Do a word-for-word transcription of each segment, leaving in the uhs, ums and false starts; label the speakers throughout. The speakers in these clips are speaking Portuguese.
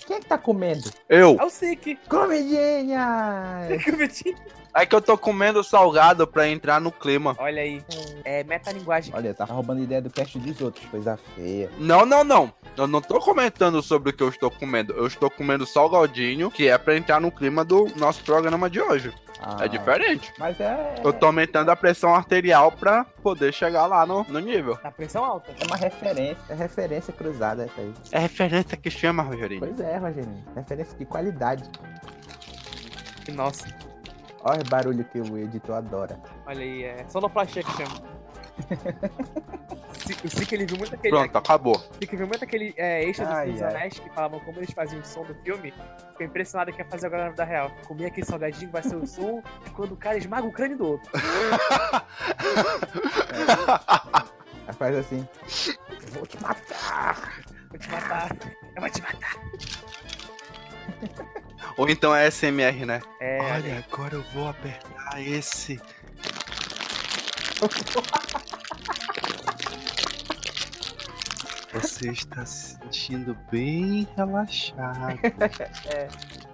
Speaker 1: Quem é que tá comendo?
Speaker 2: Eu.
Speaker 3: É o Sik.
Speaker 1: Comidinha!
Speaker 2: É que eu tô comendo salgado pra entrar no clima.
Speaker 3: Olha aí. É metalinguagem.
Speaker 1: Olha, tá roubando ideia do cast dos outros, coisa feia.
Speaker 2: Não, não, não. Eu não tô comentando sobre o que eu estou comendo. Eu estou comendo salgadinho, que é pra entrar no clima do nosso programa de hoje.
Speaker 1: Ah,
Speaker 2: É diferente.
Speaker 1: Mas é.
Speaker 2: Eu tô aumentando a pressão arterial pra poder chegar lá no, no nível.
Speaker 3: Na pressão alta.
Speaker 1: É uma referência, é referência cruzada essa aí.
Speaker 2: É referência que chama, Rogerinho.
Speaker 1: Pois é, Rogerinho. Referência de qualidade.
Speaker 3: Nossa.
Speaker 1: Olha o barulho que o editor adora.
Speaker 3: Olha aí, é sonoplastia que chama. O Sik, ele viu muito aquele...
Speaker 2: Pronto, acabou.
Speaker 3: O Sik viu muito aquele é, extra dos
Speaker 1: Ai,
Speaker 3: Filhos
Speaker 1: ai.
Speaker 3: Anéis que falavam como eles faziam o som do filme. Ficou impressionado que ia fazer agora na vida real. Comia aquele salgadinho, vai ser o som quando o cara esmaga o crânio do outro.
Speaker 1: Aí faz assim. Eu vou te matar!
Speaker 3: Vou te matar. Eu vou te matar.
Speaker 2: Ou então é S M R, né?
Speaker 3: É,
Speaker 2: Olha, agora eu vou apertar esse. Você está se sentindo bem relaxado.
Speaker 3: é.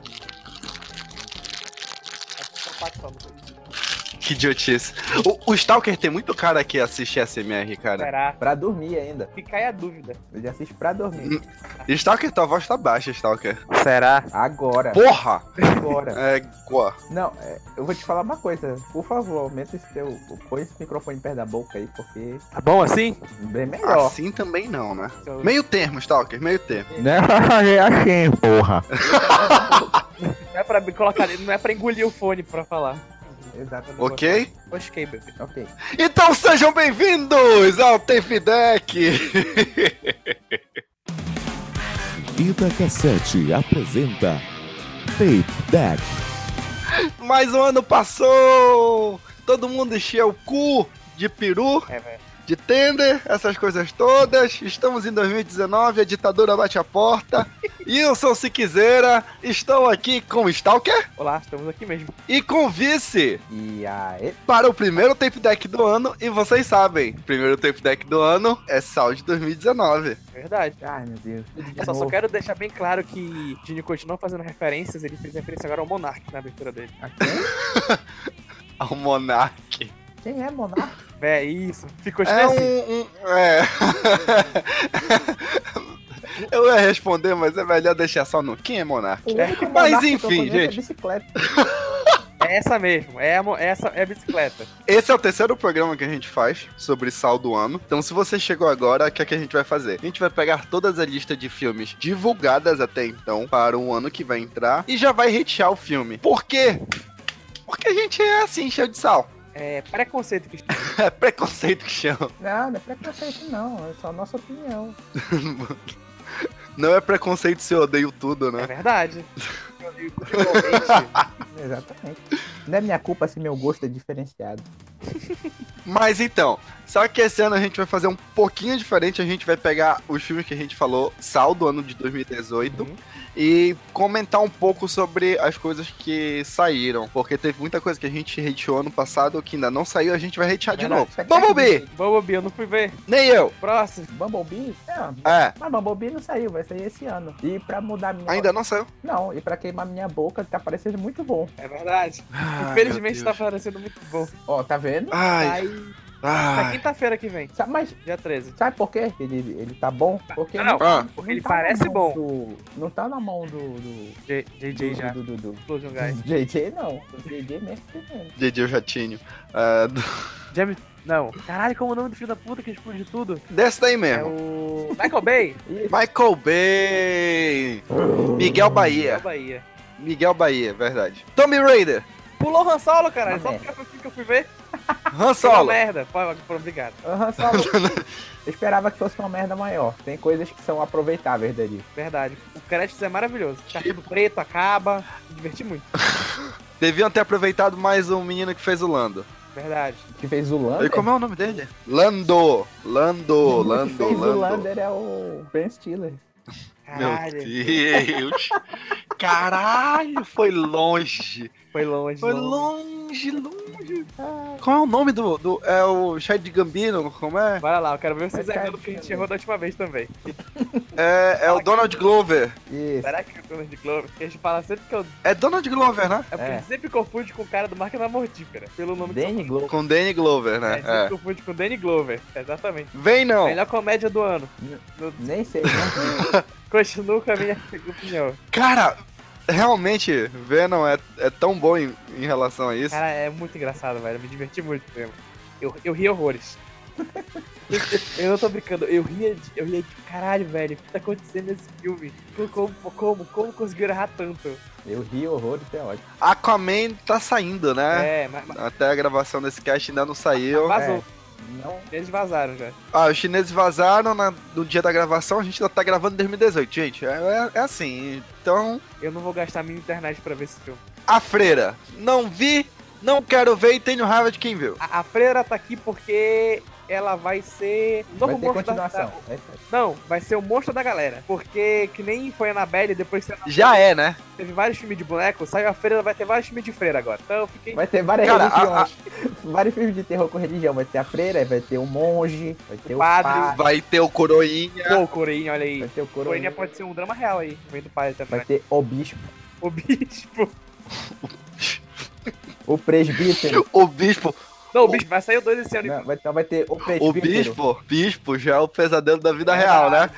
Speaker 3: São quatro palmas.
Speaker 2: Que idiotice. O, o Stalker tem muito cara que assiste S M R, cara.
Speaker 3: Será?
Speaker 1: Pra dormir ainda.
Speaker 3: Fica aí a dúvida.
Speaker 1: Ele assiste pra dormir.
Speaker 2: Stalker, tua voz tá baixa, Stalker.
Speaker 3: Será?
Speaker 1: Agora.
Speaker 2: Porra!
Speaker 1: Agora.
Speaker 2: É, boa.
Speaker 1: Não, é, eu vou te falar uma coisa. Por favor, aumenta esse teu. Põe esse microfone perto da boca aí, porque
Speaker 3: Tá bom assim?
Speaker 1: bem melhor.
Speaker 2: Assim também não, né?
Speaker 3: Então,
Speaker 2: Meio termo, Stalker, meio termo.
Speaker 1: Não é pra fazer assim, porra.
Speaker 3: Não é pra colocar, não é pra engolir o fone pra falar.
Speaker 1: Exatamente.
Speaker 2: Ok?
Speaker 3: Ok, bebê.
Speaker 1: Ok.
Speaker 2: Então sejam bem-vindos ao Tape Deck!
Speaker 4: Vida Cassete apresenta Tape Deck.
Speaker 2: Mais um ano passou! Todo mundo encheu o cu de peru,
Speaker 3: É, velho.
Speaker 2: de tender, essas coisas todas. Estamos em dois mil e dezenove, a ditadura bate a porta. E eu sou o Siquezeira, estou aqui com o Stalker
Speaker 3: Olá, estamos aqui mesmo.
Speaker 2: e com o Vice
Speaker 1: E aí?
Speaker 2: para o primeiro Tape Deck do ano. E vocês sabem, o primeiro Tape Deck do ano é Sal de dois mil e dezenove.
Speaker 3: Verdade.
Speaker 1: Ai, meu Deus. Tudo de
Speaker 3: Eu só, só
Speaker 1: novo.
Speaker 3: quero deixar bem claro que Dini continua fazendo referências, ele fez referência agora ao Monark na abertura dele.
Speaker 1: A quem?
Speaker 2: Ao Monark.
Speaker 1: Quem é Monark?
Speaker 3: É isso, ficou
Speaker 2: É
Speaker 3: assim.
Speaker 2: um... um é... Eu ia responder, mas é melhor deixar só no quem é Monark.
Speaker 1: O único
Speaker 2: Mas
Speaker 1: Monark que eu
Speaker 2: enfim,
Speaker 1: conheço é
Speaker 2: gente.
Speaker 1: bicicleta.
Speaker 3: É essa mesmo, é a, mo- essa é a bicicleta.
Speaker 2: Esse é o terceiro programa que a gente faz sobre sal do ano. Então, se você chegou agora, o que é que a gente vai fazer? A gente vai pegar todas as listas de filmes divulgadas até então para o ano que vai entrar e já vai hatear o filme. Por quê? Porque a gente é assim, cheio de sal.
Speaker 3: É preconceito que
Speaker 2: É preconceito que chama.
Speaker 1: Não, não é preconceito não, é só a nossa opinião.
Speaker 2: Não é preconceito se eu odeio tudo,
Speaker 3: é
Speaker 2: né?
Speaker 3: verdade. Igualmente,
Speaker 1: Exatamente. Não é minha culpa se meu gosto é diferenciado.
Speaker 2: Mas então, só que esse ano a gente vai fazer um pouquinho diferente. A gente vai pegar os filmes que a gente falou, sal do ano de dois mil e dezoito,
Speaker 3: Uhum.
Speaker 2: e comentar um pouco sobre as coisas que saíram. Porque teve muita coisa que a gente hateou ano passado que ainda não saiu, a gente vai hatear de
Speaker 3: Verdade.
Speaker 2: novo. Bumblebee!
Speaker 3: Bumblebee, eu não fui ver.
Speaker 2: Nem eu!
Speaker 3: Próximo.
Speaker 1: Bumblebee? É,
Speaker 2: É,
Speaker 1: mas Bumblebee não saiu, vai sair esse ano. E pra mudar minha...
Speaker 2: ainda não saiu.
Speaker 1: Não, e pra queimar minha boca, tá parecendo muito bom.
Speaker 3: É verdade.
Speaker 2: Ai,
Speaker 3: Infelizmente
Speaker 2: meu
Speaker 3: tá
Speaker 2: Deus.
Speaker 3: parecendo muito bom.
Speaker 1: Ó, tá vendo?
Speaker 2: Ai,
Speaker 3: Aí, na
Speaker 2: ai.
Speaker 3: quinta-feira que vem,
Speaker 1: Sabe, mas
Speaker 3: dia treze.
Speaker 1: sabe por quê? Ele, ele tá bom? Porque
Speaker 3: Não,
Speaker 2: Ah.
Speaker 3: porque ele
Speaker 1: tá na
Speaker 3: parece
Speaker 1: mão
Speaker 3: bom.
Speaker 1: do- não tá na mão do... do...
Speaker 3: J J já.
Speaker 1: Do, do, do, do.
Speaker 3: Explosion Guy.
Speaker 1: J J não, do J J mesmo que vendo.
Speaker 2: J J o Jatinho. É, do-
Speaker 3: James. Não. Caralho, como é o nome do filho da puta que explode tudo?
Speaker 2: Desse daí
Speaker 3: É
Speaker 2: mesmo.
Speaker 3: o. Michael Bay.
Speaker 1: Isso.
Speaker 2: Michael Bay. Miguel
Speaker 3: Da
Speaker 2: Bahia.
Speaker 3: Bahia.
Speaker 2: Miguel Bahia, verdade. Tommy Raider.
Speaker 3: Pulou o Han Solo, caralho.
Speaker 1: Uma
Speaker 3: Só
Speaker 1: merda.
Speaker 3: porque foi o filme que eu fui ver.
Speaker 2: Han
Speaker 3: Foi uma
Speaker 2: Solo.
Speaker 3: merda. Pô, pô, obrigado.
Speaker 1: Aham, só... Eu esperava que fosse uma merda maior. Tem coisas que são aproveitáveis dali.
Speaker 3: Verdade. O crédito é maravilhoso. Tá tudo preto, acaba. Me diverti muito.
Speaker 2: Deviam ter aproveitado mais o menino que fez o Lando.
Speaker 3: Verdade.
Speaker 1: Que fez o Lander.
Speaker 2: E como é o nome dele? Lando. Lando.
Speaker 1: O que
Speaker 2: Lando.
Speaker 1: fez o
Speaker 2: Lando.
Speaker 1: Lander é o Ben Stiller.
Speaker 2: Meu
Speaker 3: Caralho.
Speaker 2: Deus. Caralho, foi longe.
Speaker 3: Foi longe.
Speaker 2: Foi longe, longe. Qual é o nome do... do é o Chad Gambino, como é?
Speaker 3: Bora lá, eu quero ver vocês
Speaker 1: Vai
Speaker 3: errando o que a gente errou da última vez também.
Speaker 2: É, é o Donald Glover.
Speaker 1: Isso.
Speaker 3: Será que é o Donald Glover? Porque a gente fala sempre que é o...
Speaker 2: É Donald Glover, né?
Speaker 3: É porque
Speaker 1: É.
Speaker 3: a gente sempre confunde com o cara do Máquina Mortífera, pelo nome que
Speaker 1: Danny Glover.
Speaker 2: Com Danny Glover,
Speaker 3: É, a
Speaker 2: né?
Speaker 3: gente sempre
Speaker 2: É.
Speaker 3: confunde com Danny Glover, exatamente.
Speaker 2: Vem não.
Speaker 3: Melhor comédia do ano. No-
Speaker 1: Nem sei, não.
Speaker 3: Continuo com a minha opinião.
Speaker 2: Cara, realmente, Venom é, é tão bom em, em relação a isso.
Speaker 3: Cara, é muito engraçado, velho. Eu me diverti muito mesmo. Eu, eu ri horrores. Eu, eu não tô brincando, eu ria de, eu ria de caralho, velho. O que tá acontecendo nesse filme? Como, como, como conseguiram errar tanto?
Speaker 1: Eu ri horrores, é ótimo.
Speaker 2: Aquaman tá saindo, né?
Speaker 3: É, mas, mas
Speaker 2: Até a gravação desse cast ainda não saiu.
Speaker 3: vazou.
Speaker 1: É. Não,
Speaker 3: Eles vazaram já.
Speaker 2: Ah, os chineses vazaram na- no dia da gravação, a gente ainda tá gravando em dois mil e dezoito, gente. É, é- é assim. Então,
Speaker 3: Eu não vou gastar minha internet pra ver esse filme.
Speaker 2: A Freira. Não vi, não quero ver e tenho raiva de quem viu.
Speaker 3: A, a Freira tá aqui porque ela vai ser o novo
Speaker 1: vai ter
Speaker 3: monstro da,
Speaker 1: continuação.
Speaker 3: da-
Speaker 1: É isso aí.
Speaker 3: Não, vai ser o monstro da galera. Porque que nem foi a Annabelle, depois que
Speaker 2: Já é, né?
Speaker 3: teve vários filmes de boneco, saiu a Freira, vai ter vários filmes de freira agora. Então eu fiquei...
Speaker 1: Vai ter várias
Speaker 2: Cara,
Speaker 1: religiões. Vários filmes de terror com religião. Vai ter a freira, vai ter o monge, vai ter o,
Speaker 3: padre.
Speaker 1: padre,
Speaker 2: Vai ter o Coroinha.
Speaker 3: Pô, Coroinha, olha
Speaker 1: vai
Speaker 3: aí.
Speaker 1: ter o
Speaker 3: Coroinha
Speaker 1: coroinha,
Speaker 3: pode ser um drama real aí, vem do pai também.
Speaker 1: vai ter o bispo,
Speaker 3: O bispo.
Speaker 1: o presbítero.
Speaker 2: O bispo.
Speaker 3: Não, o bispo vai sair o dois esse ano.
Speaker 1: Não, vai, então vai ter o
Speaker 2: O
Speaker 1: presbítero.
Speaker 2: bispo. Bispo já é o pesadelo da vida
Speaker 3: É
Speaker 2: real, né?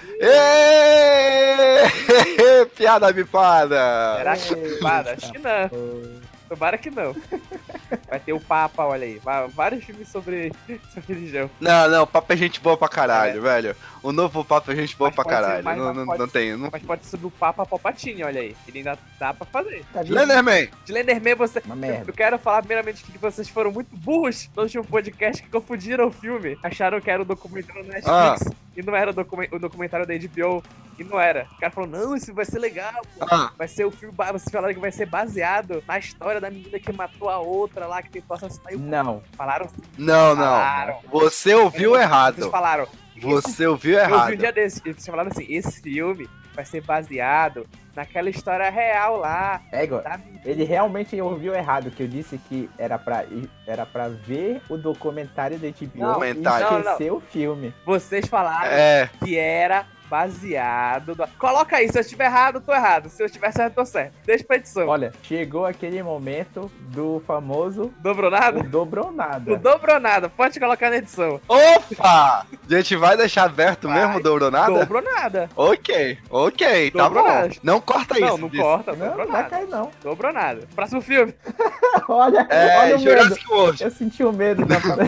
Speaker 2: Ê! Piada bipada.
Speaker 3: Será que para? Acho que não.
Speaker 1: Oh,
Speaker 3: Tomara que não. Vai ter o Papa, olha aí. Va- Vários filmes sobre, sobre religião.
Speaker 2: Não, não, o papo é gente boa pra caralho, velho. O novo papo é gente boa
Speaker 3: Mas
Speaker 2: pra
Speaker 3: pode ser
Speaker 2: caralho.
Speaker 3: mais-
Speaker 2: não,
Speaker 3: mas
Speaker 2: não,
Speaker 3: pode
Speaker 2: não
Speaker 3: ser-
Speaker 2: tem. Não...
Speaker 3: Mas pode ser sobre o Papa Palpatine, olha aí. Ele ainda dá pra fazer.
Speaker 1: tá vendo?
Speaker 2: Slenderman.
Speaker 3: De Lenderman, você...
Speaker 1: Uma merda.
Speaker 3: Eu quero falar primeiramente que vocês foram muito burros no último podcast que confundiram o filme. Acharam que era o documentário da Netflix e não era o, docu- o documentário da H B O. E não era. O cara falou, não, isso vai ser legal, pô.
Speaker 2: Ah,
Speaker 3: Vai ser o filme, ba- vocês falaram que vai ser baseado na história da menina que matou a outra lá, que tentou assassinar e o...
Speaker 1: Não,
Speaker 3: Falaram,
Speaker 2: não, não.
Speaker 3: Falaram.
Speaker 2: Você ouviu
Speaker 3: vocês
Speaker 2: errado.
Speaker 3: falaram.
Speaker 2: Você ouviu
Speaker 3: Eu vi um
Speaker 2: errado.
Speaker 3: dia desse, eles falaram assim, esse filme vai ser baseado naquela história real lá,
Speaker 1: é igual.
Speaker 3: da
Speaker 1: Ele realmente ouviu errado, que eu disse que era pra, ir- era pra ver o documentário da H B O
Speaker 3: Não,
Speaker 1: e
Speaker 2: documentário.
Speaker 3: não,
Speaker 1: esquecer o filme.
Speaker 3: Vocês falaram
Speaker 2: É,
Speaker 3: que era baseado... No... Coloca aí, se eu estiver errado, eu tô errado. Se eu estiver certo, eu tô certo. Deixa pra edição.
Speaker 1: Olha, chegou aquele momento do famoso
Speaker 3: Dobrou nada?
Speaker 1: o dobronada.
Speaker 3: Não dobrou nada, pode colocar na edição.
Speaker 2: opa! A gente vai deixar aberto
Speaker 3: Vai.
Speaker 2: mesmo, Douro nada?
Speaker 3: Dobrou nada.
Speaker 2: Ok, ok, tá
Speaker 3: Dobrou
Speaker 2: bom.
Speaker 3: nada.
Speaker 2: Não corta isso.
Speaker 3: Não, não
Speaker 2: disso.
Speaker 3: corta,
Speaker 1: Não,
Speaker 3: dobrou
Speaker 1: não vai
Speaker 3: nada.
Speaker 1: cair não.
Speaker 3: Dobrou nada. Próximo filme.
Speaker 1: olha,
Speaker 2: É,
Speaker 1: olha o medo.
Speaker 2: Jurassic World.
Speaker 1: Eu senti o medo da palavra.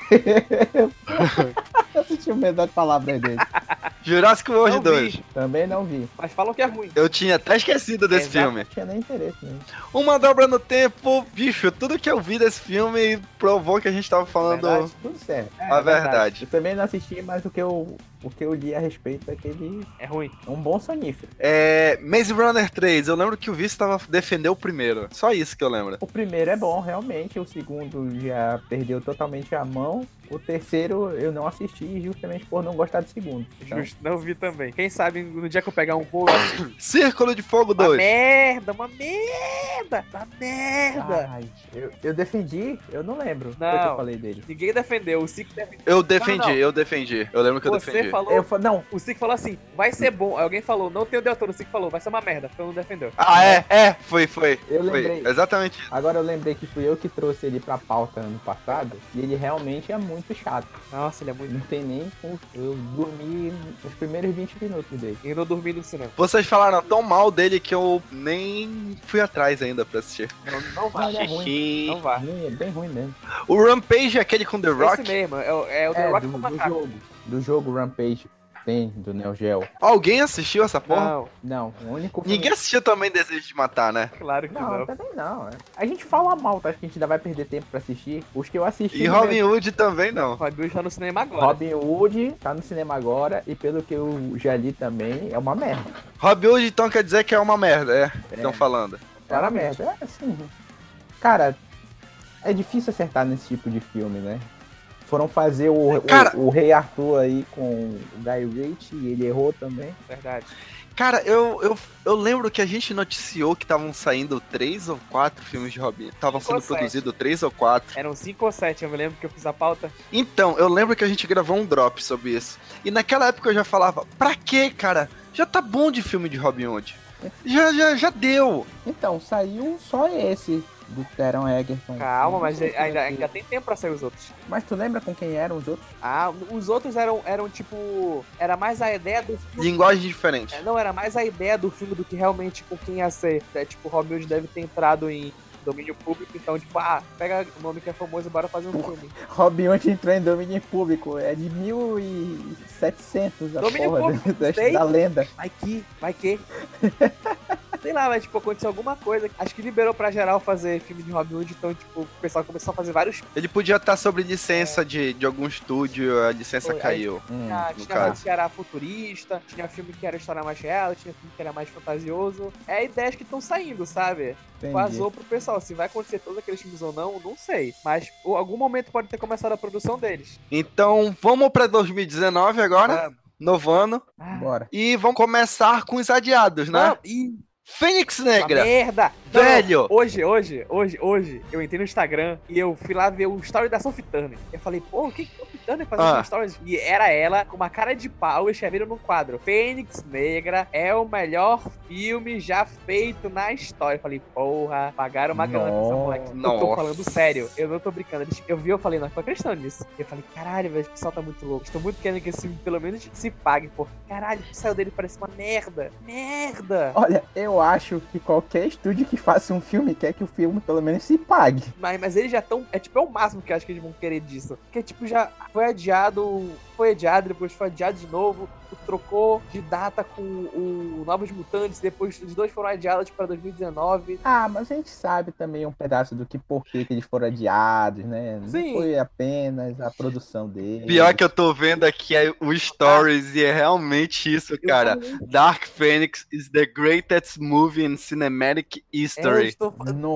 Speaker 1: Eu senti o medo das palavras dele.
Speaker 2: Jurassic World
Speaker 3: Não
Speaker 2: dois.
Speaker 3: vi,
Speaker 1: Também não vi.
Speaker 3: mas falam que é ruim.
Speaker 2: Eu tinha até esquecido desse
Speaker 3: Exato.
Speaker 2: filme.
Speaker 1: Não tinha nem interesse nisso.
Speaker 2: Uma dobra no tempo, bicho, tudo que eu vi desse filme provou que a gente tava falando
Speaker 3: Verdade.
Speaker 1: Tudo certo.
Speaker 3: É,
Speaker 2: a
Speaker 3: é
Speaker 2: verdade.
Speaker 1: Eu também não assisti, mas o que eu, o que eu li a respeito é que ele
Speaker 3: É ruim.
Speaker 1: é um bom sonífero.
Speaker 2: É, Maze Runner três, eu lembro que o Vice tava defendendo o primeiro. Só isso que eu lembro.
Speaker 1: O primeiro é bom, realmente. O segundo já perdeu totalmente a mão. O terceiro eu não assisti justamente por não gostar do segundo. Então,
Speaker 3: Justo, não vi também. Quem sabe no dia que eu pegar um bolo,
Speaker 2: Círculo de Fogo
Speaker 3: uma
Speaker 2: dois.
Speaker 3: merda, uma merda, uma merda.
Speaker 1: ai, eu, eu defendi, eu não lembro. o que
Speaker 3: Não.
Speaker 1: eu falei dele.
Speaker 3: Ninguém defendeu, o Cic defendeu.
Speaker 2: Eu defendi,
Speaker 3: Não, não.
Speaker 2: eu defendi. Eu lembro que eu
Speaker 3: Você
Speaker 2: defendi.
Speaker 3: falou,
Speaker 1: Eu fa- não,
Speaker 3: o Cic falou assim, vai ser bom. Aí alguém falou, não tem o Del Toro. O Cic falou, vai ser uma merda, então não defendeu.
Speaker 2: Ah, é, é, foi, foi.
Speaker 1: Eu
Speaker 2: foi.
Speaker 1: lembrei.
Speaker 2: Exatamente isso.
Speaker 1: agora eu lembrei que fui eu que trouxe ele pra pauta ano passado. E ele realmente é muito chato.
Speaker 3: Nossa, ele é muito...
Speaker 1: Não tem nem como. Eu dormi nos primeiros vinte minutos dele.
Speaker 3: Eu não dormi no cinema.
Speaker 2: Vocês falaram tão mal dele que eu nem fui atrás ainda pra assistir.
Speaker 3: Não, não vá,
Speaker 1: Não, ele é ruim.
Speaker 3: não vá.
Speaker 1: Ruim, é bem ruim mesmo.
Speaker 2: O Rampage é aquele com The Rock.
Speaker 3: Esse mesmo, é, o- é o The
Speaker 1: É,
Speaker 3: Rock
Speaker 1: do,
Speaker 3: com
Speaker 1: do
Speaker 3: macaco.
Speaker 1: jogo. Do jogo Rampage. Tem, do Neo Geo.
Speaker 2: Alguém assistiu essa porra?
Speaker 3: Não,
Speaker 1: Não, o único filme...
Speaker 2: Ninguém assistiu também Desejo de Matar, né?
Speaker 3: claro que
Speaker 1: Não,
Speaker 3: não.
Speaker 1: também não. é. A gente fala mal, tá? Acho que a gente ainda vai perder tempo pra assistir. Os que eu assisti...
Speaker 2: E
Speaker 1: no
Speaker 2: Robin
Speaker 1: meu-
Speaker 2: Hood também não.
Speaker 3: O Robin Hood tá no cinema agora.
Speaker 1: Robin Hood tá no cinema agora. E pelo que eu já li também, é uma merda.
Speaker 2: Robin Hood então quer dizer que é uma merda, é. Estão falando.
Speaker 1: É uma merda. É assim... Cara, é difícil acertar nesse tipo de filme, né? foram fazer o,
Speaker 2: Cara-
Speaker 1: o, o Rei Arthur aí com o Guy Ritchie e ele errou também.
Speaker 3: Verdade.
Speaker 2: Cara, eu, eu, eu lembro que a gente noticiou que estavam saindo três ou quatro filmes de Robin. Estavam
Speaker 3: Cinco ou
Speaker 2: sendo
Speaker 3: sete.
Speaker 2: produzidos três ou quatro.
Speaker 3: Eram cinco ou sete, eu me lembro que eu fiz a pauta.
Speaker 2: Então, eu lembro que a gente gravou um drop sobre isso. E naquela época eu já falava, pra quê, cara? Já tá bom de filme de Robin Hood. Já, já, já deu.
Speaker 1: Então, saiu só esse do Taron Egerton.
Speaker 3: Calma,
Speaker 1: Não
Speaker 3: mas
Speaker 1: sei se
Speaker 3: ainda,
Speaker 1: vai
Speaker 3: ainda
Speaker 1: ter.
Speaker 3: tem tempo pra sair os outros.
Speaker 1: Mas tu lembra com quem eram os outros?
Speaker 3: Ah, os outros eram, eram tipo... Era mais a ideia do filme.
Speaker 2: Linguagem diferente.
Speaker 3: É, não, era mais a ideia do filme do que realmente com quem ia ser. É, tipo, o Robin Hood deve ter entrado em domínio público, então, tipo, ah, pega o nome que é famoso e bora fazer um filme.
Speaker 1: Robin Hood entrou em domínio público. É de mil e setecentos a
Speaker 3: Domínio
Speaker 1: porra
Speaker 3: público,
Speaker 1: da,
Speaker 3: sei.
Speaker 1: da lenda.
Speaker 3: Vai que, vai que. Sei lá, mas, tipo, aconteceu alguma coisa. Acho que liberou pra geral fazer filme de Robin Hood, então, tipo, o pessoal começou a fazer vários.
Speaker 2: Ele podia estar sob licença de, de algum estúdio, a licença
Speaker 3: Foi, aí-
Speaker 2: caiu.
Speaker 1: Hum,
Speaker 3: Tinha,
Speaker 2: no
Speaker 3: tinha
Speaker 2: caso.
Speaker 3: filme que era futurista, tinha filme que era história mais real, tinha filme que era mais fantasioso. É ideias que estão saindo, sabe?
Speaker 1: entendi.
Speaker 3: Vazou pro pessoal. Se vai acontecer todos aqueles filmes ou não, não sei. Mas em algum momento pode ter começado a produção deles.
Speaker 2: Então, vamos pra dois mil e dezenove agora,
Speaker 3: Vamos.
Speaker 2: novo ano.
Speaker 3: Ah,
Speaker 1: Bora.
Speaker 2: E vamos começar com os adiados, né?
Speaker 3: não, ih,
Speaker 2: Fênix
Speaker 3: uma
Speaker 2: Negra.
Speaker 3: merda! Não,
Speaker 2: Velho!
Speaker 3: hoje, hoje, hoje, hoje, eu entrei no Instagram e eu fui lá ver o story da Sophie Turner. Eu falei, pô, o que que a Sophie Turner fazendo
Speaker 2: Ah.
Speaker 3: stories? E era ela com uma cara de pau e escreveram num quadro: Fênix Negra é o melhor filme já feito na história. Eu falei, porra, pagaram uma grana pra essa
Speaker 1: Nossa.
Speaker 3: moleque. Eu
Speaker 2: Nossa.
Speaker 3: tô falando sério, eu não tô brincando. Eles- Eu vi, eu falei, não, tô acreditando nisso. Eu falei, caralho, velho, o pessoal tá muito louco. Estou muito querendo que esse filme pelo menos se pague, pô. Caralho, o que saiu dele parece uma merda. Merda!
Speaker 1: Olha, eu acho que qualquer estúdio que faça um filme quer que o filme pelo menos se pague.
Speaker 3: Mas, mas eles já estão. É tipo, é o máximo que eu acho que eles vão querer disso. Porque, tipo, já foi adiado. Foi adiado, depois foi adiado de novo. Trocou de data com o Novos Mutantes. Depois os dois foram adiados para dois mil e dezenove.
Speaker 1: Ah, mas a gente sabe também um pedaço do que por que que eles foram adiados, né? Não
Speaker 3: Sim.
Speaker 1: foi apenas a produção deles.
Speaker 2: Pior que eu tô vendo aqui é o Stories e é realmente isso, cara.
Speaker 3: Eu falei,
Speaker 2: Dark Phoenix is the greatest movie in cinematic
Speaker 3: é, eu
Speaker 2: history.
Speaker 3: estou...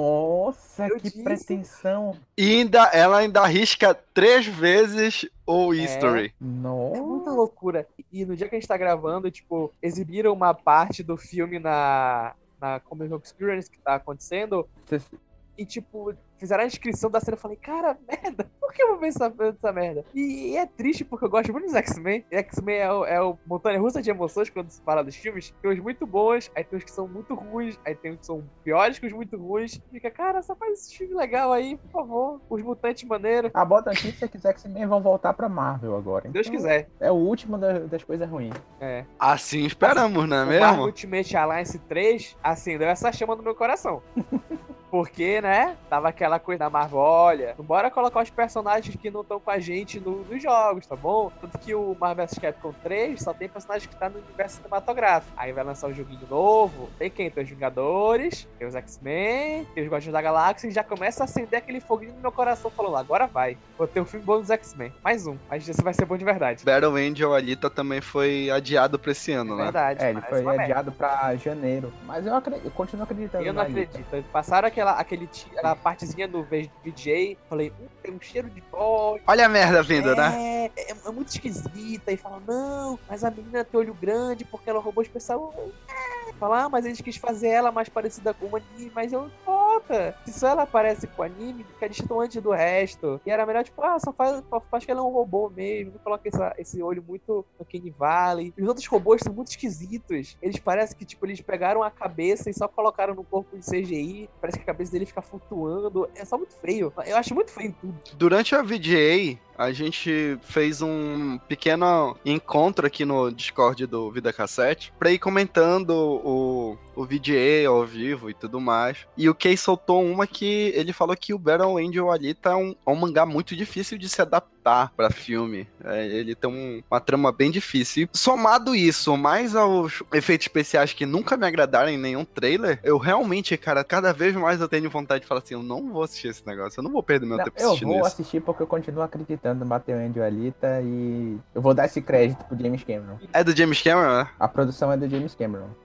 Speaker 1: Nossa,
Speaker 3: Eu
Speaker 1: que
Speaker 3: disse.
Speaker 1: pretensão.
Speaker 2: E ainda, ela ainda arrisca três vezes o
Speaker 3: É.
Speaker 2: history.
Speaker 3: É muita
Speaker 1: Nossa.
Speaker 3: loucura. E no dia que a gente tá gravando, tipo, exibiram uma parte do filme na, na Comic Con Experience que tá acontecendo. E, tipo, fizeram a inscrição da cena. Eu falei, cara, merda, por que eu vou ver essa, essa merda? E, e é triste porque eu gosto muito dos X-Men. E X-Men é o, é o montanha russa de emoções quando se fala dos filmes. Tem uns muito bons, aí tem uns que são muito ruins, aí tem uns que são piores que os muito ruins. Fica, cara, só faz esse filme legal aí, por favor. Os mutantes maneiros.
Speaker 1: A boa notícia é que os X-Men vão voltar pra Marvel agora.
Speaker 3: Se Deus
Speaker 1: Então,
Speaker 3: quiser.
Speaker 1: É o último da- das coisas ruins.
Speaker 3: É.
Speaker 2: Assim esperamos, não é
Speaker 3: O Marvel
Speaker 2: mesmo?
Speaker 3: Ultimate Alliance três acendeu essa chama no meu coração. Porque, né, tava aquela coisa da Marvel, olha, bora colocar os personagens que não estão com a gente no- nos jogos, tá bom? Tanto que o Marvel vs Capcom três só tem personagem que tá no universo cinematográfico. Aí vai lançar um joguinho novo, tem quem? Tem os Vingadores, tem os X-Men, tem os Guardiões da Galáxia, e já começa a acender aquele foguinho no meu coração, falando, agora vai, vou ter um filme bom dos X-Men. Mais um, mas esse vai ser bom de verdade.
Speaker 2: Battle Angel Alita também foi adiado pra esse ano, né?
Speaker 3: Verdade.
Speaker 1: É, ele
Speaker 3: parece
Speaker 1: foi
Speaker 3: uma merda.
Speaker 1: adiado pra janeiro. Mas eu, acredito, eu continuo acreditando.
Speaker 3: Eu não
Speaker 1: na Alita.
Speaker 3: acredito. Passaram aquela, aquele, ti- aquela partezinha do V J, falei, hum, tem um cheiro de pó.
Speaker 2: Olha a merda vindo, né?
Speaker 3: É, é, é muito esquisita. E fala, não, mas a menina tem olho grande porque ela roubou os pessoal. Fala, ah, mas eles quis fazer ela mais parecida com o anime, mas eu importa. Se só ela parece com o anime, fica distante do resto. E era melhor, tipo, ah, só faz, só faz que ela é um robô mesmo. Não coloca essa, esse olho muito no Kenny Valley. E os outros robôs são muito esquisitos. Eles parecem que, tipo, eles pegaram a cabeça e só colocaram no corpo de C G I. Parece que a cabeça dele fica flutuando. É só muito feio. Eu acho muito feio tudo.
Speaker 2: Durante a V G A, a gente fez um pequeno encontro aqui no Discord do Vida Cassete pra ir comentando o, o V G A ao vivo e tudo mais. E o Kei soltou uma que ele falou que o Battle Angel Alita é um, é um mangá muito difícil de se adaptar pra filme. É, ele tem um- uma trama bem difícil. E somado isso, mais aos efeitos especiais que nunca me agradaram em nenhum trailer, eu realmente, cara, cada vez mais eu tenho vontade de falar assim, eu não vou assistir esse negócio, eu não vou perder meu
Speaker 1: Não,
Speaker 2: tempo
Speaker 1: eu
Speaker 2: assistindo
Speaker 1: vou
Speaker 2: isso.
Speaker 1: assistir porque eu continuo acreditando no Battle Angel Alita e eu vou dar esse crédito pro James Cameron.
Speaker 2: É do James Cameron, né?
Speaker 1: A produção é do James Cameron.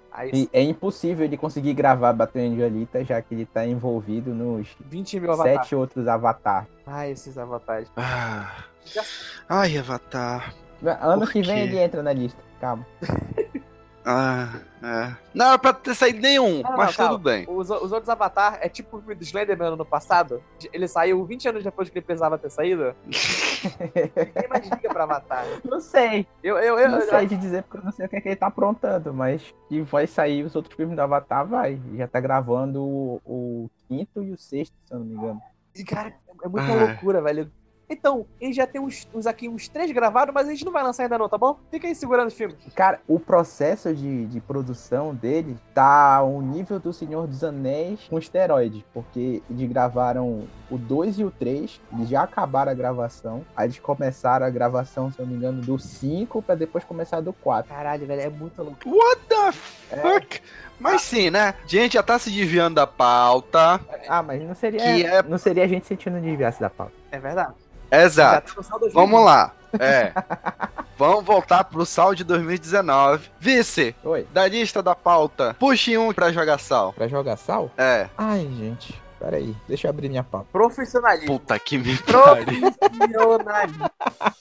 Speaker 3: Aí,
Speaker 1: E é impossível ele conseguir gravar Batalha de Alita, já que ele tá envolvido nos
Speaker 3: vinte mil avatares.
Speaker 1: sete outros avatares.
Speaker 3: Ah, esses avatares.
Speaker 2: Ah.
Speaker 3: Já-
Speaker 2: Ai, Avatar.
Speaker 1: Ano
Speaker 2: Por
Speaker 1: que vem
Speaker 2: quê?
Speaker 1: ele entra na lista, calma.
Speaker 2: Ah, é. Não era pra ter saído nenhum,
Speaker 3: Não, não,
Speaker 2: mas
Speaker 3: calma.
Speaker 2: tudo bem.
Speaker 3: Os, os outros Avatar é tipo o filme do Slenderman no passado. Ele saiu vinte anos depois que ele precisava ter saído. Ninguém mais liga pra Avatar.
Speaker 1: Não sei,
Speaker 3: Eu, eu, eu,
Speaker 1: não
Speaker 3: eu-
Speaker 1: sei de dizer porque eu não sei o que, é que ele tá aprontando, mas que vai sair os outros filmes do Avatar, vai. Já tá gravando o, o quinto e o sexto, se eu não me engano.
Speaker 3: E, cara, é muita
Speaker 2: Ah.
Speaker 3: loucura, velho. Então, ele já tem uns, uns aqui, uns três gravados, mas a gente não vai lançar ainda não, tá bom? Fica aí segurando os filmes.
Speaker 1: Cara, o processo de, de produção dele tá ao nível do Senhor dos Anéis com esteroides, porque eles gravaram o dois e o três, eles já acabaram a gravação, aí eles começaram a gravação, se eu não me engano, do cinco pra depois começar do quatro.
Speaker 3: Caralho, velho, é muito louco.
Speaker 2: What the fuck? Mas sim, né? A gente já tá se desviando da pauta.
Speaker 1: Ah, mas não seria,
Speaker 2: Que é-
Speaker 1: não seria a gente sentindo desviar-se da pauta.
Speaker 3: É verdade.
Speaker 2: Exato.
Speaker 3: Já tá no saldo dois mil e vinte.
Speaker 2: Vamos lá. É. Vamos voltar pro Sal de dois mil e dezenove. Vice,
Speaker 1: Oi,
Speaker 2: da lista da pauta, puxe um pra jogar Sal.
Speaker 1: pra jogar sal?
Speaker 2: É.
Speaker 1: Ai, gente, peraí, deixa eu abrir minha pauta.
Speaker 3: Profissionalismo.
Speaker 2: Puta que me pariu.
Speaker 3: Profissionalismo.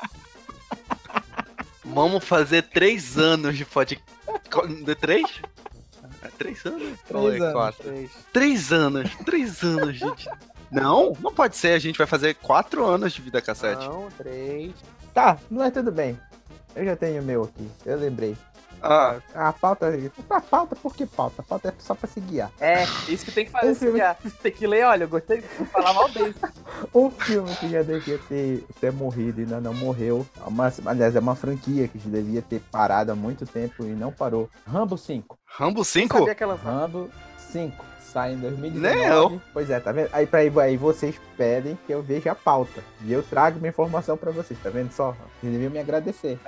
Speaker 2: Vamos fazer três anos de podcast. De três? É três anos? Ou é
Speaker 1: anos.
Speaker 2: quatro?
Speaker 3: Três.
Speaker 2: Três anos. Três anos, gente. Não, não pode ser. A gente vai fazer quatro anos de vida cassete.
Speaker 3: Não, três.
Speaker 1: Tá, não é tudo bem. Eu já tenho o meu aqui, eu lembrei.
Speaker 2: Ah,
Speaker 1: A pauta, a pauta, por que pauta? A pauta é só pra se guiar.
Speaker 3: É, isso que tem que fazer.
Speaker 1: Um filme-
Speaker 3: Tem que- Tem que ler, olha, eu gostei de falar mal dele.
Speaker 1: Um filme que já devia ter, ter morrido e ainda não morreu. É uma, aliás, é uma franquia que já devia ter parado há muito tempo e não parou. Rambo cinco.
Speaker 2: Rambo cinco?
Speaker 3: Sabia que ela lançava.
Speaker 1: Rambo cinco. Sai em dois mil e dezenove.
Speaker 2: Nem eu.
Speaker 1: Pois é, tá vendo? Aí, pra aí, aí vocês pedem que eu veja a pauta. E eu trago uma informação pra vocês, tá vendo só? Vocês deviam me agradecer.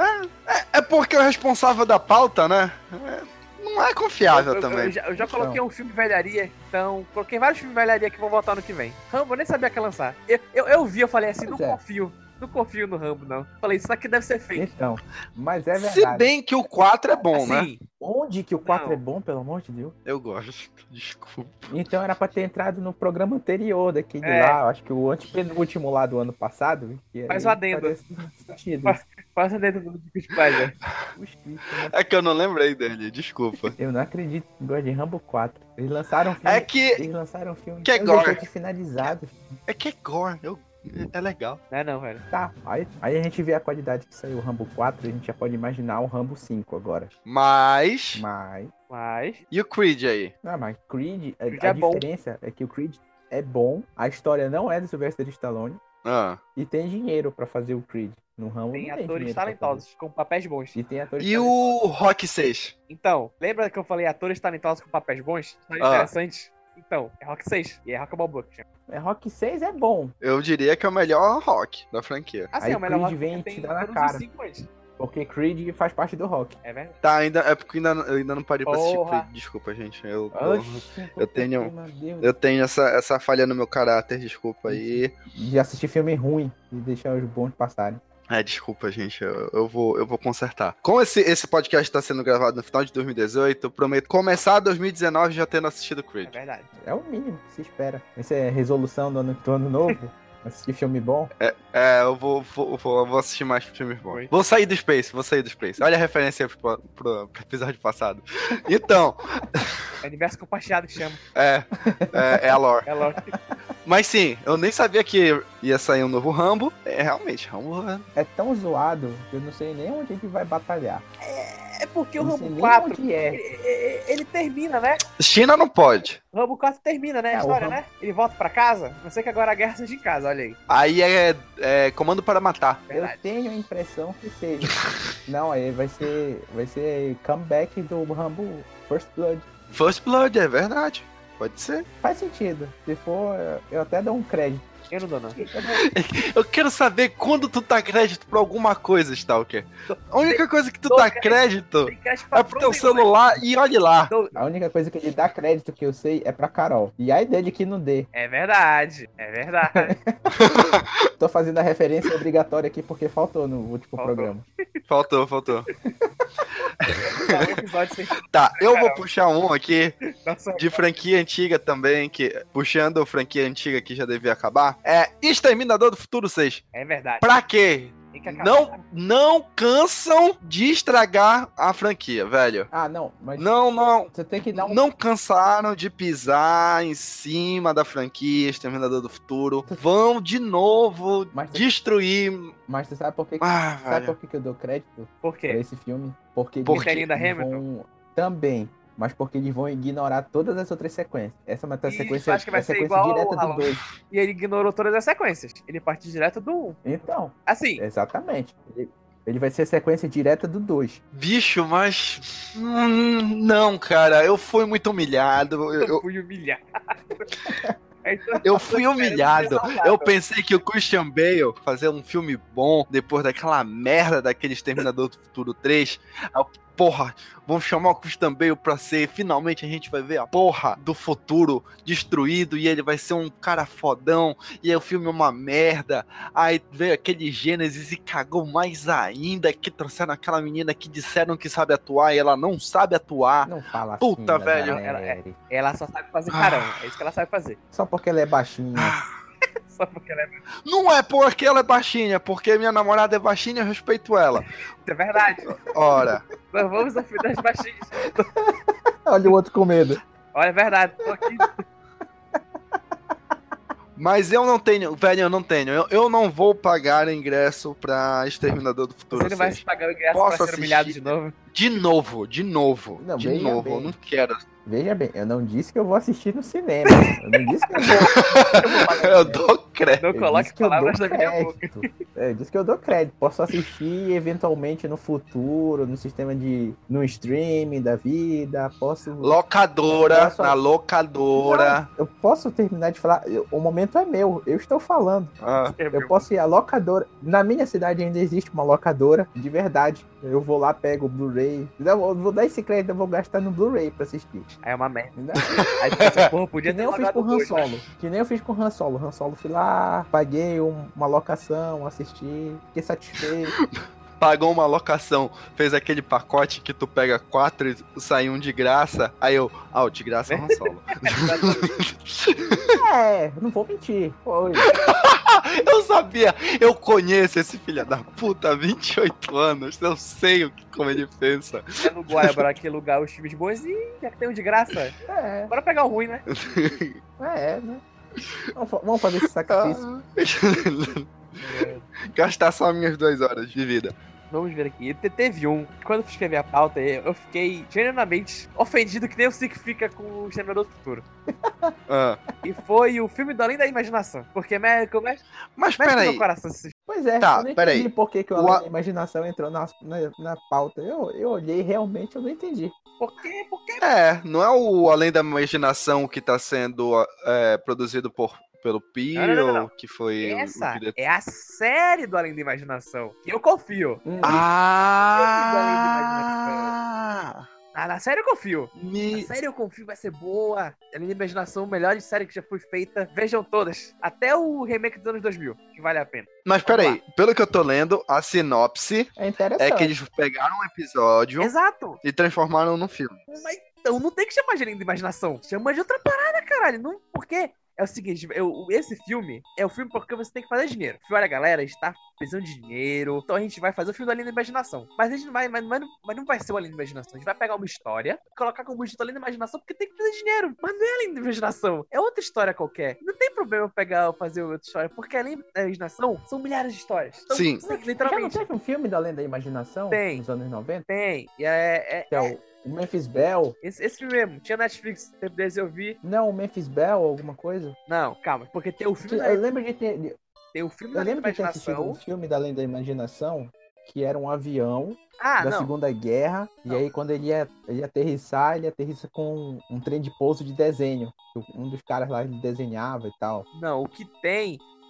Speaker 2: É porque o responsável da pauta, né? é- Não é confiável
Speaker 3: Eu, eu-
Speaker 2: também.
Speaker 3: eu já, eu já
Speaker 1: Então.
Speaker 3: coloquei um filme velharia, então coloquei vários filmes velharia que vão voltar ano que vem. Rambo, eu nem sabia que ia lançar. Eu, eu, eu vi, eu falei assim,
Speaker 1: Pois
Speaker 3: não
Speaker 1: é.
Speaker 3: confio. Não confio no Rambo, não. Falei, isso aqui deve ser fake.
Speaker 1: Então, mas é
Speaker 2: Se
Speaker 1: verdade.
Speaker 2: bem que o quatro é bom, né?
Speaker 3: Assim,
Speaker 1: Onde que o quatro
Speaker 3: Não.
Speaker 1: é bom, pelo amor de Deus?
Speaker 2: Eu gosto. Desculpa.
Speaker 1: Então era pra ter entrado no programa anterior daquele
Speaker 3: É.
Speaker 1: lá, acho que o antepenúltimo lá do ano passado. Que
Speaker 3: Faz
Speaker 1: aí
Speaker 3: o adendo.
Speaker 1: faria sentido.
Speaker 3: Faz- passa dentro do Wikipedia.
Speaker 1: Os críticos, né?
Speaker 2: É que eu não lembrei dele, desculpa.
Speaker 1: Eu não acredito que gosto de Rambo quatro. Eles lançaram um filme.
Speaker 2: É que.
Speaker 1: Eles lançaram um filme
Speaker 2: que é
Speaker 1: com
Speaker 2: gore.
Speaker 1: efeitos finalizados.
Speaker 2: É que é gore. Eu, é legal.
Speaker 3: Não é não, velho.
Speaker 1: Tá. Aí, aí a gente vê a qualidade que saiu o Rambo quatro, a gente já pode imaginar o Rambo cinco agora.
Speaker 2: Mas.
Speaker 1: Mas.
Speaker 3: Mas,
Speaker 2: E o Creed aí?
Speaker 1: Ah, mas Creed, a,
Speaker 3: Creed
Speaker 1: a
Speaker 3: é bom.
Speaker 1: diferença é que o Creed é bom, a história não é do Sylvester Stallone
Speaker 2: Ah.
Speaker 1: e tem dinheiro pra fazer o Creed. No Rambo
Speaker 3: tem
Speaker 1: não tem
Speaker 3: atores
Speaker 1: dinheiro pra
Speaker 3: talentosos, com papéis bons.
Speaker 1: fazer. E tem atores
Speaker 2: E o Rock seis?
Speaker 3: Então, lembra que eu falei atores talentosos com papéis bons? História
Speaker 2: Ah.
Speaker 3: interessante? Então, é Rock seis. E é Rock Balboa que chama.
Speaker 1: É, Rock seis é bom,
Speaker 2: Eu diria que é o melhor rock da franquia.
Speaker 3: Assim,
Speaker 1: Aí
Speaker 3: é o melhor
Speaker 1: Creed
Speaker 3: Rock
Speaker 1: vem
Speaker 3: que
Speaker 1: te
Speaker 3: tem
Speaker 1: dar na
Speaker 3: todos os
Speaker 1: cara.
Speaker 3: cinco antes.
Speaker 1: porque Creed faz parte do Rock.
Speaker 3: É verdade.
Speaker 2: Tá, ainda, é porque ainda, eu ainda não parei pra assistir
Speaker 3: Porra.
Speaker 2: Creed. Desculpa, gente. Eu, eu,
Speaker 1: Oxi,
Speaker 2: eu tenho-
Speaker 1: meu Deus.
Speaker 2: eu tenho essa, essa falha no meu caráter, desculpa aí.
Speaker 1: De assistir filme ruim e deixar os bons passarem.
Speaker 2: É, desculpa, gente, eu, eu, vou, eu vou consertar. Como esse, esse podcast está sendo gravado no final de dois mil e dezoito, eu prometo começar dois mil e dezenove já tendo assistido
Speaker 3: É
Speaker 2: Creed.
Speaker 3: verdade.
Speaker 1: É o mínimo que se espera. Essa é resolução do ano, do ano novo. Assistir filme bom.
Speaker 2: É, eu vou, vou, vou, vou assistir mais filmes bons.
Speaker 3: Oi.
Speaker 2: Vou sair do Space, vou sair do Space. Olha a referência aí pro, pro, pro episódio passado. Então,
Speaker 3: É universo compartilhado que chama.
Speaker 2: é, é, é a lore.
Speaker 3: É lógico.
Speaker 2: Mas sim, eu nem sabia que ia sair um novo Rambo. É, realmente, Rambo é...
Speaker 1: É tão zoado que eu não sei nem onde ele vai batalhar.
Speaker 3: É porque o
Speaker 1: Eu não sei
Speaker 3: Rambo
Speaker 1: nem
Speaker 3: quatro,
Speaker 1: onde é.
Speaker 3: ele, ele- ele termina, né?
Speaker 2: China não pode.
Speaker 3: O Rambo quatro termina, né? A
Speaker 1: É, o
Speaker 3: história,
Speaker 1: Rambo-
Speaker 3: né? Ele volta pra casa. Não sei que agora a guerra seja em casa, olha aí.
Speaker 2: Aí é, é comando para matar.
Speaker 1: Eu
Speaker 3: Verdade.
Speaker 1: tenho a impressão que seja. Não, aí vai ser. Vai ser comeback do Rambo First Blood.
Speaker 2: First Blood, é verdade. Pode ser.
Speaker 1: Faz sentido. Se for, eu até dou um crédito.
Speaker 3: Eu não dou, não.
Speaker 2: Eu quero saber quando tu dá crédito pra alguma coisa, Stalker. A única coisa que tu
Speaker 3: Dou
Speaker 2: dá
Speaker 3: crédito.
Speaker 2: crédito
Speaker 3: Tem crédito pra
Speaker 2: é pro teu
Speaker 3: Frozen,
Speaker 2: celular e olhe lá.
Speaker 3: Dou-
Speaker 1: A única coisa que ele dá crédito que eu sei é pra Carol. E aí dele que não dê.
Speaker 3: É verdade, é verdade.
Speaker 1: Tô fazendo a referência obrigatória aqui porque faltou no último
Speaker 3: Faltou.
Speaker 1: programa.
Speaker 2: Faltou, faltou.
Speaker 3: Só um episódio sem...
Speaker 2: Tá, eu vou puxar um aqui
Speaker 3: Nossa,
Speaker 2: de franquia antiga também, que puxando a franquia antiga que já devia acabar. É Exterminador do Futuro seis.
Speaker 3: é verdade.
Speaker 2: Pra quê?
Speaker 3: Tem que acabar.
Speaker 2: Não, não cansam de estragar a franquia, velho.
Speaker 1: Ah, não, mas
Speaker 2: Não, não.
Speaker 1: você tem que dar um.
Speaker 2: Não cansaram de pisar em cima da franquia Exterminador do Futuro. Vão de novo
Speaker 1: Mas-
Speaker 2: destruir.
Speaker 1: Mas você sabe por que,
Speaker 2: Ah,
Speaker 1: sabe
Speaker 2: velho.
Speaker 1: por que que eu dou crédito
Speaker 3: Por
Speaker 1: pra
Speaker 3: quê?
Speaker 1: esse filme? Porque
Speaker 2: Por
Speaker 1: eles
Speaker 3: quê? Linda
Speaker 1: vão-
Speaker 3: Hamilton?
Speaker 1: Também. Mas porque eles vão ignorar todas as outras sequências. Essa é uma
Speaker 3: Isso,
Speaker 1: sequência,
Speaker 3: acho que vai
Speaker 1: é
Speaker 3: ser
Speaker 1: sequência
Speaker 3: igual ao
Speaker 1: direta do
Speaker 3: Halo.
Speaker 1: dois.
Speaker 3: E ele ignorou todas as sequências. Ele partiu direto do um.
Speaker 1: Então,
Speaker 3: Assim,
Speaker 1: exatamente. Ele, ele vai ser a sequência direta do dois.
Speaker 2: Bicho, mas. Hum, não, cara, eu fui muito humilhado. Eu,
Speaker 3: eu
Speaker 2: eu,
Speaker 3: fui humilhado. Então,
Speaker 2: eu fui
Speaker 3: tô
Speaker 2: humilhado.
Speaker 3: esperando ser
Speaker 2: Eu
Speaker 3: exaltado.
Speaker 2: pensei que o Christian Bale fazer um filme bom depois daquela merda daquele Exterminador do Futuro três. Aí eu, porra, vamos chamar o Christian Bale pra ser. Finalmente a gente vai ver a porra do futuro destruído e ele vai ser um cara fodão. E aí o filme é uma merda. Aí veio aquele Gênesis e cagou mais ainda. Que trouxeram aquela menina que disseram que sabe atuar e ela não sabe atuar.
Speaker 1: Não fala assim.
Speaker 2: Puta,
Speaker 1: da
Speaker 2: velho.
Speaker 1: Daenerys.
Speaker 3: Ela só sabe fazer carão. É isso que ela sabe fazer.
Speaker 1: Só porque ela é baixinha.
Speaker 3: Só porque ela é.
Speaker 2: Não é porque ela é baixinha, porque minha namorada é baixinha, eu respeito ela.
Speaker 3: Isso é verdade.
Speaker 2: Ora.
Speaker 3: Nós vamos ao fim das baixinhas.
Speaker 1: Olha o outro com medo.
Speaker 3: Olha, é verdade. Tô aqui.
Speaker 2: Mas eu não tenho, velho, eu não tenho. Eu, eu não vou pagar ingresso pra Exterminador do Futuro
Speaker 3: Você não vai
Speaker 2: seis.
Speaker 3: se pagar o ingresso
Speaker 2: Posso
Speaker 3: pra ser
Speaker 2: assistir?
Speaker 3: humilhado de novo.
Speaker 2: De novo, de novo,
Speaker 1: Não,
Speaker 2: de
Speaker 1: veja
Speaker 2: novo.
Speaker 1: bem.
Speaker 2: Eu não quero.
Speaker 1: Veja bem, eu não disse que eu vou assistir no cinema. Eu não disse que eu vou.
Speaker 2: Eu dou crédito.
Speaker 3: Não
Speaker 1: Eu
Speaker 3: coloque
Speaker 1: disse que eu
Speaker 3: palavras
Speaker 1: dou
Speaker 3: na minha boca.
Speaker 1: crédito. É, eu disse que eu dou crédito. Posso assistir eventualmente no futuro, no sistema de. No streaming da vida. Posso.
Speaker 2: Locadora,
Speaker 1: Posso-
Speaker 2: na locadora.
Speaker 1: Eu posso terminar de falar. eu- o momento é meu. Eu estou falando.
Speaker 2: Ah,
Speaker 1: Eu posso ir à locadora. Na minha cidade ainda existe uma locadora de verdade. Eu vou lá, pego o Blu-ray. Não, eu vou dar esse crédito, eu vou gastar no Blu-ray pra assistir.
Speaker 3: Aí é uma merda.
Speaker 1: Entendeu?
Speaker 3: Aí essa porra
Speaker 1: Que
Speaker 3: podia ter
Speaker 1: nem eu fiz
Speaker 3: logado
Speaker 1: com o Han
Speaker 3: dois, né?
Speaker 1: Solo. Que nem eu fiz com o Han Solo. Han Solo fui lá, paguei um- uma locação, assisti, fiquei satisfeito.
Speaker 2: pagou uma locação, fez aquele pacote que tu pega quatro e sai um de graça. Aí eu, ah, o de graça é o Han Solo.
Speaker 1: É, não vou mentir. Foi.
Speaker 2: Eu sabia, eu conheço esse filho da puta há vinte e oito anos, eu sei o que, como ele pensa.
Speaker 3: É no Glória, bora aqui alugar os filmes bons e já que tem um de graça.
Speaker 1: É,
Speaker 3: Bora pegar o ruim, né?
Speaker 1: é, né? Vamos, fa- vamos fazer esse sacrifício.
Speaker 2: Gastar só minhas duas horas de vida.
Speaker 3: Vamos ver aqui. Te- Teve um. Quando eu escrevi a pauta, eu fiquei genuinamente ofendido que nem o Sick fica com o Exterminador do Futuro.
Speaker 2: Ah,
Speaker 3: E foi o filme do Além da Imaginação. Porque mexe, mexe,
Speaker 2: mas
Speaker 3: mexe com
Speaker 2: peraí,
Speaker 3: meu coração. esse-
Speaker 1: Pois é,
Speaker 2: Tá,
Speaker 1: eu não
Speaker 2: peraí.
Speaker 1: entendi por que, que o
Speaker 2: O
Speaker 1: Além
Speaker 2: a-
Speaker 1: da Imaginação entrou na, na, na pauta. Eu, eu olhei realmente, eu não entendi.
Speaker 3: Por quê? Por quê?
Speaker 2: é, não é o Além da Imaginação que tá sendo é, produzido por, pelo Pio,
Speaker 3: Não, não, não, não.
Speaker 2: que foi o-
Speaker 3: Essa
Speaker 2: o diretor.
Speaker 3: é a série do Além da Imaginação. Que eu confio.
Speaker 1: Hum,
Speaker 2: Ah!
Speaker 3: Ah, na série eu confio.
Speaker 2: Me...
Speaker 3: A série eu confio, vai ser boa. Além da Imaginação, melhor série que já foi feita. Vejam todas. Até o remake dos anos dois mil, que vale a pena.
Speaker 2: Mas peraí, pelo que eu tô lendo, a sinopse
Speaker 1: é interessante.
Speaker 2: é que eles pegaram um episódio
Speaker 3: Exato.
Speaker 2: e transformaram num filme.
Speaker 3: Mas então não tem que chamar de Além da Imaginação. Chama de outra parada, caralho. Não, por quê? É o seguinte, eu, esse filme é o filme porque você tem que fazer dinheiro. Olha, galera, a gente tá precisando de dinheiro. Então a gente vai fazer o filme do Além da Imaginação. Mas a gente não vai, mas, mas, não- mas não vai ser o Além da Imaginação. A gente vai pegar uma história, colocar como título Além da Imaginação, porque tem que fazer dinheiro. Mas não é Além da Imaginação. É outra história qualquer. Não tem problema eu pegar fazer outra história, porque Além da Imaginação são milhares de histórias. Então,
Speaker 2: Sim.
Speaker 1: Já não
Speaker 3: literalmente.
Speaker 1: teve um filme da Além da Imaginação?
Speaker 3: Tem.
Speaker 1: Nos anos noventa?
Speaker 3: Tem. E é, é,
Speaker 1: Que é o, o Memphis Bell.
Speaker 3: esse, esse filme mesmo. Tinha Netflix. Tempo deles eu vi.
Speaker 1: Não, o Memphis Bell, alguma coisa?
Speaker 3: Não, calma. Porque tem o filme
Speaker 1: Eu
Speaker 3: da,
Speaker 1: lembro de ter, de-
Speaker 3: tem o filme
Speaker 1: eu
Speaker 3: da
Speaker 1: lembro de ter assistido um
Speaker 3: Imaginação.
Speaker 1: filme da Além da Imaginação, que era um avião
Speaker 3: Ah,
Speaker 1: da
Speaker 3: não.
Speaker 1: Segunda Guerra,
Speaker 3: Não.
Speaker 1: e aí quando ele ia, ele ia aterrissar, ele aterrissa com um trem de pouso de desenho. Um dos caras lá ele desenhava e tal.
Speaker 3: Não, o que tem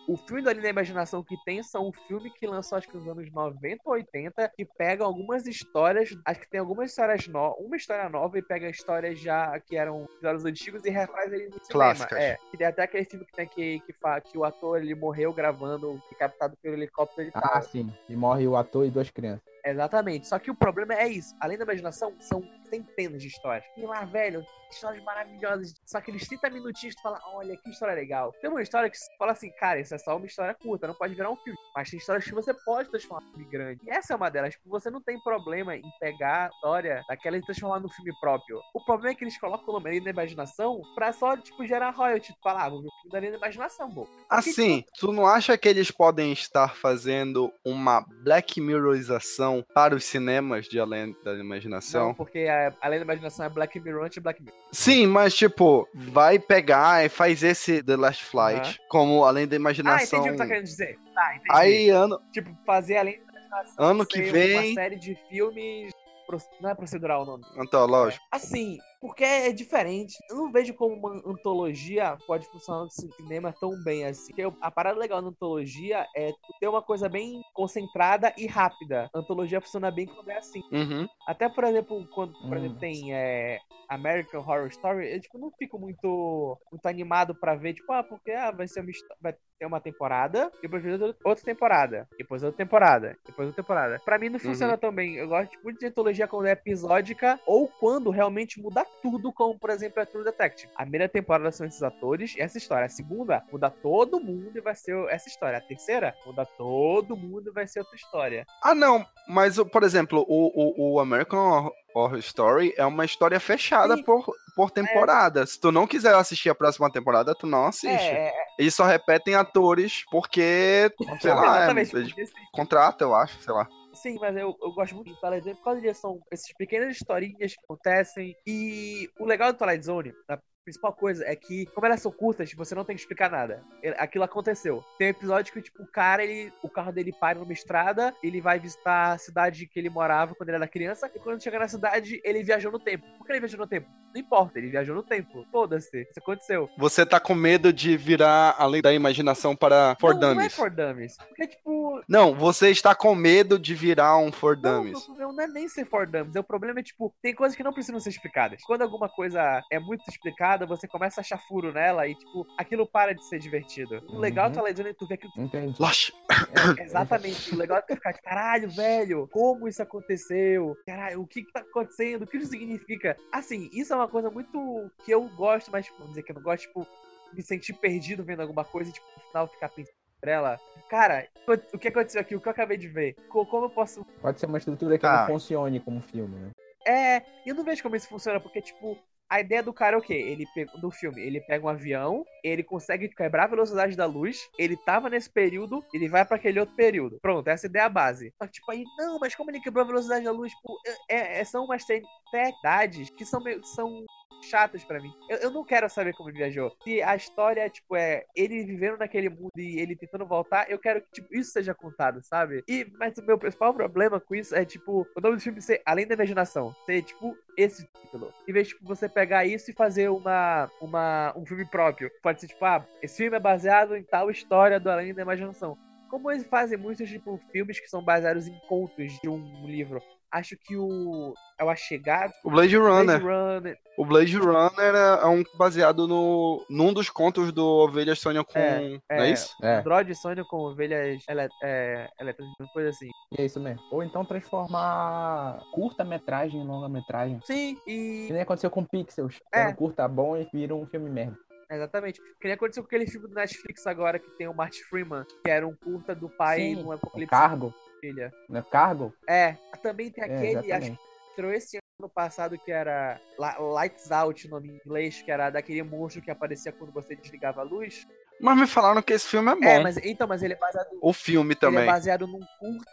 Speaker 3: o filme do Além da Imaginação que tem são um filme que lançou acho que nos anos noventa ou oitenta, que pega algumas histórias, acho que tem algumas histórias novas, uma história nova e pega histórias já que eram histórias antigos e refaz ele no cinema.
Speaker 2: Clássicas.
Speaker 3: É, e tem até aquele filme que tem que, que, fa- que o ator ele morreu gravando, captado pelo helicóptero e tal.
Speaker 1: Ah, sim. E morre o ator e duas crianças.
Speaker 3: Exatamente. Só que o problema é isso. Além da imaginação, são centenas de histórias. E lá, velho, histórias maravilhosas. Só aqueles trinta minutinhos tu fala, olha, que história legal. Tem uma história que você fala assim, cara, isso é só uma história curta, não pode virar um filme. Mas tem histórias que você pode transformar num filme grande. E essa é uma delas. Tipo, você não tem problema em pegar a história daquela e transformar num filme próprio. O problema é que eles colocam o nome ali na imaginação pra só, tipo, gerar royalty. Tu fala, ah, vou ver o filme da linha da imaginação, pô.
Speaker 2: Assim, tu não acha que eles podem estar fazendo uma Black Mirrorização para os cinemas de Além da Imaginação?
Speaker 3: Não, porque a, além da imaginação é Black Mirror anti Black Mirror.
Speaker 2: Sim, mas tipo, vai pegar e faz esse The Last Flight
Speaker 3: Uhum.
Speaker 2: como Além da
Speaker 3: Ah,
Speaker 2: Imaginação.
Speaker 3: entendi o que tu tá querendo dizer. Tá, entendi.
Speaker 2: Aí, ano,
Speaker 3: Tipo, fazer além da imaginação
Speaker 2: Ano que
Speaker 3: ser
Speaker 2: vem-
Speaker 3: uma série de filmes. pro- Não é procedural o nome.
Speaker 2: antológico.
Speaker 3: Assim, porque é diferente. Eu não vejo como uma antologia pode funcionar no cinema tão bem assim. Porque a parada legal na antologia é tu ter uma coisa bem concentrada e rápida. A antologia funciona bem quando é assim.
Speaker 2: Uhum.
Speaker 3: Até, por exemplo, quando por
Speaker 1: Hum.
Speaker 3: exemplo, tem é, American Horror Story, eu tipo, não fico muito, muito animado pra ver, tipo, ah, porque ah, vai ser uma, histó- vai ter uma temporada, depois vai ter outra temporada, depois outra temporada, depois outra temporada. Pra mim não funciona tão bem. Eu gosto muito de antologia quando é episódica ou quando realmente muda tudo, como por exemplo a True Detective. A primeira temporada são esses atores e essa história. A segunda muda todo mundo e vai ser essa história. A terceira muda todo mundo e vai ser outra história.
Speaker 2: Ah, não, mas, o- por exemplo, o, o, o American Horror- Horror Story é uma história fechada
Speaker 3: Sim.
Speaker 2: por, por temporada. Se tu não quiser assistir a próxima temporada, tu não assiste.
Speaker 3: É, é,
Speaker 2: Eles só repetem atores porque, sei lá, é,
Speaker 3: exatamente.
Speaker 2: eles
Speaker 3: Porque, assim,
Speaker 2: contratam, eu acho, sei lá.
Speaker 3: sim, mas eu, eu gosto muito do Twilight Zone por causa disso. São essas pequenas historinhas que acontecem. E o legal do Twilight Zone, a principal coisa, é que, como elas são curtas, você não tem que explicar nada. Ele- Aquilo aconteceu. Tem um episódio que, tipo, o cara, ele, o carro dele para numa estrada, ele vai visitar a cidade que ele morava quando ele era criança, e quando chega na cidade, ele viajou no tempo. Por que ele viajou no tempo? Não importa, ele viajou no tempo. Foda-se, isso aconteceu.
Speaker 2: Você tá com medo de virar Além da Imaginação para For
Speaker 3: não, não é
Speaker 2: Dummies.
Speaker 3: for dummies. Porque, tipo,
Speaker 2: Não, você está com medo de virar um For
Speaker 3: Não,
Speaker 2: Dummies.
Speaker 3: o problema não é nem ser for dummies. O problema é, tipo, tem coisas que não precisam ser explicadas. Quando alguma coisa é muito explicada, você começa a achar furo nela e, tipo, aquilo para de ser divertido. O legal
Speaker 1: Uhum.
Speaker 3: tá lendo e tu vê que.
Speaker 1: Entendi.
Speaker 2: Lost.
Speaker 1: É,
Speaker 3: Exatamente. O legal é tu ficar de caralho, velho. Como isso aconteceu? Caralho, o que que tá acontecendo? O que isso significa? Assim, isso é uma coisa muito que eu gosto, mas, tipo, vamos dizer que eu não gosto, tipo, me sentir perdido vendo alguma coisa e, tipo, no final ficar pensando sobre ela. Cara, o que aconteceu aqui? O que eu acabei de ver? Co- Como eu posso
Speaker 1: Pode ser uma estrutura que
Speaker 2: Tá.
Speaker 1: não funcione como filme, né?
Speaker 3: É, eu não vejo como isso funciona, porque, tipo, a ideia do cara é o quê? Ele pega, do filme, ele pega um avião, ele consegue quebrar a velocidade da luz, ele tava nesse período, ele vai pra aquele outro período. Pronto, essa é a ideia base. Só que, tipo, aí, não, mas como ele quebrou a velocidade da luz? Tipo, é, é- são umas technicidades que são meio, são chatas pra mim. Eu, eu não quero saber como ele viajou. Se a história, tipo, é ele vivendo naquele mundo e ele tentando voltar, eu quero que, tipo, isso seja contado, sabe? E, mas o meu principal problema com isso é, tipo, o nome do filme ser Além da Imaginação. Ser, tipo, esse título. Em vez de, tipo, você pegar isso e fazer uma, uma, um filme próprio. Pode ser, tipo, ah, esse filme é baseado em tal história do Além da Imaginação. Como eles fazem muitos, tipo, filmes que são baseados em contos de um livro. Acho que o... É o A Chegada.
Speaker 2: O Blade Runner.
Speaker 3: Blade Runner.
Speaker 2: O Blade Runner é um baseado no, num dos contos do Ovelhas Sonham com...
Speaker 3: É,
Speaker 2: Não
Speaker 3: é.
Speaker 2: é isso?
Speaker 1: É,
Speaker 3: Android Sônia com ovelhas ele, é, elétricas, uma coisa assim.
Speaker 1: é isso mesmo. Ou então transformar curta-metragem em longa-metragem.
Speaker 3: Sim,
Speaker 1: Que
Speaker 3: e.
Speaker 1: nem aconteceu com Pixels. Que
Speaker 3: É.
Speaker 1: era um curta bom e vira um filme merda.
Speaker 3: Exatamente. Que nem aconteceu com aquele filme do Netflix agora que tem o Martin Freeman, que era um curta do pai
Speaker 1: Sim,
Speaker 3: no
Speaker 1: O
Speaker 3: apocalipse
Speaker 1: Cargo,
Speaker 3: da filha.
Speaker 1: né? Cargo?
Speaker 3: É, também tem
Speaker 1: É,
Speaker 3: aquele, acho
Speaker 1: exatamente.
Speaker 3: que entrou esse ano passado, que era La- Lights Out, nome em inglês, que era daquele monstro que aparecia quando você desligava a luz.
Speaker 2: Mas me falaram que esse filme é bom.
Speaker 3: É, mas então, mas ele é baseado.
Speaker 2: O filme
Speaker 3: Ele
Speaker 2: também.
Speaker 3: é baseado num curta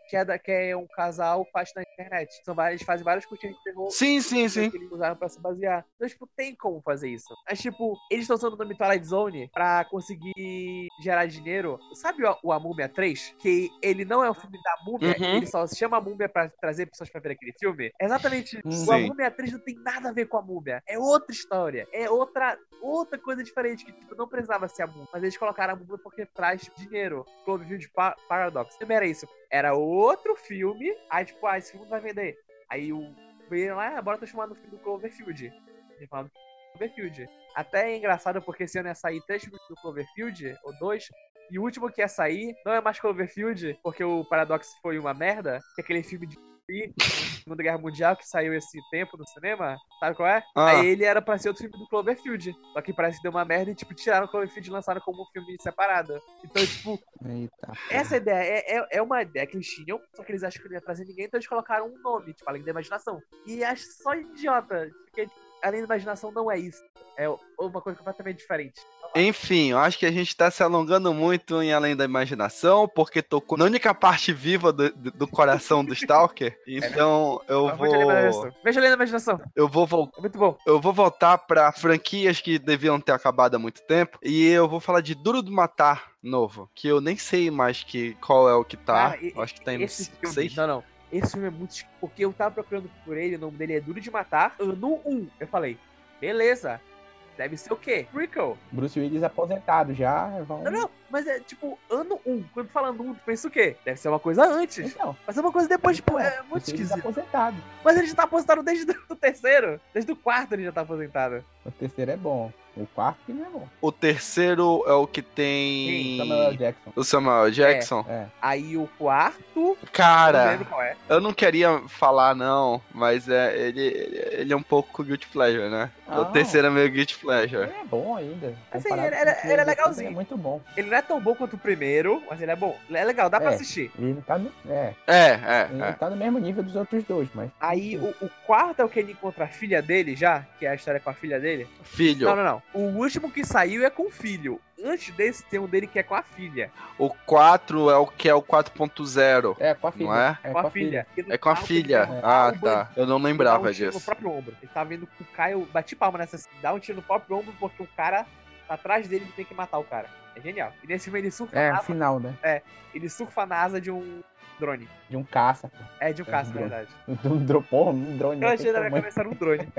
Speaker 3: que é, da, que é um casal que faz na internet. São vários, eles fazem várias cortinas de terror.
Speaker 2: Sim, sim, sim.
Speaker 3: Que eles usaram pra se basear. Então, tipo, tem como fazer isso. Mas, tipo, eles estão usando o nome Twilight Zone pra conseguir gerar dinheiro. Sabe o, o A Múmia três? Que ele não é um filme da Múmia,
Speaker 2: Uhum.
Speaker 3: ele só se chama Múmia pra trazer pessoas pra ver aquele filme. É exatamente. O
Speaker 2: Sim.
Speaker 3: A Múmia três não tem nada a ver com a Múmia. É outra história. É outra, outra coisa diferente que, tipo, não precisava ser a Múmia. Mas eles colocaram a Múmia porque traz tipo, dinheiro. Cloverfield Pa- Paradox. Não era isso. Era outro filme. Aí, tipo, ah, esse filme não vai vender. Aí o viram lá, ah, bora transformar no filme do Cloverfield. Ele fala do Cloverfield. Até é engraçado porque esse ano ia sair três filmes do Cloverfield, ou dois, e o último que ia sair não é mais Cloverfield, porque o Paradox foi uma merda, que é aquele filme de Segunda Guerra Mundial que saiu esse tempo no cinema, sabe qual é?
Speaker 2: Ah.
Speaker 3: Aí ele era pra ser outro filme do Cloverfield, só que parece que deu uma merda e tipo, tiraram o Cloverfield e lançaram como um filme separado. Então, tipo,
Speaker 1: Eita.
Speaker 3: essa ideia é, é, é uma ideia que eles tinham, só que eles acham que não ia trazer ninguém, então eles colocaram um nome, tipo, Além da Imaginação. E acho só idiota, porque tipo, Além da Imaginação não é isso. É uma coisa completamente diferente.
Speaker 2: Enfim, eu acho que a gente tá se alongando muito em Além da Imaginação, porque tocou na única parte viva do, do, do coração do Stalker. Então eu
Speaker 3: Veja Além da
Speaker 2: vou.
Speaker 3: Imaginação. Veja Além da Imaginação.
Speaker 2: Eu vou voltar.
Speaker 3: É muito bom.
Speaker 2: Eu vou voltar pra franquias que deviam ter acabado há muito tempo. E eu vou falar de Duro de Matar novo. Que eu nem sei mais que, qual é o que tá.
Speaker 3: Cara, e-
Speaker 2: eu acho que tá indo
Speaker 3: Esse
Speaker 2: cinco,
Speaker 3: filme,
Speaker 2: seis.
Speaker 3: não, não. Esse filme é muito. esqui- Porque eu tava procurando por ele, o nome dele é Duro de Matar, ano um. Eu falei, beleza. Deve ser o quê? Prequel.
Speaker 1: Bruce Willis aposentado já. Vão...
Speaker 3: Não, não, mas é tipo ano um. Quando fala ano um, tu pensa o quê? Deve ser uma coisa antes.
Speaker 1: Então,
Speaker 3: Mas é uma coisa depois, tipo,
Speaker 1: então,
Speaker 3: é muito
Speaker 1: Bruce Willis
Speaker 3: esquisito.
Speaker 1: aposentado.
Speaker 3: Mas ele já tá aposentado desde o terceiro. Desde o quarto ele já tá aposentado.
Speaker 1: O terceiro é bom. O quarto que não é bom.
Speaker 2: O terceiro é o que tem.
Speaker 1: Samuel L. Jackson.
Speaker 2: O Samuel Jackson.
Speaker 1: É.
Speaker 3: Aí o quarto, não
Speaker 2: Cara,
Speaker 3: lembro qual é.
Speaker 2: eu não queria falar, não, mas é, ele, ele, ele é um pouco Guilty Pleasure, né? O
Speaker 1: Não.
Speaker 2: terceiro é meio Guilty Pleasure.
Speaker 1: Ele é bom ainda.
Speaker 3: Assim,
Speaker 1: Comparado
Speaker 3: ele-
Speaker 1: com
Speaker 3: ele-
Speaker 1: o que
Speaker 3: ele é
Speaker 1: os outros,
Speaker 3: legalzinho.
Speaker 1: Ele é muito bom.
Speaker 3: Ele não é tão bom quanto o primeiro, mas ele é bom. Ele é legal, dá pra
Speaker 1: É.
Speaker 3: assistir.
Speaker 1: Ele não tá no, é,
Speaker 2: É,
Speaker 1: ele
Speaker 2: é, é.
Speaker 1: tá no mesmo nível dos outros dois, mas.
Speaker 3: Aí o, o quarto é o que ele encontra a filha dele já, que é a história com a filha dele.
Speaker 2: Filho,
Speaker 3: Não, não, não. O último que saiu é com o filho. Antes desse tem um dele que é com a filha.
Speaker 2: o quatro é o que é o quatro ponto zero.
Speaker 1: É, com a filha.
Speaker 2: Não é?
Speaker 3: Com, a, filha. E no
Speaker 2: É com a
Speaker 3: quarto
Speaker 2: filha.
Speaker 3: ele dá
Speaker 2: Ah,
Speaker 3: um
Speaker 2: tá. Eu não
Speaker 3: Ele dá
Speaker 2: lembrava
Speaker 3: um tiro no
Speaker 2: disso.
Speaker 3: próprio ombro. Ele tá vendo que o Caio bate palma nessa. Dá um tiro no próprio ombro porque o cara tá atrás dele e tem que matar o cara. É genial. E nesse filme ele surfa,
Speaker 1: É,
Speaker 3: na
Speaker 1: o
Speaker 3: asa,
Speaker 1: final, né?
Speaker 3: ele surfa na asa de um drone.
Speaker 1: De um caça. pô.
Speaker 3: É, de um
Speaker 1: É,
Speaker 3: caça,
Speaker 1: um
Speaker 3: na
Speaker 1: drone.
Speaker 3: verdade.
Speaker 1: De um dropou, um drone.
Speaker 3: Eu
Speaker 1: né?
Speaker 3: achei na
Speaker 1: Tem
Speaker 3: minha
Speaker 1: tamanho.
Speaker 3: cabeça era um drone.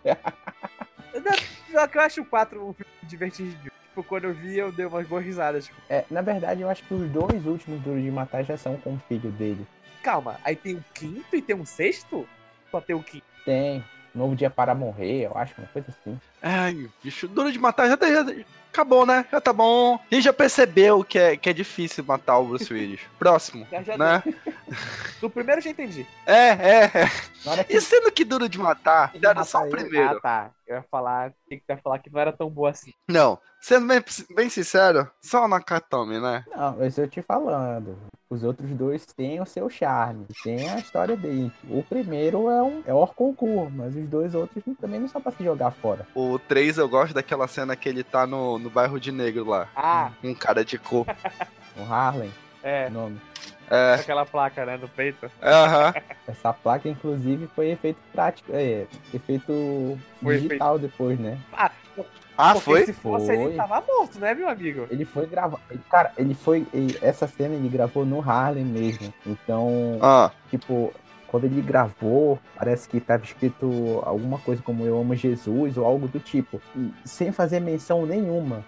Speaker 3: Só que eu acho o quatro um filme divertido. Tipo, quando eu vi, eu dei umas boas risadas. Tipo,
Speaker 1: É, na verdade, eu acho que os dois últimos Duros de Matar já são com o filho dele.
Speaker 3: calma, aí tem o quinto e tem um sexto? Só tem o quinto.
Speaker 1: Tem. Novo Dia para Morrer, eu acho, uma coisa assim.
Speaker 2: Ai, bicho, duro de matar já, tá- já acabou, né? Já tá bom. A gente já percebeu que é, que é difícil matar o Bruce Willis. Próximo,
Speaker 3: Já, já
Speaker 2: né?
Speaker 3: Do primeiro eu já entendi.
Speaker 2: É, é, é.
Speaker 1: Na hora que
Speaker 2: E sendo que duro de matar,
Speaker 1: Ele
Speaker 2: deram
Speaker 1: mata
Speaker 2: só o
Speaker 1: ele.
Speaker 2: primeiro.
Speaker 3: Ah, tá. Eu ia falar, tem que ia falar que não era tão boa assim.
Speaker 2: Não, sendo bem, bem sincero, só o Nakatomi, né?
Speaker 1: Não, isso eu te falando. Os outros dois têm o seu charme, tem a história dele. O primeiro é um é o concurso, mas os dois outros também não são pra se jogar fora.
Speaker 2: O três eu gosto daquela cena que ele tá no, no bairro de negro lá.
Speaker 3: Ah,
Speaker 2: Um cara de cor.
Speaker 1: O Harlem,
Speaker 3: é.
Speaker 1: o nome.
Speaker 2: É,
Speaker 3: Aquela placa, né, no peito.
Speaker 2: aham.
Speaker 1: Essa placa, inclusive, foi efeito prático, é, efeito
Speaker 3: Foi
Speaker 1: digital depois, né?
Speaker 3: Ah,
Speaker 2: Ah,
Speaker 3: porque
Speaker 2: foi?
Speaker 3: se fosse
Speaker 1: Foi.
Speaker 3: ele tava morto, né, meu amigo?
Speaker 1: Ele foi gravar. ele- Cara, ele foi. ele- essa cena ele gravou no Harlem mesmo. Então,
Speaker 2: Ah,
Speaker 1: tipo, quando ele gravou, parece que tava escrito alguma coisa como Eu Amo Jesus ou algo do tipo. e sem fazer menção nenhuma,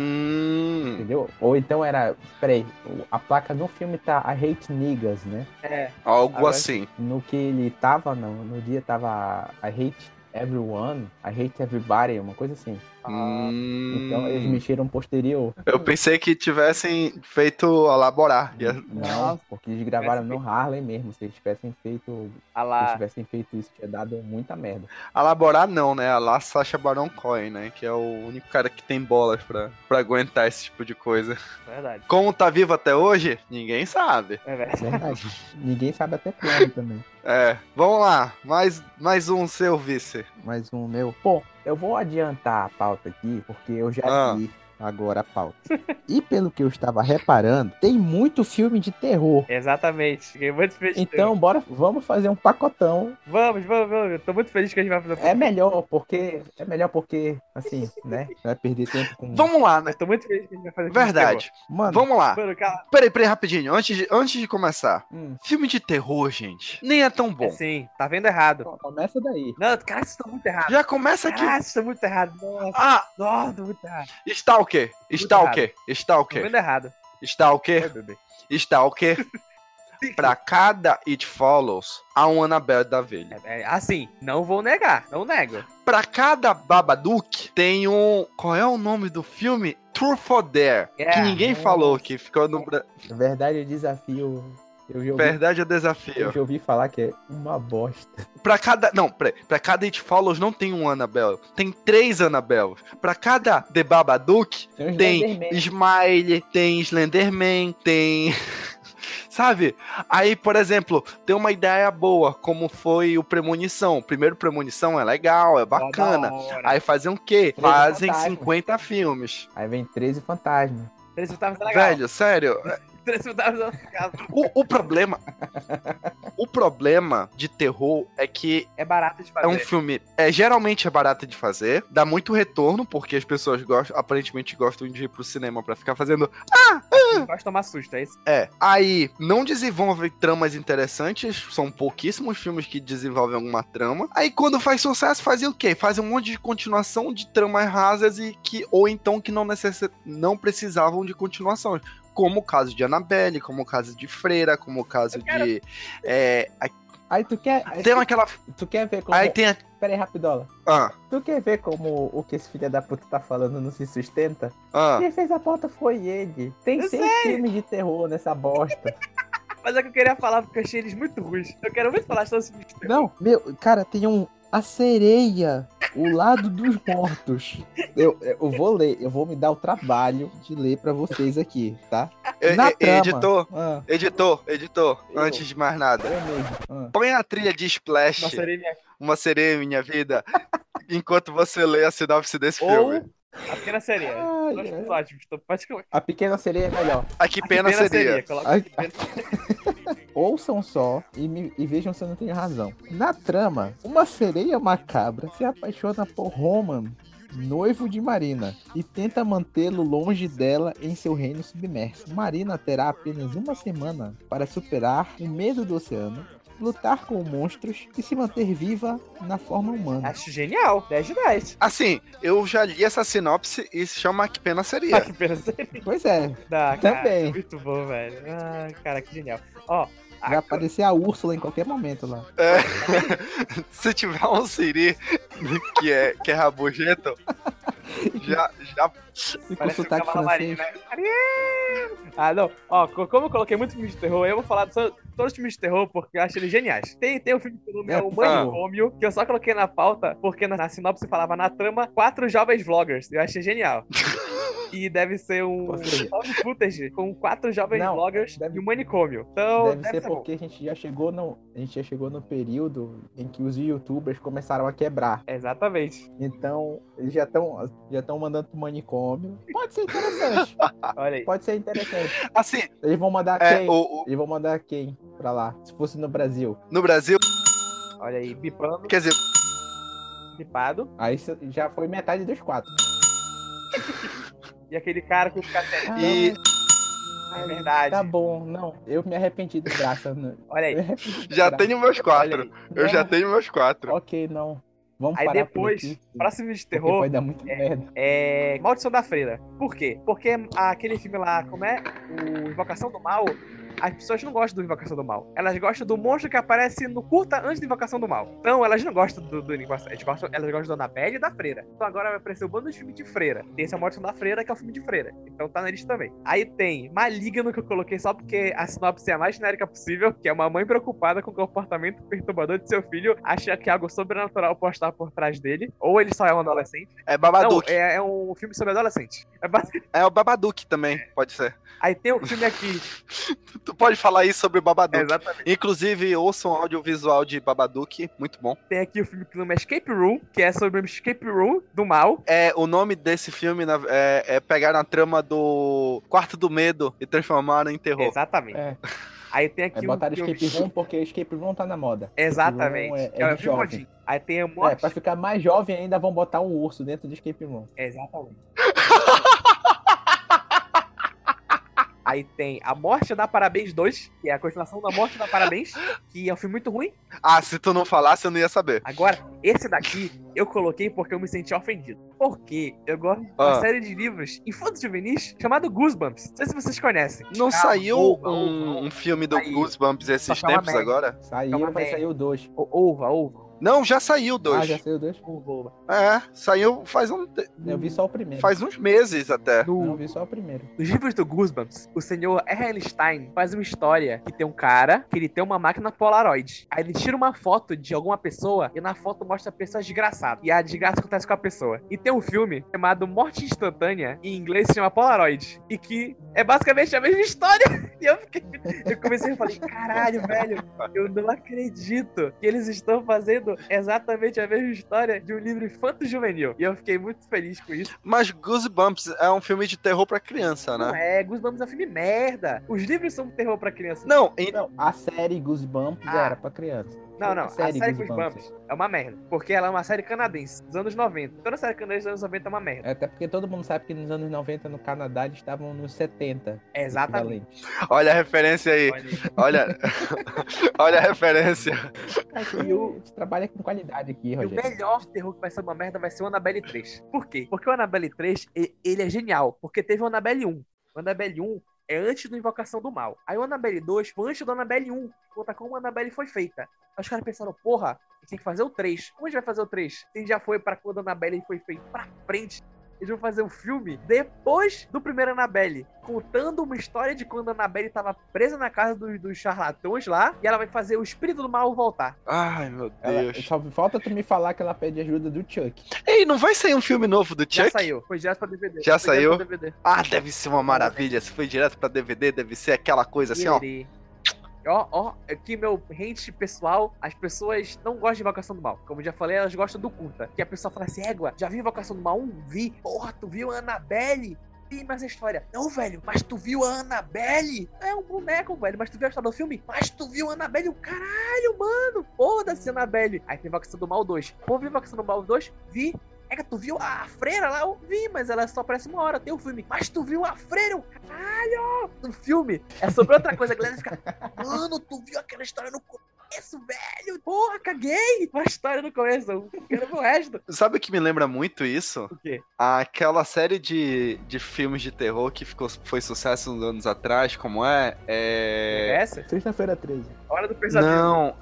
Speaker 2: hum.
Speaker 1: entendeu? Ou então era. Peraí, a placa no filme tá I Hate Niggas, né?
Speaker 3: É.
Speaker 2: Algo
Speaker 3: Agora-
Speaker 2: assim.
Speaker 1: No que ele tava, no, no dia tava I Hate Everyone, I Hate Everybody, uma coisa assim.
Speaker 2: Hum.
Speaker 1: Então eles mexeram posterior.
Speaker 2: Eu pensei que tivessem feito elaborar. Ia-
Speaker 1: Não,
Speaker 3: Nossa.
Speaker 1: porque eles gravaram
Speaker 3: Tivesse
Speaker 1: no Harlem mesmo. Se eles tivessem feito.
Speaker 3: Ah
Speaker 1: Se eles
Speaker 3: lá.
Speaker 1: tivessem feito isso, tinha dado muita merda.
Speaker 2: Elaborar não, né? A lá Sacha Baron Cohen, né? Que é o único cara que tem bolas pra, pra aguentar esse tipo de coisa.
Speaker 3: Verdade.
Speaker 2: Como tá vivo até hoje? Ninguém sabe.
Speaker 3: É verdade.
Speaker 1: Verdade. Ninguém sabe até quando também.
Speaker 2: É, vamos lá. Mais, mais um seu vice.
Speaker 1: Mas o meu. Pô, eu vou adiantar a pauta aqui, porque eu já
Speaker 2: Ah.
Speaker 1: vi agora a pauta. E pelo que eu estava reparando, tem muito filme de terror.
Speaker 3: Exatamente. Fiquei muito feliz. de
Speaker 1: Então, bora, vamos fazer um pacotão.
Speaker 3: ter- Vamos, vamos, vamos. Eu tô muito feliz que a gente vai fazer.
Speaker 1: É melhor porque, é melhor porque, assim, né? Vai perder tempo com...
Speaker 2: Vamos lá, né?
Speaker 3: Eu tô muito feliz que a gente vai fazer. filme de
Speaker 2: Verdade.
Speaker 1: Mano,
Speaker 2: Vamos lá.
Speaker 3: terror. Mano, cara,
Speaker 2: Peraí, peraí, rapidinho. Antes de, antes de começar.
Speaker 1: hum,
Speaker 2: Filme de terror, gente, nem é tão bom.
Speaker 3: assim, tá vendo errado.
Speaker 1: começa daí.
Speaker 3: Não, cara, vocês estão muito errados.
Speaker 2: Já começa aqui.
Speaker 3: Caralho, vocês estão muito errados. Nossa,
Speaker 2: Ah,
Speaker 3: nossa, tô muito errado.
Speaker 2: Stalker. Stalker.
Speaker 3: Tô
Speaker 2: Stalker.
Speaker 3: vendo errado.
Speaker 2: Stalker.
Speaker 3: Oi, bebê.
Speaker 2: Stalker. Pra cada It Follows, há um Annabelle da Velha.
Speaker 3: É, é, assim, não vou negar, não nego.
Speaker 2: Pra cada Babadook, tem um... Qual é o nome do filme? Truth or Dare.
Speaker 3: É.
Speaker 2: Que ninguém
Speaker 1: Nossa.
Speaker 2: falou, que ficou no... Bra-
Speaker 1: Na verdade, o desafio... Eu já ouvi,
Speaker 2: Verdade ou
Speaker 1: eu
Speaker 2: desafio?
Speaker 1: já ouvi falar que é uma bosta.
Speaker 2: Pra cada... Não, peraí. Pra cada It Follows não tem um Annabelle. Tem três Annabelles. Pra cada The Babadook,
Speaker 1: Tem os
Speaker 2: tem
Speaker 1: Slenderman.
Speaker 2: Smile, tem Slenderman, tem... Sabe? Aí, por exemplo, tem uma ideia boa, como foi o Premonição. O primeiro Premonição é legal, é bacana.
Speaker 3: Da hora.
Speaker 2: Aí fazem o quê?
Speaker 1: Treze
Speaker 2: Fazem
Speaker 1: fantasmas.
Speaker 2: cinquenta filmes.
Speaker 1: Aí vem treze fantasmas.
Speaker 3: Três centavos é legal.
Speaker 2: Velho, sério.
Speaker 3: Três centavos é legal.
Speaker 2: O, o problema... o problema de terror é que
Speaker 3: É barato de fazer.
Speaker 2: é um filme... É, geralmente é barato de fazer. Dá muito retorno, porque as pessoas gostam, aparentemente gostam de ir pro cinema pra ficar fazendo...
Speaker 3: Não gosto de tomar susto, é isso?
Speaker 2: É. Aí, não desenvolve tramas interessantes. São pouquíssimos filmes que desenvolvem alguma trama. Aí, quando faz sucesso, fazem o quê? Fazem um monte de continuação de tramas rasas e que... Ou então que não, necess... não precisavam de continuação. Como o caso de Annabelle, como o caso de Freira, como o caso de... É,
Speaker 1: Aí tu quer... aí
Speaker 2: tem
Speaker 1: tu,
Speaker 2: aquela...
Speaker 1: tu quer ver como...
Speaker 2: Aí tem a...
Speaker 1: Pera aí, rapidola.
Speaker 2: Ah,
Speaker 1: Tu quer ver como o que esse filho da puta tá falando não se sustenta?
Speaker 2: ah.
Speaker 1: Quem fez a pauta foi ele. Tem
Speaker 3: Eu
Speaker 1: seis filmes de terror nessa bosta.
Speaker 3: Mas é que eu queria falar porque eu achei eles muito ruins. Eu quero muito falar sobre esse filme.
Speaker 1: Não, meu, cara, tem um... A Sereia, o Lado dos Mortos. Eu, eu vou ler, eu vou me dar o trabalho de ler pra vocês aqui, tá?
Speaker 2: E-
Speaker 1: Na
Speaker 2: e-
Speaker 1: trama.
Speaker 2: editor,
Speaker 1: Ah,
Speaker 2: editor, editor,
Speaker 1: Eu.
Speaker 2: antes de mais nada.
Speaker 1: eu mesmo. Ah.
Speaker 2: Põe a trilha de Splash,
Speaker 3: Uma sereia.
Speaker 2: Uma Sereia em Minha Vida, enquanto você lê a sinopse desse
Speaker 3: Ou
Speaker 2: filme.
Speaker 3: a pequena sereia.
Speaker 1: Ai,
Speaker 3: Dois
Speaker 1: ai.
Speaker 3: episódios. Então pode colocar.
Speaker 1: A Pequena Sereia é melhor.
Speaker 2: A que pena
Speaker 3: Pequena
Speaker 2: seria.
Speaker 3: Coloca
Speaker 1: Ai,
Speaker 3: a pequena-
Speaker 1: Ouçam só e, me- e vejam se eu não tenho razão. Na trama, uma sereia macabra se apaixona por Roman, noivo de Marina, e tenta mantê-lo longe dela em seu reino submerso. Marina terá apenas uma semana para superar o medo do oceano, lutar com monstros e se manter viva na forma humana.
Speaker 3: Acho genial. dez de dez.
Speaker 2: Assim, eu já li essa sinopse e se chama Que Pena
Speaker 3: Ah,
Speaker 2: Seria.
Speaker 3: que pena sereia.
Speaker 1: Pois é,
Speaker 3: Dá, cara,
Speaker 1: Também.
Speaker 3: Muito bom, velho. Ah, cara, que genial. Ó,
Speaker 1: vai
Speaker 3: a-
Speaker 1: aparecer a Úrsula em qualquer momento lá.
Speaker 2: É. Se tiver um Siri que é, que é rabugento, já, já...
Speaker 1: E com
Speaker 3: parece um
Speaker 1: sotaque
Speaker 3: cavalo marinho,
Speaker 1: francês.
Speaker 3: né? Ariel! Ah, não. Ó, co- como eu coloquei muito filme de terror, eu vou falar de so- todos os filmes de terror porque eu acho eles geniais. Tem, tem um filme que o nome é
Speaker 1: É,
Speaker 3: O
Speaker 1: por favor.
Speaker 3: Manicômio, que eu só coloquei na pauta porque na, na sinopse falava na trama quatro jovens vloggers. Eu achei genial. E deve ser um
Speaker 1: Ou seja,
Speaker 3: found footage com quatro jovens
Speaker 1: Não,
Speaker 3: vloggers
Speaker 1: deve-
Speaker 3: e um manicômio. Então,
Speaker 1: Deve, ser
Speaker 3: bom.
Speaker 1: porque a gente já chegou no, a gente já chegou no período em que os youtubers começaram a quebrar.
Speaker 3: Exatamente.
Speaker 1: Então, eles já estão já estão mandando pro manicômio. Pode ser interessante.
Speaker 3: Olha aí.
Speaker 1: Pode ser interessante.
Speaker 2: Assim,
Speaker 1: Eles vão mandar
Speaker 2: é,
Speaker 1: quem?
Speaker 2: o, o-
Speaker 1: Eles vão mandar quem pra lá? Se fosse no Brasil.
Speaker 2: no Brasil,
Speaker 3: Olha aí, bipando,
Speaker 2: quer dizer,
Speaker 3: bipado.
Speaker 1: Aí isso já foi metade dos quatro.
Speaker 3: E aquele cara com o café.
Speaker 2: E-
Speaker 3: É verdade.
Speaker 1: Tá bom, não. Eu me arrependi do braço. Não.
Speaker 3: Olha
Speaker 1: Eu me
Speaker 3: aí.
Speaker 1: arrependi do
Speaker 2: já
Speaker 1: braço.
Speaker 2: tenho meus
Speaker 3: Olha
Speaker 2: quatro.
Speaker 3: aí.
Speaker 2: Eu já
Speaker 1: Não.
Speaker 2: tenho meus quatro.
Speaker 1: Ok, não. Vamos
Speaker 3: Aí
Speaker 1: parar por
Speaker 3: depois,
Speaker 1: aqui,
Speaker 3: próximo de
Speaker 1: porque
Speaker 3: terror
Speaker 1: vai dar muita merda.
Speaker 3: é Maldição da Freira. Por quê? Porque aquele filme lá, como é? O Invocação do Mal, as pessoas não gostam do Invocação do Mal. Elas gostam do monstro que aparece no curta antes do Invocação do Mal. Então elas não gostam do, do Invocação. Elas gostam, elas gostam da Annabelle e da Freira. Então agora vai aparecer o bando de filme de Freira. Tem esse é a Maldição da Freira, que é o filme de Freira. Então tá na lista também. Aí tem Maligno, que eu coloquei só porque a sinopse é a mais genérica possível, que é uma mãe preocupada com o comportamento perturbador de seu filho, acha que algo sobrenatural pode estar por trás dele, ou ele só é um adolescente.
Speaker 2: É
Speaker 3: Não,
Speaker 2: Babadook.
Speaker 3: é, é um filme sobre adolescente. É basic-
Speaker 2: É o Babadook também, pode ser.
Speaker 3: Aí tem um filme aqui
Speaker 2: Tu pode falar isso sobre Babadook.
Speaker 3: Exatamente.
Speaker 2: Inclusive, ouçam o audiovisual de Babadook, muito bom.
Speaker 3: Tem aqui o filme que chama Escape Room, que é sobre o Escape Room do mal.
Speaker 2: É, o nome desse filme na- é, é pegar na trama do Quarto do Medo e transformar em terror.
Speaker 3: Exatamente.
Speaker 1: É,
Speaker 3: Aí tem
Speaker 1: é
Speaker 3: aqui
Speaker 1: botar
Speaker 3: um filme...
Speaker 1: Escape Room porque Escape Room tá na moda.
Speaker 3: Exatamente.
Speaker 1: Escape Room
Speaker 3: É,
Speaker 1: é,
Speaker 3: é
Speaker 1: é
Speaker 3: o
Speaker 1: de
Speaker 3: filme
Speaker 1: jovem.
Speaker 3: modinho. Aí tem a
Speaker 1: É,
Speaker 3: morte.
Speaker 1: pra ficar mais jovem ainda vão botar um urso dentro de Escape Room.
Speaker 3: Exatamente. Aí tem A Morte da Parabéns dois, que é a continuação da Morte da Parabéns, que é um filme muito ruim.
Speaker 2: Ah, se tu não falasse, eu não ia saber.
Speaker 3: Agora, esse daqui eu coloquei porque eu me senti ofendido. Porque eu gosto de uma
Speaker 2: Ah.
Speaker 3: série de livros infantos juvenis chamado Goosebumps. Não sei se vocês conhecem.
Speaker 2: Não
Speaker 3: Ah,
Speaker 2: saiu
Speaker 3: ova,
Speaker 2: um,
Speaker 3: ova.
Speaker 2: um filme do
Speaker 3: Saiu.
Speaker 2: Goosebumps
Speaker 3: Só
Speaker 2: esses
Speaker 3: que é uma
Speaker 2: tempos
Speaker 3: merda.
Speaker 2: agora?
Speaker 1: Saiu,
Speaker 3: Calma,
Speaker 1: vai
Speaker 3: né?
Speaker 1: sair o dois.
Speaker 3: O- Ova, ova.
Speaker 2: Não, já saiu
Speaker 1: Ah,
Speaker 2: dois.
Speaker 1: já saiu o dois?
Speaker 3: Ova, ova.
Speaker 2: É, saiu faz um te-
Speaker 1: Eu vi só o primeiro.
Speaker 2: faz uns meses até.
Speaker 1: Não, eu
Speaker 3: No,
Speaker 1: vi só o primeiro.
Speaker 3: nos livros do Goosebumps, o senhor R L. Stein faz uma história que tem um cara que ele tem uma máquina Polaroid. Aí ele tira uma foto de alguma pessoa e na foto mostra a pessoa desgraçada. E a desgraça acontece com a pessoa. E tem um filme chamado Morte Instantânea, em inglês se chama Polaroid. E que é basicamente a mesma história. E eu fiquei. Eu comecei a falar, caralho, velho, eu não acredito que eles estão fazendo exatamente a mesma história de um livro infanto-juvenil. E eu fiquei muito feliz com isso.
Speaker 2: Mas Goosebumps é um filme de terror pra criança,
Speaker 3: Não
Speaker 2: né?
Speaker 3: é, Goosebumps é um filme merda. Os livros são terror pra criança.
Speaker 2: Não, em-
Speaker 1: Não, a série Goosebumps
Speaker 3: Ah.
Speaker 1: era pra criança.
Speaker 3: Não, não, a série,
Speaker 1: Goosebumps.
Speaker 3: Goosebumps é uma merda. Porque ela é uma série canadense, dos anos noventa. Toda série canadense dos anos noventa é uma merda.
Speaker 1: É, até porque todo mundo sabe que nos anos noventa no Canadá eles estavam nos setenta.
Speaker 3: Exatamente.
Speaker 1: equivalente.
Speaker 2: olha a referência aí.
Speaker 3: Olha aí.
Speaker 2: Olha, olha a referência.
Speaker 1: Aqui
Speaker 3: E o-
Speaker 1: a gente trabalha com qualidade aqui,
Speaker 3: E o
Speaker 1: Rogério.
Speaker 3: melhor terror que vai ser uma merda vai ser o Annabelle três. Por quê? Porque o Annabelle três, e- ele é genial. Porque teve o Annabelle um. O Annabelle um é antes do Invocação do Mal. Aí o Annabelle dois foi antes do Annabelle um. Conta como a Annabelle foi feita. Aí os caras pensaram, porra, a gente tem que fazer o três. Como a gente vai fazer o três? Se a gente já foi pra quando a Annabelle foi feita pra frente. Eles vão fazer um filme depois do primeiro Annabelle, contando uma história de quando a Annabelle tava presa na casa dos, dos charlatões lá, e ela vai fazer o espírito do mal voltar.
Speaker 2: Ai, meu
Speaker 1: Ela,
Speaker 2: Deus.
Speaker 1: só falta tu me falar que ela pede ajuda do Chuck.
Speaker 2: Ei, não vai sair um filme novo do Chuck?
Speaker 3: Já saiu, foi direto pra D V D.
Speaker 2: Já
Speaker 3: Foi direto
Speaker 2: saiu?
Speaker 3: pra D V D.
Speaker 2: Ah, deve ser uma maravilha. Se foi direto pra D V D, deve ser aquela coisa assim, ó.
Speaker 3: Irei. Ó, ó, aqui meu rente pessoal, as pessoas não gostam de Invocação do Mal. Como eu já falei, elas gostam do curta. Que a pessoa fala assim, égua, já viu Invocação do Mal um? Vi. Porra, tu viu a Annabelle? Vi mais a história. Não, velho, mas tu viu a Annabelle? É um boneco, velho, mas tu viu a história do filme? Mas tu viu a Annabelle? O caralho, mano. Foda-se, Annabelle. Aí tem Invocação do Mal dois. Como viu Invocação do Mal dois? Vi. É que tu viu a freira lá? Eu vi, mas ela só aparece uma hora, tem o filme. Mas tu viu a freira? Eu, caralho! No filme é sobre outra coisa. A galera fica, mano, tu viu aquela história no começo, velho? Porra, caguei pra história no começo. Eu quero ver o resto.
Speaker 2: Sabe o que me lembra muito isso?
Speaker 3: O quê?
Speaker 2: Aquela série de, de filmes de terror que ficou, foi sucesso uns anos atrás, como é? É.
Speaker 3: Essa?
Speaker 1: Sexta-feira treze.
Speaker 3: Hora do pesadelo.
Speaker 2: Não,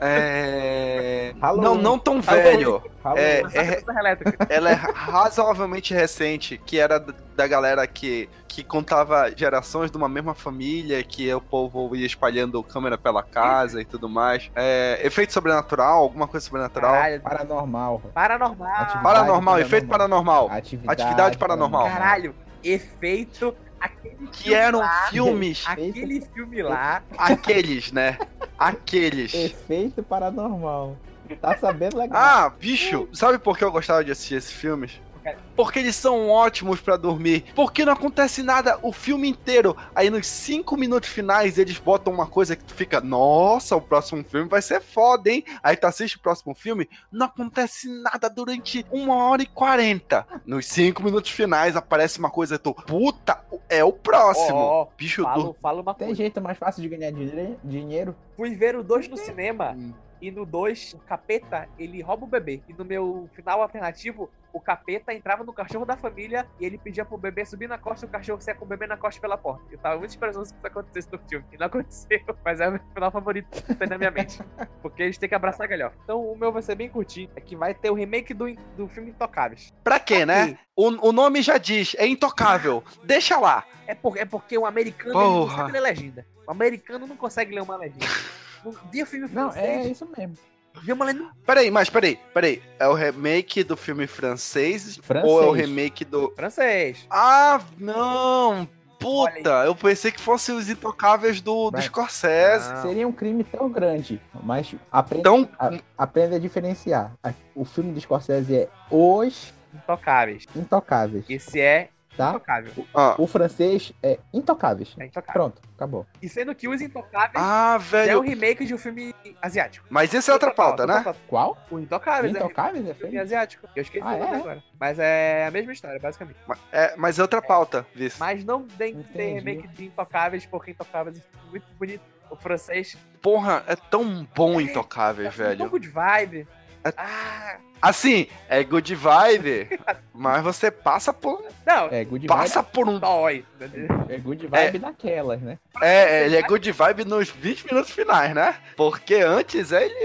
Speaker 2: é.
Speaker 1: Halloween.
Speaker 2: Não, não tão
Speaker 3: Halloween.
Speaker 2: velho.
Speaker 1: Halloween.
Speaker 2: É,
Speaker 3: Massacre da Serra Elétrica.
Speaker 2: Ela é razoavelmente recente, que era d- da galera que, que contava gerações de uma mesma família, que o povo ia espalhando câmera pela casa e tudo mais. É, efeito sobrenatural, alguma coisa sobrenatural.
Speaker 3: Caralho,
Speaker 1: Paranormal.
Speaker 3: paranormal.
Speaker 1: Atividade
Speaker 2: Paranormal, efeito paranormal.
Speaker 1: Atividade,
Speaker 2: Atividade paranormal.
Speaker 3: Caralho, efeito. Aquele
Speaker 2: Que
Speaker 3: filme
Speaker 2: eram
Speaker 3: lá,
Speaker 2: filmes,
Speaker 3: Aquele filme lá.
Speaker 2: aqueles, né? Aqueles.
Speaker 1: Efeito paranormal. Tá sabendo legal.
Speaker 2: Ah, bicho, sabe por que eu gostava de assistir esses filmes? Porque eles são ótimos pra dormir. Porque não acontece nada o filme inteiro. Aí nos cinco minutos finais eles botam uma coisa que tu fica, nossa, o próximo filme vai ser foda, hein? Aí tu assiste o próximo filme, não acontece nada durante uma hora e quarenta. Nos cinco minutos finais aparece uma coisa, tu, puta, é o próximo.
Speaker 3: Ó, ó,
Speaker 2: Bicho,
Speaker 3: Falo, falo uma
Speaker 1: Tem
Speaker 3: coisa.
Speaker 1: jeito mais fácil de ganhar dinhe- dinheiro?
Speaker 3: Fui ver o dois no cinema.
Speaker 2: Hum.
Speaker 3: E no dois, o capeta, ele rouba o bebê. E no meu final alternativo, o capeta entrava no cachorro da família e ele pedia pro bebê subir na costa e o cachorro saia com o bebê na costa pela porta. Eu tava muito esperançoso que isso acontecesse no filme. E não aconteceu, mas é o meu final favorito que tem na minha mente. Porque eles têm que abraçar a galhofa. Então o meu vai ser bem curtinho. É que vai ter o remake do, do filme Intocáveis.
Speaker 2: pra quê, né?
Speaker 3: Ok.
Speaker 2: O, o nome já diz, é intocável. Deixa lá.
Speaker 3: É, por, é porque o americano ele não
Speaker 2: Porra.
Speaker 3: sabe ler legenda. O americano não consegue ler uma legenda. Não via filme
Speaker 1: Não,
Speaker 3: francês.
Speaker 1: é isso mesmo.
Speaker 3: Via uma legenda
Speaker 2: Peraí, mas peraí, peraí. É o remake do filme francês,
Speaker 1: Francês.
Speaker 2: ou é o remake do...
Speaker 3: francês.
Speaker 2: Ah, não! Puta, eu pensei que fossem os Intocáveis do, do
Speaker 1: Vai.
Speaker 2: Scorsese.
Speaker 3: Não.
Speaker 1: Seria um crime tão grande, mas aprenda,
Speaker 2: Tão-
Speaker 1: a- aprenda a diferenciar. A- O filme de Scorsese é Os
Speaker 3: Intocáveis.
Speaker 1: Intocáveis,
Speaker 3: Esse é
Speaker 1: tá?
Speaker 3: intocável.
Speaker 2: Ah,
Speaker 1: O francês é Intocáveis.
Speaker 3: É intocável.
Speaker 1: Pronto, acabou.
Speaker 3: E sendo que os intocáveis
Speaker 2: ah,
Speaker 3: é o
Speaker 2: velho.
Speaker 3: remake de um filme asiático.
Speaker 2: Mas esse é outra pauta, né?
Speaker 1: Qual?
Speaker 3: O Intocáveis,
Speaker 1: Intocáveis é
Speaker 3: é filme
Speaker 1: filme?
Speaker 3: asiático. Eu esqueci
Speaker 1: Ah,
Speaker 3: o nome
Speaker 1: é?
Speaker 3: agora. Mas é a mesma história, basicamente.
Speaker 2: Ma- É, mas é outra pauta, Vice.
Speaker 3: Mas não tem que ter
Speaker 1: Entendi.
Speaker 3: remake de Intocáveis, porque Intocáveis é muito bonito. O francês
Speaker 2: Porra, é tão bom Intocáveis,
Speaker 3: é um
Speaker 2: velho.
Speaker 3: pouco de vibe.
Speaker 2: É-
Speaker 3: Ah,
Speaker 2: Assim, é good vibe, mas você passa por,
Speaker 3: não,
Speaker 1: É good
Speaker 2: passa
Speaker 1: vibe.
Speaker 2: por um...
Speaker 3: dói.
Speaker 1: É good vibe daquelas, né?
Speaker 2: É, ele é good vibe nos vinte minutos finais, né? Porque antes ele...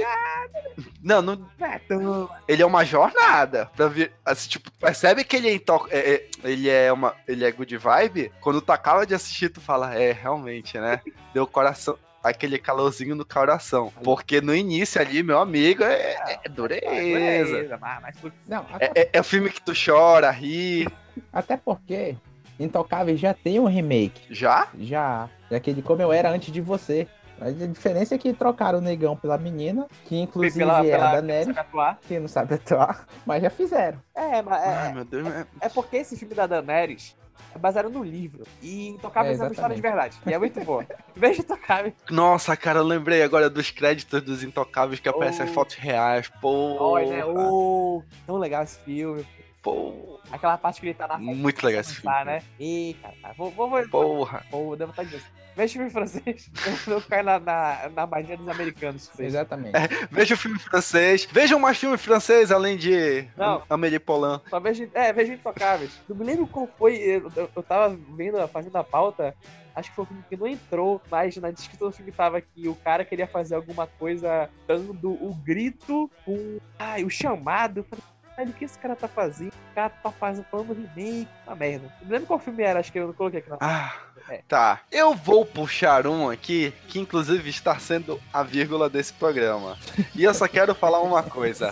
Speaker 2: Não, não,
Speaker 3: Não é tão...
Speaker 2: ele é uma jornada. Pra vir, assim, tipo, percebe que ele é, into- é, é- ele é uma, ele é good vibe. Quando tu acaba de assistir, tu fala, é, realmente, né? Deu coração, aquele calorzinho no coração. Porque no início ali, meu amigo, é, é dureza.
Speaker 3: Beleza, mas, mas por-
Speaker 1: Não, até,
Speaker 2: É, é, é o filme que tu chora, ri.
Speaker 1: até porque Intocáveis já tem um remake.
Speaker 2: Já?
Speaker 1: Já. É aquele Como Eu Era Antes de Você. Mas a diferença é que trocaram o negão pela menina, que inclusive
Speaker 3: pela,
Speaker 1: é a
Speaker 3: pela,
Speaker 1: Daenerys,
Speaker 3: sabe atuar.
Speaker 1: que não sabe atuar, mas já fizeram.
Speaker 3: É, mas
Speaker 2: Ai,
Speaker 3: é,
Speaker 2: meu Deus. é-
Speaker 3: é porque esse filme da Daenerys é baseado no livro. E Intocáveis
Speaker 1: É,
Speaker 3: é, uma história de
Speaker 1: exatamente.
Speaker 3: verdade. E é muito boa. Veja Intocáveis.
Speaker 2: Nossa, cara, eu lembrei agora dos créditos dos Intocáveis que aparecem as
Speaker 3: Oh.
Speaker 2: fotos reais. Pô,
Speaker 3: Olha, né? Ô, tão legal esse filme.
Speaker 2: pô,
Speaker 3: Aquela parte que ele tá na frente.
Speaker 2: muito legal esse filme.
Speaker 3: Tá, né? Ih, cara, cara, vou, vou, vou,
Speaker 2: Porra.
Speaker 3: vou, deu vontade disso. Veja filme francês, eu não caio na, na, na magia dos americanos.
Speaker 1: Exatamente.
Speaker 2: Veja o filme francês. Vejam mais filme francês além de
Speaker 3: Não.
Speaker 2: Amélie Poulain.
Speaker 3: Só vejo, é, vejo Intocáveis. Não me lembro qual foi, eu, eu, eu tava vendo, fazendo a pauta, acho que foi um filme que não entrou, mas na descrição do filme tava que o cara queria fazer alguma coisa dando o grito com, ai, o chamado. Eu falei, caralho, o que esse cara tá fazendo? O cara tá fazendo, falando remake, uma merda. Não lembro qual filme era, acho que eu não coloquei aqui não.
Speaker 2: Ah,
Speaker 3: É.
Speaker 2: tá. Eu vou puxar um aqui que inclusive está sendo a vírgula desse programa. E eu só quero falar uma coisa.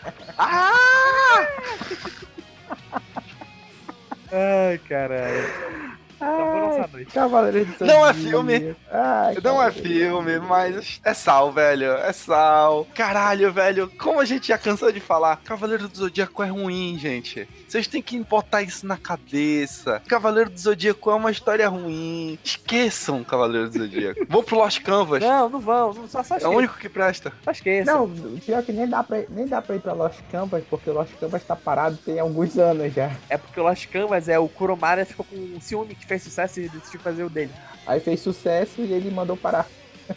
Speaker 2: Ah!
Speaker 3: Ai, caralho. Acabou nossa noite.
Speaker 1: Cavaleiro do
Speaker 2: Não é
Speaker 1: Zodíaco.
Speaker 2: filme.
Speaker 1: Ai,
Speaker 2: Não é
Speaker 1: Cavaleiro.
Speaker 2: filme, mas é sal, velho. É sal. Caralho, velho. Como a gente já cansou de falar, Cavaleiro do Zodíaco é ruim, gente. Vocês têm que botar isso na cabeça. Cavaleiro do Zodíaco é uma história ruim. Esqueçam Cavaleiro do Zodíaco. Vou pro Lost Canvas.
Speaker 3: Não, não vão, não, só, só
Speaker 2: É o
Speaker 3: esqueça.
Speaker 2: único que presta.
Speaker 3: Só esqueça.
Speaker 1: Não, o pior é que nem dá, pra, nem dá pra ir pra Lost Canvas, porque o Lost Canvas tá parado tem alguns anos já.
Speaker 3: É porque o Lost Canvas é o Kurumara ficou com um ciúme que fez sucesso e decidiu fazer o dele.
Speaker 1: Aí fez sucesso e ele mandou parar.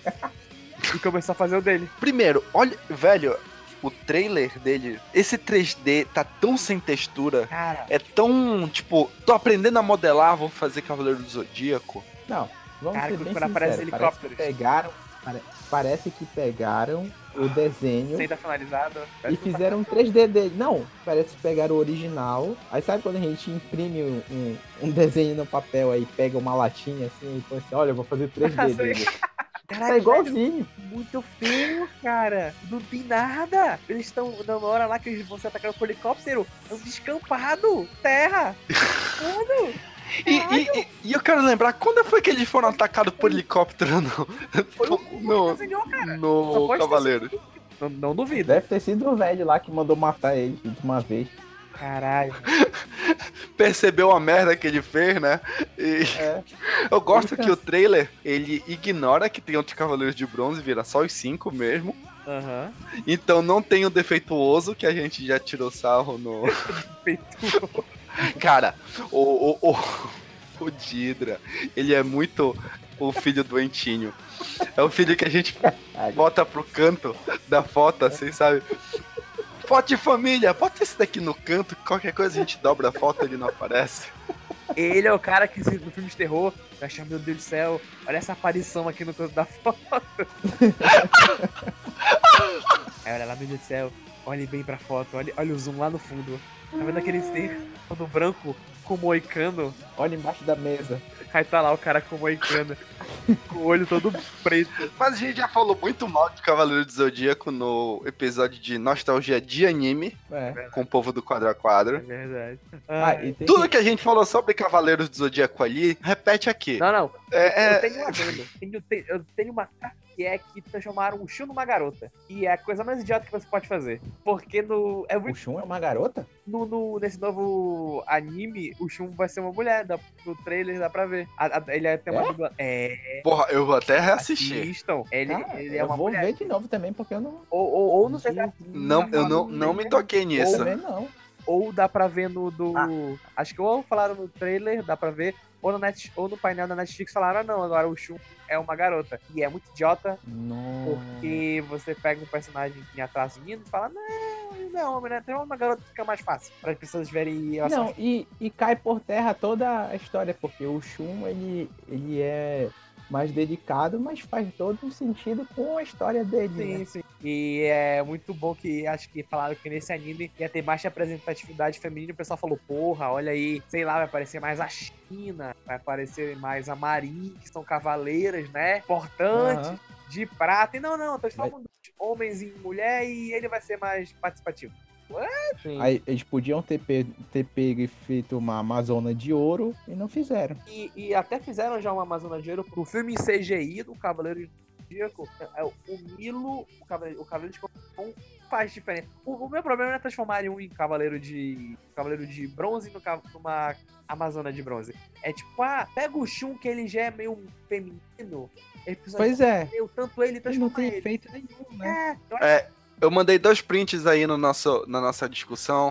Speaker 3: E começou a fazer o dele.
Speaker 2: Primeiro, olha, velho, o trailer dele, esse três D tá tão sem textura.
Speaker 3: Cara,
Speaker 2: É tão, tipo, tô aprendendo a modelar, vou fazer Cavaleiro do Zodíaco.
Speaker 1: Não, vamos
Speaker 3: Cara,
Speaker 1: ser bem
Speaker 3: quando aparece
Speaker 1: sinceros. Parece que
Speaker 3: helicópteros.
Speaker 1: pegaram, pare- parece que pegaram o desenho
Speaker 3: sem estar finalizado.
Speaker 1: e fizeram um três D dele. Não, parece que pegaram o original. Aí sabe quando a gente imprime um, um- um desenho no papel aí, pega uma latinha assim e põe assim, olha, eu vou fazer três D dele.
Speaker 3: Caraca,
Speaker 1: Tá igualzinho.
Speaker 3: velho, muito feio, cara. Não tem nada. Eles estão na hora lá que eles vão ser atacados por helicóptero. É um descampado. Terra. Mano.
Speaker 2: E, e- e- e eu quero lembrar, quando foi que eles foram atacados por helicóptero no,
Speaker 3: Foi o que
Speaker 2: no,
Speaker 3: desenhou, cara. Só
Speaker 2: no
Speaker 3: pode ter
Speaker 2: Cavaleiro?
Speaker 3: sido- Não, não duvido.
Speaker 1: Deve ter sido o velho lá que mandou matar ele de uma vez.
Speaker 3: Caralho.
Speaker 2: Percebeu a merda que ele fez, né? E
Speaker 1: É.
Speaker 2: eu gosto
Speaker 1: Ele
Speaker 2: que o trailer, ele ignora que tem outros Cavaleiros de Bronze, vira só os cinco mesmo.
Speaker 3: Aham.
Speaker 2: Então não tem o defeituoso, que a gente já tirou sarro no...
Speaker 3: Feito.
Speaker 2: Cara, o, o, o, o Didra, ele é muito o filho doentinho. É o filho que a gente bota pro canto da foto, assim, sabe? Foto de família, bota esse daqui no canto, qualquer coisa a gente dobra a foto, ele não aparece.
Speaker 3: Ele é o cara que se- no filme de terror vai achar, meu Deus do céu, olha essa aparição aqui no canto da foto. Aí olha lá, meu Deus do céu, olhe bem pra foto, olha, olha o zoom lá no fundo. Tá vendo aquele ser todo branco com moicano?
Speaker 1: Olha embaixo da mesa.
Speaker 3: Aí tá lá o cara com moicano. Com o olho todo preto.
Speaker 2: Mas a gente já falou muito mal de Cavaleiro do Zodíaco no episódio de nostalgia de anime,
Speaker 1: É.
Speaker 2: com o povo do quadro a
Speaker 3: É
Speaker 2: quadro.
Speaker 3: verdade.
Speaker 1: Ah,
Speaker 3: Ai.
Speaker 1: e tem
Speaker 2: Tudo
Speaker 1: que-
Speaker 2: que a gente falou sobre Cavaleiros do Zodíaco ali, repete aqui.
Speaker 3: Não, não.
Speaker 2: É,
Speaker 3: Eu
Speaker 2: é,
Speaker 3: tenho um adendo. Tenho- tenho- Eu tenho uma que é que transformaram o Shun numa garota. E é a coisa mais idiota que você pode fazer. Porque no. É
Speaker 1: O
Speaker 3: muito.
Speaker 1: Shun é uma garota?
Speaker 3: No, no- nesse novo anime, o Shun vai ser uma mulher. Dá, no trailer dá pra ver. A- a- ele é, tem uma
Speaker 1: É?
Speaker 3: dubla. É.
Speaker 2: porra, eu vou até reassistir.
Speaker 3: Assistam. Ele,
Speaker 1: Cara,
Speaker 3: ele é
Speaker 1: eu
Speaker 3: uma
Speaker 1: vou
Speaker 3: mulher.
Speaker 1: ver de novo também, porque eu não.
Speaker 3: Ou, ou, ou não sei se é-
Speaker 2: Não, eu não, não me toquei nisso.
Speaker 1: Também não.
Speaker 3: Ou dá pra ver no do.
Speaker 1: Ah.
Speaker 3: Acho que ou falaram no trailer, dá pra ver. Ou no, net, ou no painel da Netflix falaram, ah, não, agora o Shun é uma garota. E é muito idiota,
Speaker 1: Não.
Speaker 3: porque você pega um personagem que atrás do menino e fala, não, ele não é homem, né? Tem uma garota que fica mais fácil. Para as pessoas verem ela.
Speaker 1: Não, e, e cai por terra toda a história, porque o Shun, ele, ele é mais dedicado, mas faz todo um sentido com a história dele,
Speaker 3: Sim,
Speaker 1: né?
Speaker 3: sim. E é muito bom que acho que falaram que nesse anime ia ter mais representatividade feminina. O pessoal falou, porra, olha aí, sei lá, vai aparecer mais a China, vai aparecer mais a Marin, que são cavaleiras, né? Importantes,
Speaker 1: Aham.
Speaker 3: de prata. E não, não, tô
Speaker 1: Vai-
Speaker 3: falando de homens em mulher e ele vai ser mais participativo. Sim.
Speaker 1: Aí eles podiam ter, pe ter pego e feito uma Amazona de ouro e não fizeram.
Speaker 3: E, e até fizeram já uma Amazona de Ouro pro filme em C G I do Cavaleiro do Zodíaco. É, o Milo, o Cavaleiro, o Cavaleiro de Coração faz diferença. O, o meu problema não é transformar um em Cavaleiro de Cavaleiro de Bronze no, ca- numa Amazona de Bronze. É tipo, ah, pega o Shun que ele já é meio feminino. Ele precisa
Speaker 1: Pois é,
Speaker 3: eu tanto ele
Speaker 1: ele não
Speaker 3: transforma
Speaker 1: tem
Speaker 3: ele.
Speaker 1: efeito nenhum, né?
Speaker 3: É, eu acho
Speaker 2: É, eu mandei dois prints aí no nosso, na nossa discussão.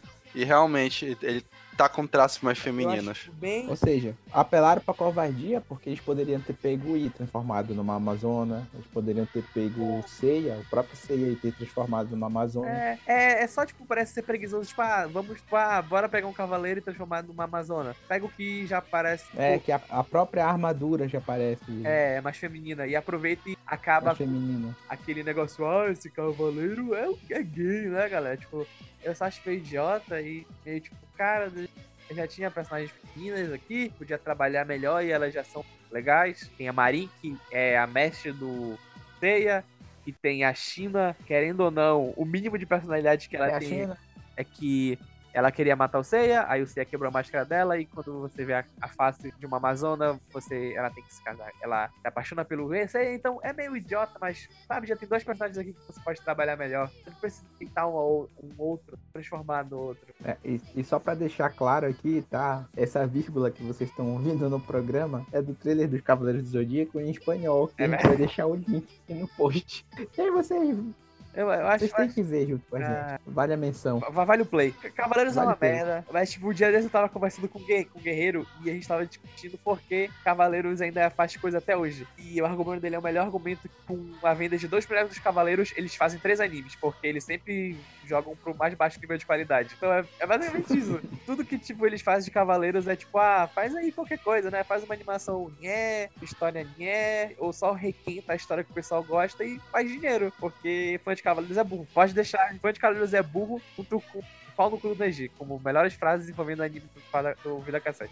Speaker 2: E realmente ele tá com traços mais
Speaker 3: eu
Speaker 2: femininos.
Speaker 3: acho bem.
Speaker 1: Ou seja, apelaram pra covardia porque eles poderiam ter pego o I transformado numa Amazona, eles poderiam ter pego o Seiya, o próprio Seiya e ter transformado numa Amazona.
Speaker 3: É, é, é só, tipo, parece ser preguiçoso. Tipo, ah, vamos, tipo, ah, bora pegar um cavaleiro e transformar numa Amazona. Pega o que já parece.
Speaker 1: É,
Speaker 3: pô,
Speaker 1: que a, a própria armadura já parece
Speaker 3: é mais feminina. E aproveita e acaba
Speaker 1: mais feminina.
Speaker 3: aquele negócio, ah, esse cavaleiro é, é gay, né, galera? Tipo, eu só acho meio idiota e meio tipo, cara, eu já tinha personagens femininas aqui, podia trabalhar melhor e elas já são legais. Tem a Marin, que é a mestre do Seiya, e tem a China, querendo ou não, o mínimo de personalidade que ela
Speaker 1: É a
Speaker 3: tem
Speaker 1: China.
Speaker 3: é que ela queria matar o Seiya, aí o Seiya quebrou a máscara dela, e quando você vê a, a face de uma Amazona, você, ela tem que se casar. Ela se apaixona pelo Seiya, então é meio idiota, mas, sabe, já tem dois personagens aqui que você pode trabalhar melhor. Você não precisa tentar um, ou- um outro, transformar no outro.
Speaker 1: É, e, e só pra deixar claro aqui, tá? Essa vírgula que vocês estão ouvindo no programa é do trailer dos Cavaleiros do Zodíaco em espanhol, que
Speaker 3: É
Speaker 1: a gente
Speaker 3: verdade.
Speaker 1: vai deixar o link aqui no post. E aí vocês,
Speaker 3: Eu, eu acho
Speaker 1: vocês têm que ver junto com a
Speaker 3: Ah.
Speaker 1: gente. Vale a menção.
Speaker 3: Va- Vale o play. Cavaleiros
Speaker 1: Vale
Speaker 3: é uma
Speaker 1: o play.
Speaker 3: merda. Mas, tipo, o dia desse eu tava conversando com o Gue- com o Guerreiro e a gente tava discutindo por que Cavaleiros ainda faz coisa até hoje. E o argumento dele é o melhor argumento que, com a venda de dois primeiros dos Cavaleiros, eles fazem três animes, porque eles sempre jogam pro mais baixo nível de qualidade. Então é, é basicamente isso. Tudo que, tipo, eles fazem de Cavaleiros é tipo, ah, faz aí qualquer coisa, né? Faz uma animação nhé, história nhé, ou só requenta a história que o pessoal gosta e faz dinheiro, porque fã de Cavaleiros é burro. Pode deixar, fã de Cavaleiros é burro junto com pau no cu do Neji, como melhores frases envolvendo anime do, Fada- do Vida Cassete.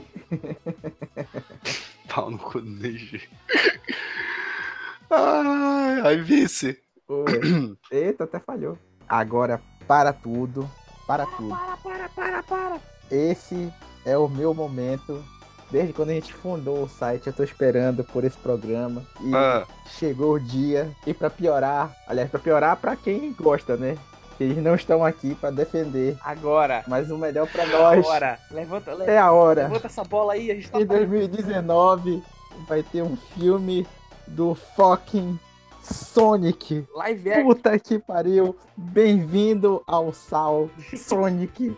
Speaker 2: Pau no cu do Neji. Ai, ai, vice.
Speaker 1: Oi. Eita, até falhou. Agora, para tudo. Para tudo.
Speaker 3: Para, para, para, para!
Speaker 1: Esse é o meu momento. Desde quando a gente fundou o site, eu tô esperando por esse programa. E
Speaker 2: Ah,
Speaker 1: chegou o dia. E pra piorar, aliás, pra piorar pra quem gosta, né? Que eles não estão aqui pra defender.
Speaker 3: Agora!
Speaker 1: Mas o melhor pra nós
Speaker 3: Agora! Levanta, le-
Speaker 1: é a hora.
Speaker 3: levanta essa bola aí, a gente tá
Speaker 1: Em dois mil e dezenove vai ter um filme do fucking Sonic.
Speaker 3: live action.
Speaker 1: Puta que pariu. Bem-vindo ao Sal Sonic.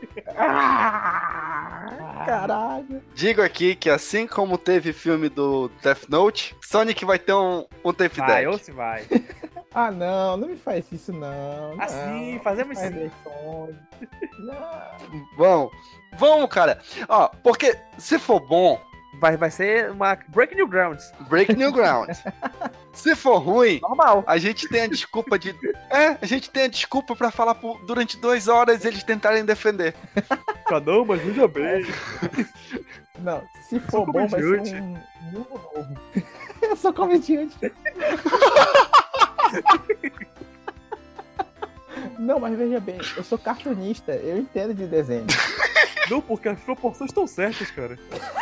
Speaker 1: Ah, caralho.
Speaker 2: digo aqui que assim como teve filme do Death Note, Sonic vai ter um, um Tape
Speaker 3: Vai,
Speaker 2: Deck.
Speaker 3: ou se vai.
Speaker 1: Ah, não, não me faz isso, não. não
Speaker 3: Assim, fazemos
Speaker 1: faz
Speaker 3: sim.
Speaker 1: isso. Não.
Speaker 2: Vamos, vamos, cara. Ó, porque se for bom,
Speaker 3: Vai, vai ser uma Break New Grounds.
Speaker 2: break new ground. Se for ruim,
Speaker 3: Normal.
Speaker 2: a gente tem a desculpa de. É, a gente tem a desculpa pra falar por, durante duas horas eles tentarem defender.
Speaker 3: Cada mas veja bem.
Speaker 1: Não, se for
Speaker 3: Sou
Speaker 1: bom, vai ser
Speaker 3: comediante.
Speaker 1: um mundo novo. Eu sou comediante. Não, mas veja bem, eu sou cartunista, eu entendo de desenho.
Speaker 3: Não, porque as proporções estão certas, cara.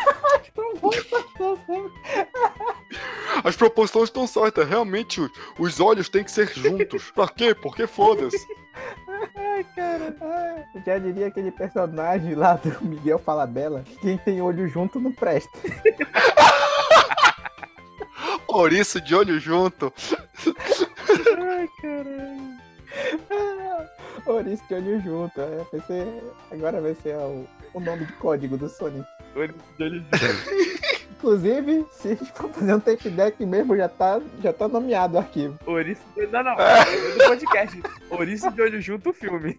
Speaker 2: As proporções estão certas, realmente os, os olhos têm que ser juntos. Pra quê? Porque foda-se.
Speaker 1: Ai, cara. Ai, eu já diria aquele personagem lá do Miguel Falabella, quem tem olho junto não presta.
Speaker 2: Ouriço de olho junto.
Speaker 3: Ai, caralho.
Speaker 1: Ouriço de olho junto. É, vai ser, agora vai ser o, o nome de código do Sonic.
Speaker 3: Ouriço de olho junto.
Speaker 1: Inclusive, se a gente for fazer um tape deck mesmo, já tá, já tá nomeado o arquivo.
Speaker 3: Ouriço de... Não, não. É do podcast. Ouriço de olho junto, o filme.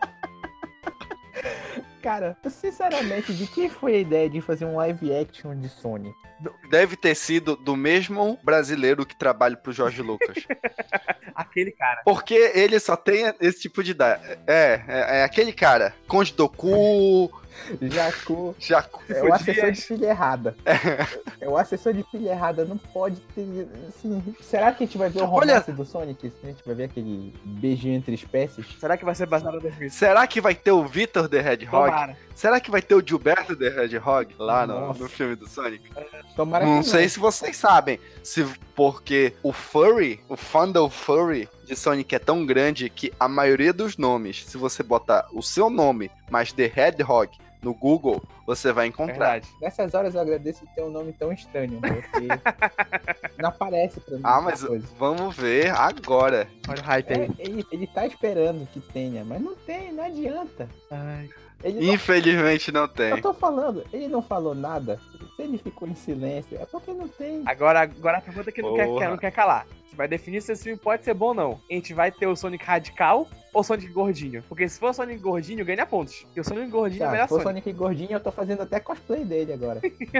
Speaker 1: Cara, sinceramente, de quem foi a ideia de fazer um live action de Sonic?
Speaker 2: Deve ter sido do mesmo brasileiro que trabalha pro Jorge Lucas.
Speaker 3: Aquele cara.
Speaker 2: Porque ele só tem esse tipo de ideia. É, é, é aquele cara. Conde Doku,
Speaker 1: Jacu.
Speaker 2: Jacu.
Speaker 1: É o assessor de pilha errada. É o assessor de pilha errada. Não pode ter. Assim, será que a gente vai ver o romance do Sonic? A gente vai ver aquele beijinho entre espécies?
Speaker 3: Será que vai ser baseado no dois mil?
Speaker 2: Será que vai ter o Victor the Hedgehog?
Speaker 3: Tomara.
Speaker 2: Será que vai ter o Gilberto the Hedgehog lá no,
Speaker 1: Nossa.
Speaker 2: no filme do Sonic?
Speaker 1: Tomara
Speaker 2: Não
Speaker 1: que
Speaker 2: sei se vocês sabem, se porque o furry, o fandom furry de Sonic é tão grande que a maioria dos nomes, se você botar o seu nome mais The Hedgehog no Google, você vai encontrar.
Speaker 3: Verdade.
Speaker 1: Nessas horas eu agradeço de ter um nome tão estranho, porque não aparece pra mim.
Speaker 2: Ah,
Speaker 1: essa
Speaker 2: mas
Speaker 1: coisa.
Speaker 2: vamos ver agora.
Speaker 3: Olha o hype aí.
Speaker 1: É, ele, ele tá esperando que tenha, mas não tem, não adianta.
Speaker 3: Ai.
Speaker 1: Ele não-
Speaker 2: Infelizmente não
Speaker 1: eu
Speaker 2: tem.
Speaker 1: tô falando, ele não falou nada. Se ele ficou em silêncio, é porque não tem.
Speaker 3: Agora, agora a pergunta que não quer,
Speaker 2: Porra.
Speaker 3: que não quer calar. A gente vai definir se esse filme pode ser bom ou não. A gente vai ter o Sonic radical ou Sonic gordinho? Porque se for o Sonic gordinho, ganha pontos. Porque o Sonic gordinho é o
Speaker 1: Tá,
Speaker 3: melhor
Speaker 1: se for
Speaker 3: Sonic.
Speaker 1: Sonic gordinho, eu tô fazendo até cosplay dele agora.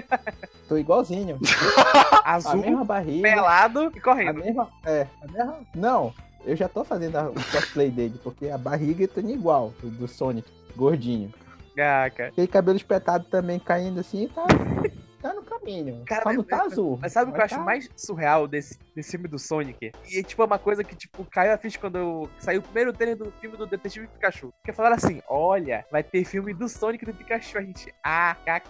Speaker 1: Tô igualzinho. A
Speaker 3: Azul,
Speaker 1: mesma barriga.
Speaker 3: pelado e
Speaker 1: A
Speaker 3: correndo.
Speaker 1: mesma. É, a mesma. Não, eu já tô fazendo a- o cosplay dele, porque a barriga tá igual do, do Sonic, gordinho.
Speaker 3: Ah, cara.
Speaker 1: Aquele cabelo espetado também caindo assim, tá, tá no caminho.
Speaker 3: Cara,
Speaker 1: Só não
Speaker 3: mas-
Speaker 1: tá azul.
Speaker 3: Mas sabe o que eu
Speaker 1: Mas
Speaker 3: acho
Speaker 1: tá-
Speaker 3: mais surreal desse, desse filme do Sonic? E tipo, é uma coisa que, tipo, caiu a ficha quando eu- saiu o primeiro trailer do filme do Detetive Pikachu. Porque falaram assim, olha, vai ter filme do Sonic e do Pikachu. A gente, ah,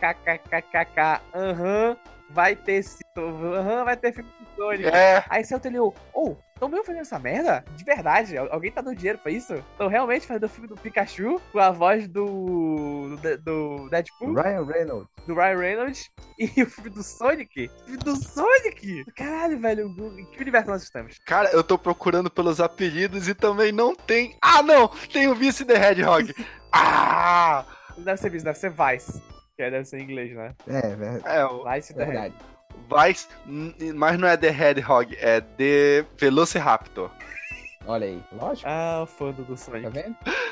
Speaker 3: kkkkkk, aham, vai ter esse, aham, vai ter filme do Sonic.
Speaker 2: É,
Speaker 3: Aí saiu o trailer, oh, tão mesmo fazendo essa merda? De verdade? Al- Alguém tá dando dinheiro pra isso? Estão realmente fazendo o filme do Pikachu com a voz do, do, do Deadpool?
Speaker 1: Ryan Reynolds.
Speaker 3: Do Ryan Reynolds e o filme do Sonic? O filme do Sonic? Caralho, velho, em que universo nós estamos?
Speaker 2: cara, eu tô procurando pelos apelidos e também não tem. Ah, não! Tem o Vice the Hedgehog. Ah!
Speaker 3: Não deve ser isso, deve ser Vice. Que aí deve ser em inglês, né?
Speaker 1: É, ver-
Speaker 2: É, o
Speaker 3: Vice da
Speaker 1: verdade.
Speaker 2: Vice, n- mas não é The Hedgehog, é The Velociraptor.
Speaker 1: Olha aí, lógico,
Speaker 3: Ah, o fã do
Speaker 1: tá
Speaker 3: Sonic.
Speaker 1: vendo?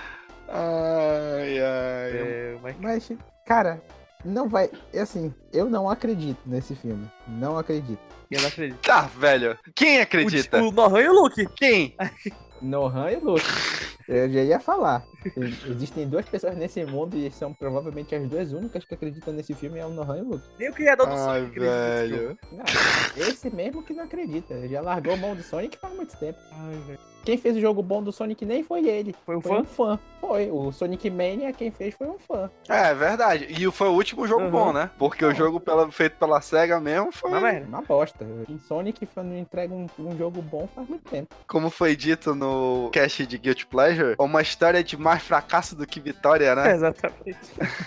Speaker 2: Ai, ai.
Speaker 3: É, mas...
Speaker 1: Mas, cara, não vai. é Assim, eu não acredito nesse filme. Não acredito.
Speaker 3: Eu não acredito.
Speaker 2: Tá, velho. Quem acredita?
Speaker 3: O, o Nohan e o Luke.
Speaker 2: Quem?
Speaker 1: Nohan e Luke. Eu já ia falar. Existem duas pessoas nesse mundo e são provavelmente as duas únicas que acreditam nesse filme, é o Nohan e o Luke.
Speaker 3: Nem o criador do
Speaker 2: Ai,
Speaker 3: Sonic acredita nesse filme.
Speaker 2: velho.
Speaker 1: Não, esse mesmo que não acredita. Já largou mão do Sonic faz muito tempo.
Speaker 3: Ai, velho.
Speaker 1: Quem fez o jogo bom do Sonic nem foi ele.
Speaker 3: Foi um
Speaker 1: Foi
Speaker 3: fã?
Speaker 1: um fã. Foi. O Sonic Mania, quem fez foi um fã.
Speaker 2: É, verdade. E foi o último jogo
Speaker 3: Uhum.
Speaker 2: bom, né? Porque o jogo pela- feito pela SEGA mesmo foi,
Speaker 3: Mas, velho,
Speaker 1: Uma bosta. Em Sonic não entrega um, um jogo bom faz muito tempo.
Speaker 2: como foi dito no cast de Guilty Pleasure, uma história de mais fracasso do que vitória, né?
Speaker 3: exatamente.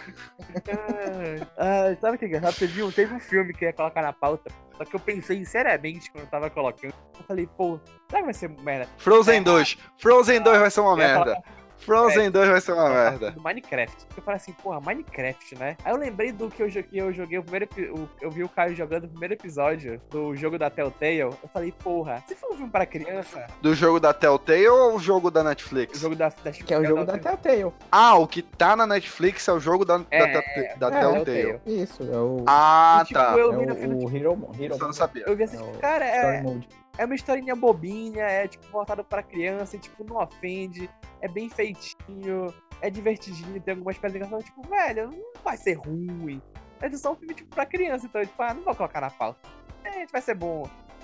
Speaker 3: ah, sabe o que é engraçado? Teve um, teve um filme que eu ia colocar na pauta, só que eu pensei seriamente quando eu tava colocando. Eu falei, pô, será que vai ser merda?
Speaker 2: Frozen dois. Frozen dois vai ser uma
Speaker 3: Eu ia
Speaker 2: merda. Frozen dois vai ser uma
Speaker 3: Eu ia
Speaker 2: merda.
Speaker 3: Do Minecraft. Eu falei assim, porra, Minecraft, né? Aí eu lembrei do que eu joguei, eu joguei o primeiro epi- o- eu vi o Caio jogando o primeiro episódio do jogo da Telltale. Eu falei, porra, se for um filme para criança,
Speaker 2: Do jogo da Telltale ou o jogo da
Speaker 3: o
Speaker 2: Netflix?
Speaker 3: jogo da, da
Speaker 1: Que é o jogo da Telltale.
Speaker 2: Ah, o que tá na Netflix é o jogo da,
Speaker 3: É,
Speaker 2: da, Tel- da
Speaker 1: é,
Speaker 2: Telltale.
Speaker 3: Telltale.
Speaker 1: Isso, é o,
Speaker 2: Ah,
Speaker 3: E, tipo,
Speaker 2: tá.
Speaker 3: eu
Speaker 1: é
Speaker 3: vi no filme,
Speaker 1: o, o
Speaker 3: tipo,
Speaker 1: Hero, Hero
Speaker 2: Isso eu não sabia.
Speaker 3: eu vi assim,
Speaker 1: É o
Speaker 3: cara,
Speaker 1: Story
Speaker 3: é,
Speaker 1: Mode.
Speaker 3: é uma historinha bobinha, é tipo voltado pra criança, e, tipo, não ofende, é bem feitinho, é divertidinho, tem algumas pedras engraçadas, tipo, velho, não vai ser ruim. É só um filme, tipo, pra criança, então, tipo, ah, não vou colocar na pauta. É, vai ser bom.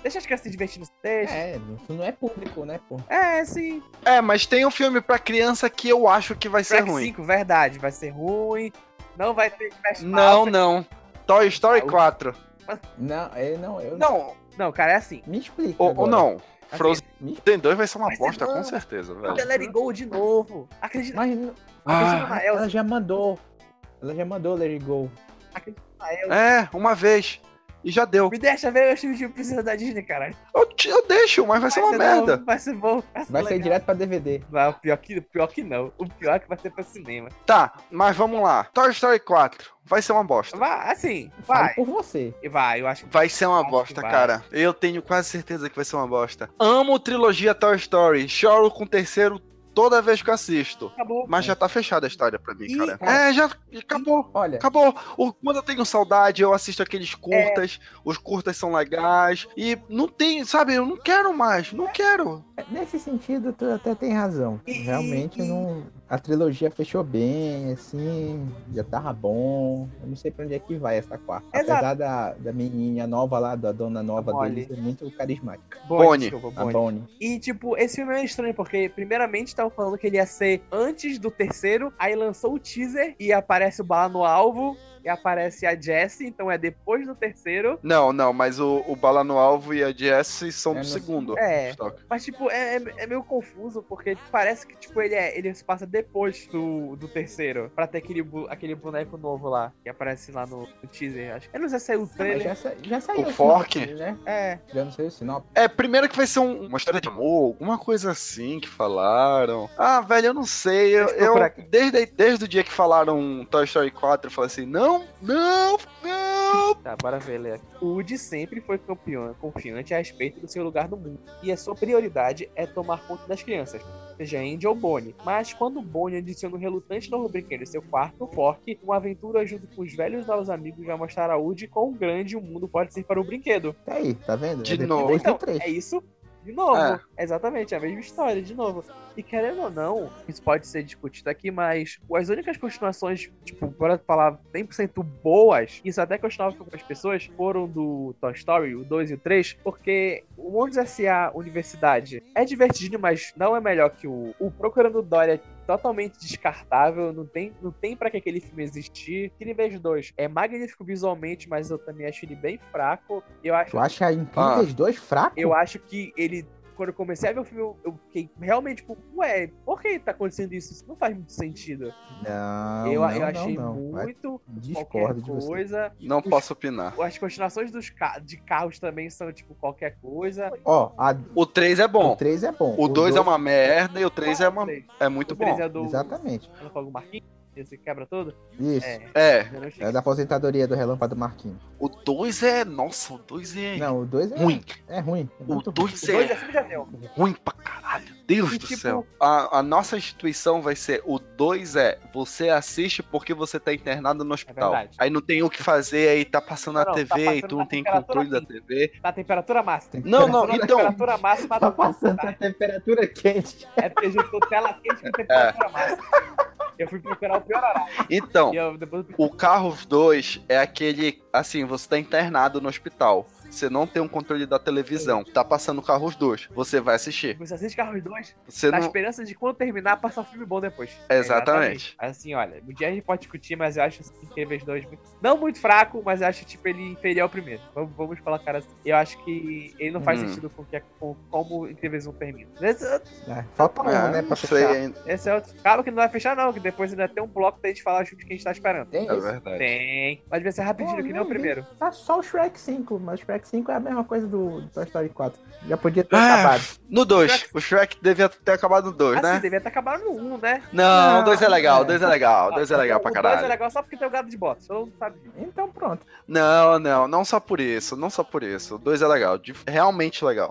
Speaker 3: Deixa as crianças se divertindo. Deixa.
Speaker 1: É, isso não é público, né, pô?
Speaker 3: É, sim.
Speaker 2: É, mas tem um filme pra criança que eu acho que vai ser
Speaker 3: Shrek
Speaker 2: ruim.
Speaker 3: cinco, verdade. Vai ser ruim. Não vai ter Smash
Speaker 2: Não,
Speaker 3: Mouth.
Speaker 2: não. Toy Story
Speaker 3: Ah, o-
Speaker 2: quatro.
Speaker 1: Não, eu não, eu
Speaker 2: Não,
Speaker 3: Não, cara, é assim.
Speaker 1: Me explica.
Speaker 2: ou, ou
Speaker 1: agora.
Speaker 2: não.
Speaker 3: Assim,
Speaker 2: Frozen
Speaker 1: Me-
Speaker 2: dois vai ser uma
Speaker 3: Vai ser
Speaker 2: bosta,
Speaker 3: bom.
Speaker 2: com certeza, velho.
Speaker 3: Olha, Let It Go de novo. Acredita,
Speaker 1: Mas não-
Speaker 3: acredita
Speaker 2: Ah,
Speaker 3: na
Speaker 1: ela
Speaker 3: Elsa.
Speaker 1: já mandou. Ela já mandou Let It Go.
Speaker 3: Acredita na Elsa.
Speaker 2: é, uma vez. E já deu.
Speaker 3: Me deixa ver os filmes de princesa da Disney, caralho.
Speaker 2: Eu, te- eu deixo, mas vai ser uma
Speaker 3: não,
Speaker 2: merda.
Speaker 3: Vai ser bom. Vai ser,
Speaker 1: Vai ser
Speaker 3: legal.
Speaker 1: direto pra D V D.
Speaker 3: Vai, o pior que, o pior que não. O pior é que vai ser pra cinema.
Speaker 2: Tá, mas vamos lá. Toy Story quatro vai ser uma bosta.
Speaker 3: Vai, assim,
Speaker 1: Falo
Speaker 3: vai.
Speaker 1: por você.
Speaker 3: Vai, eu acho que
Speaker 2: Vai ser uma
Speaker 3: Acho
Speaker 2: bosta,
Speaker 3: que vai.
Speaker 2: cara. Eu tenho quase certeza que vai ser uma bosta. Amo trilogia Toy Story. Choro com o terceiro toda vez que eu assisto.
Speaker 3: acabou.
Speaker 2: Mas já tá fechada a história pra mim,
Speaker 3: Ih,
Speaker 2: cara.
Speaker 1: cara.
Speaker 2: É, já acabou.
Speaker 1: Olha,
Speaker 2: Acabou. O- quando eu tenho saudade, eu assisto aqueles curtas. Os curtas são legais. E não tem, sabe, eu não quero mais. Não quero.
Speaker 1: nesse sentido, tu até tem razão.
Speaker 3: E-
Speaker 1: Realmente,
Speaker 3: e-
Speaker 1: não... a trilogia fechou bem, assim, já tava bom. Eu não sei pra onde é que vai essa quarta.
Speaker 3: Exato.
Speaker 1: Apesar da, da menininha nova lá, da dona nova
Speaker 3: A Molly.
Speaker 1: deles, ser muito carismática.
Speaker 2: Bonnie.
Speaker 3: desculpa,
Speaker 1: A
Speaker 3: Bonnie.
Speaker 1: Bonnie.
Speaker 3: E, tipo, esse filme é meio estranho, porque, primeiramente, estavam falando que ele ia ser antes do terceiro, aí lançou o teaser e aparece o Bala no Alvo, e aparece a Jessie, então é depois do terceiro.
Speaker 2: Não, não, mas o, o Bala no Alvo e a Jessie são
Speaker 1: É
Speaker 2: do
Speaker 1: no-
Speaker 2: segundo.
Speaker 3: É.
Speaker 2: Stock.
Speaker 3: Mas, tipo, é, é- é meio confuso, porque parece que, tipo, ele, é, ele se passa depois do, do terceiro, pra ter aquele, bu- aquele boneco novo lá, que aparece lá no, no teaser, acho. Eu não sei se saiu o
Speaker 1: Ah, mas
Speaker 3: trailer.
Speaker 1: já, sa- já saiu
Speaker 2: O
Speaker 1: sinopse,
Speaker 2: Fork?
Speaker 1: né?
Speaker 3: É,
Speaker 1: Já não saiu o sinopse.
Speaker 2: É, primeiro que vai ser um- uma história de amor, alguma coisa assim que falaram. Ah, velho, eu não sei. Eu,
Speaker 3: Deixa eu procurar
Speaker 2: eu- desde, desde o dia que falaram Toy Story quatro, eu falei assim: não, não, não.
Speaker 3: tá, bora ver, Lê. O Woody sempre foi campeão, confiante a respeito do seu lugar no mundo, e a sua prioridade é tomar conta das crianças, seja Andy ou Bonnie. Mas quando Bonnie adiciona um relutante novo brinquedo em seu quarto, Fork, uma aventura junto com os velhos novos amigos vai mostrar a Woody quão grande o mundo pode ser para o brinquedo.
Speaker 1: Tá aí, tá vendo?
Speaker 2: De
Speaker 1: é depois
Speaker 2: novo.
Speaker 1: do
Speaker 3: Então,
Speaker 1: três.
Speaker 3: é isso de novo.
Speaker 2: É.
Speaker 3: Exatamente, a mesma história, de novo. E querendo ou não, isso pode ser discutido aqui, mas as únicas continuações, tipo, bora falar cem por cento boas, isso até questionável para algumas pessoas, foram do Toy Story, o dois e o três, porque o Mondes S A Universidade é divertidinho, mas não é melhor que o, o Procurando Dory é totalmente descartável, não tem, não tem pra que aquele filme existir. Incríveis dois é magnífico visualmente, mas eu também acho ele bem fraco. Eu acho
Speaker 1: Tu acha Incríveis dois fraco?
Speaker 3: eu acho que ele, quando eu comecei a ver o filme, eu, eu fiquei realmente tipo, ué, por que tá acontecendo isso? Isso não faz muito sentido.
Speaker 1: Não,
Speaker 3: eu,
Speaker 1: não,
Speaker 3: eu
Speaker 1: não,
Speaker 3: achei
Speaker 1: não. Vai-
Speaker 3: muito
Speaker 1: Discordo
Speaker 3: qualquer
Speaker 1: de você.
Speaker 3: coisa.
Speaker 2: Não
Speaker 3: Os-
Speaker 2: posso opinar.
Speaker 3: As continuações dos ca- de carros também são, tipo, qualquer coisa.
Speaker 1: Ó, a-
Speaker 2: O três é bom.
Speaker 1: o três é bom.
Speaker 2: O dois é
Speaker 1: dois-
Speaker 2: uma merda e o três é, uma,
Speaker 3: três.
Speaker 2: é muito
Speaker 3: O três
Speaker 2: bom.
Speaker 3: é do
Speaker 1: Exatamente.
Speaker 3: Relâmpago Marquinhos, esse que quebra todo.
Speaker 1: Isso.
Speaker 3: É,
Speaker 2: É,
Speaker 3: eu não achei.
Speaker 1: É da aposentadoria do Relâmpago Marquinhos.
Speaker 2: o dois é. Nossa, o dois é
Speaker 1: Não, o dois é
Speaker 2: ruim.
Speaker 1: É ruim. É
Speaker 2: O
Speaker 1: muito ruim.
Speaker 2: dois
Speaker 3: O dois
Speaker 2: é
Speaker 3: é filme de avião.
Speaker 2: ruim pra caralho. Deus
Speaker 3: E,
Speaker 2: do
Speaker 3: tipo-
Speaker 2: céu. A, a nossa instituição vai ser: o dois é você assiste porque você tá internado no hospital.
Speaker 3: verdade.
Speaker 2: Aí não tem o que fazer, aí tá passando
Speaker 3: Não,
Speaker 2: na
Speaker 3: não,
Speaker 2: T V
Speaker 3: tá
Speaker 2: e
Speaker 3: passando
Speaker 2: tu
Speaker 3: na
Speaker 2: não tem
Speaker 3: temperatura
Speaker 2: controle da
Speaker 3: quente.
Speaker 2: T V.
Speaker 3: Tá a temperatura máxima.
Speaker 2: Não, não,
Speaker 3: Tá na
Speaker 2: então.
Speaker 3: temperatura máxima
Speaker 1: Tá
Speaker 3: do
Speaker 1: passando
Speaker 3: tá?
Speaker 1: a temperatura quente.
Speaker 3: É porque eu tô tela quente com temperatura máxima. Eu fui procurar o pior horário.
Speaker 2: Então,
Speaker 3: E eu, depois eu
Speaker 2: o Carros dois é aquele. Assim, você tá internado no hospital. Você não tem um controle da televisão. Tá passando Carros dois. Você vai assistir.
Speaker 3: Você assiste Carros dois,
Speaker 2: Você
Speaker 3: na
Speaker 2: não.
Speaker 3: esperança de quando terminar, passar um filme bom depois.
Speaker 2: Exatamente.
Speaker 3: Mas assim, olha, um dia a gente pode discutir, mas eu acho assim, Incríveis dois muito- não muito fraco, mas eu acho tipo ele inferior ao primeiro. Vamos, vamos falar, cara, assim. Eu acho que ele não faz
Speaker 2: Hum.
Speaker 3: sentido com, que, com como Incríveis um termina. Esse, é
Speaker 1: É, falta um,
Speaker 2: Ah,
Speaker 1: né, pra
Speaker 2: não sei
Speaker 1: fechar.
Speaker 2: ainda.
Speaker 3: esse é outro. Calma que não vai fechar, não, que depois ainda tem um bloco pra gente falar os filmes que a gente tá esperando.
Speaker 1: Tem
Speaker 2: É
Speaker 1: esse?
Speaker 2: verdade.
Speaker 3: Tem. Mas vai ser rapidinho,
Speaker 1: Pô,
Speaker 3: que nem
Speaker 1: não
Speaker 3: o
Speaker 1: vi.
Speaker 3: primeiro.
Speaker 1: Tá só o Shrek cinco, mas o Shrek cinco é a mesma coisa do, do Toy Story quatro. Já podia ter
Speaker 2: Ah,
Speaker 1: acabado.
Speaker 2: No dois. O Shrek devia ter acabado no dois,
Speaker 3: Assim,
Speaker 2: né?
Speaker 3: devia ter acabado no um, né?
Speaker 2: Não, o dois é legal, o
Speaker 1: é.
Speaker 2: dois é legal, o dois é legal pra
Speaker 3: O dois é
Speaker 2: caralho.
Speaker 3: legal só porque tem o gado de botas. Todo mundo sabe disso.
Speaker 1: Então pronto.
Speaker 2: Não, não, não só por isso, não só por isso. O dois é legal, de- realmente legal.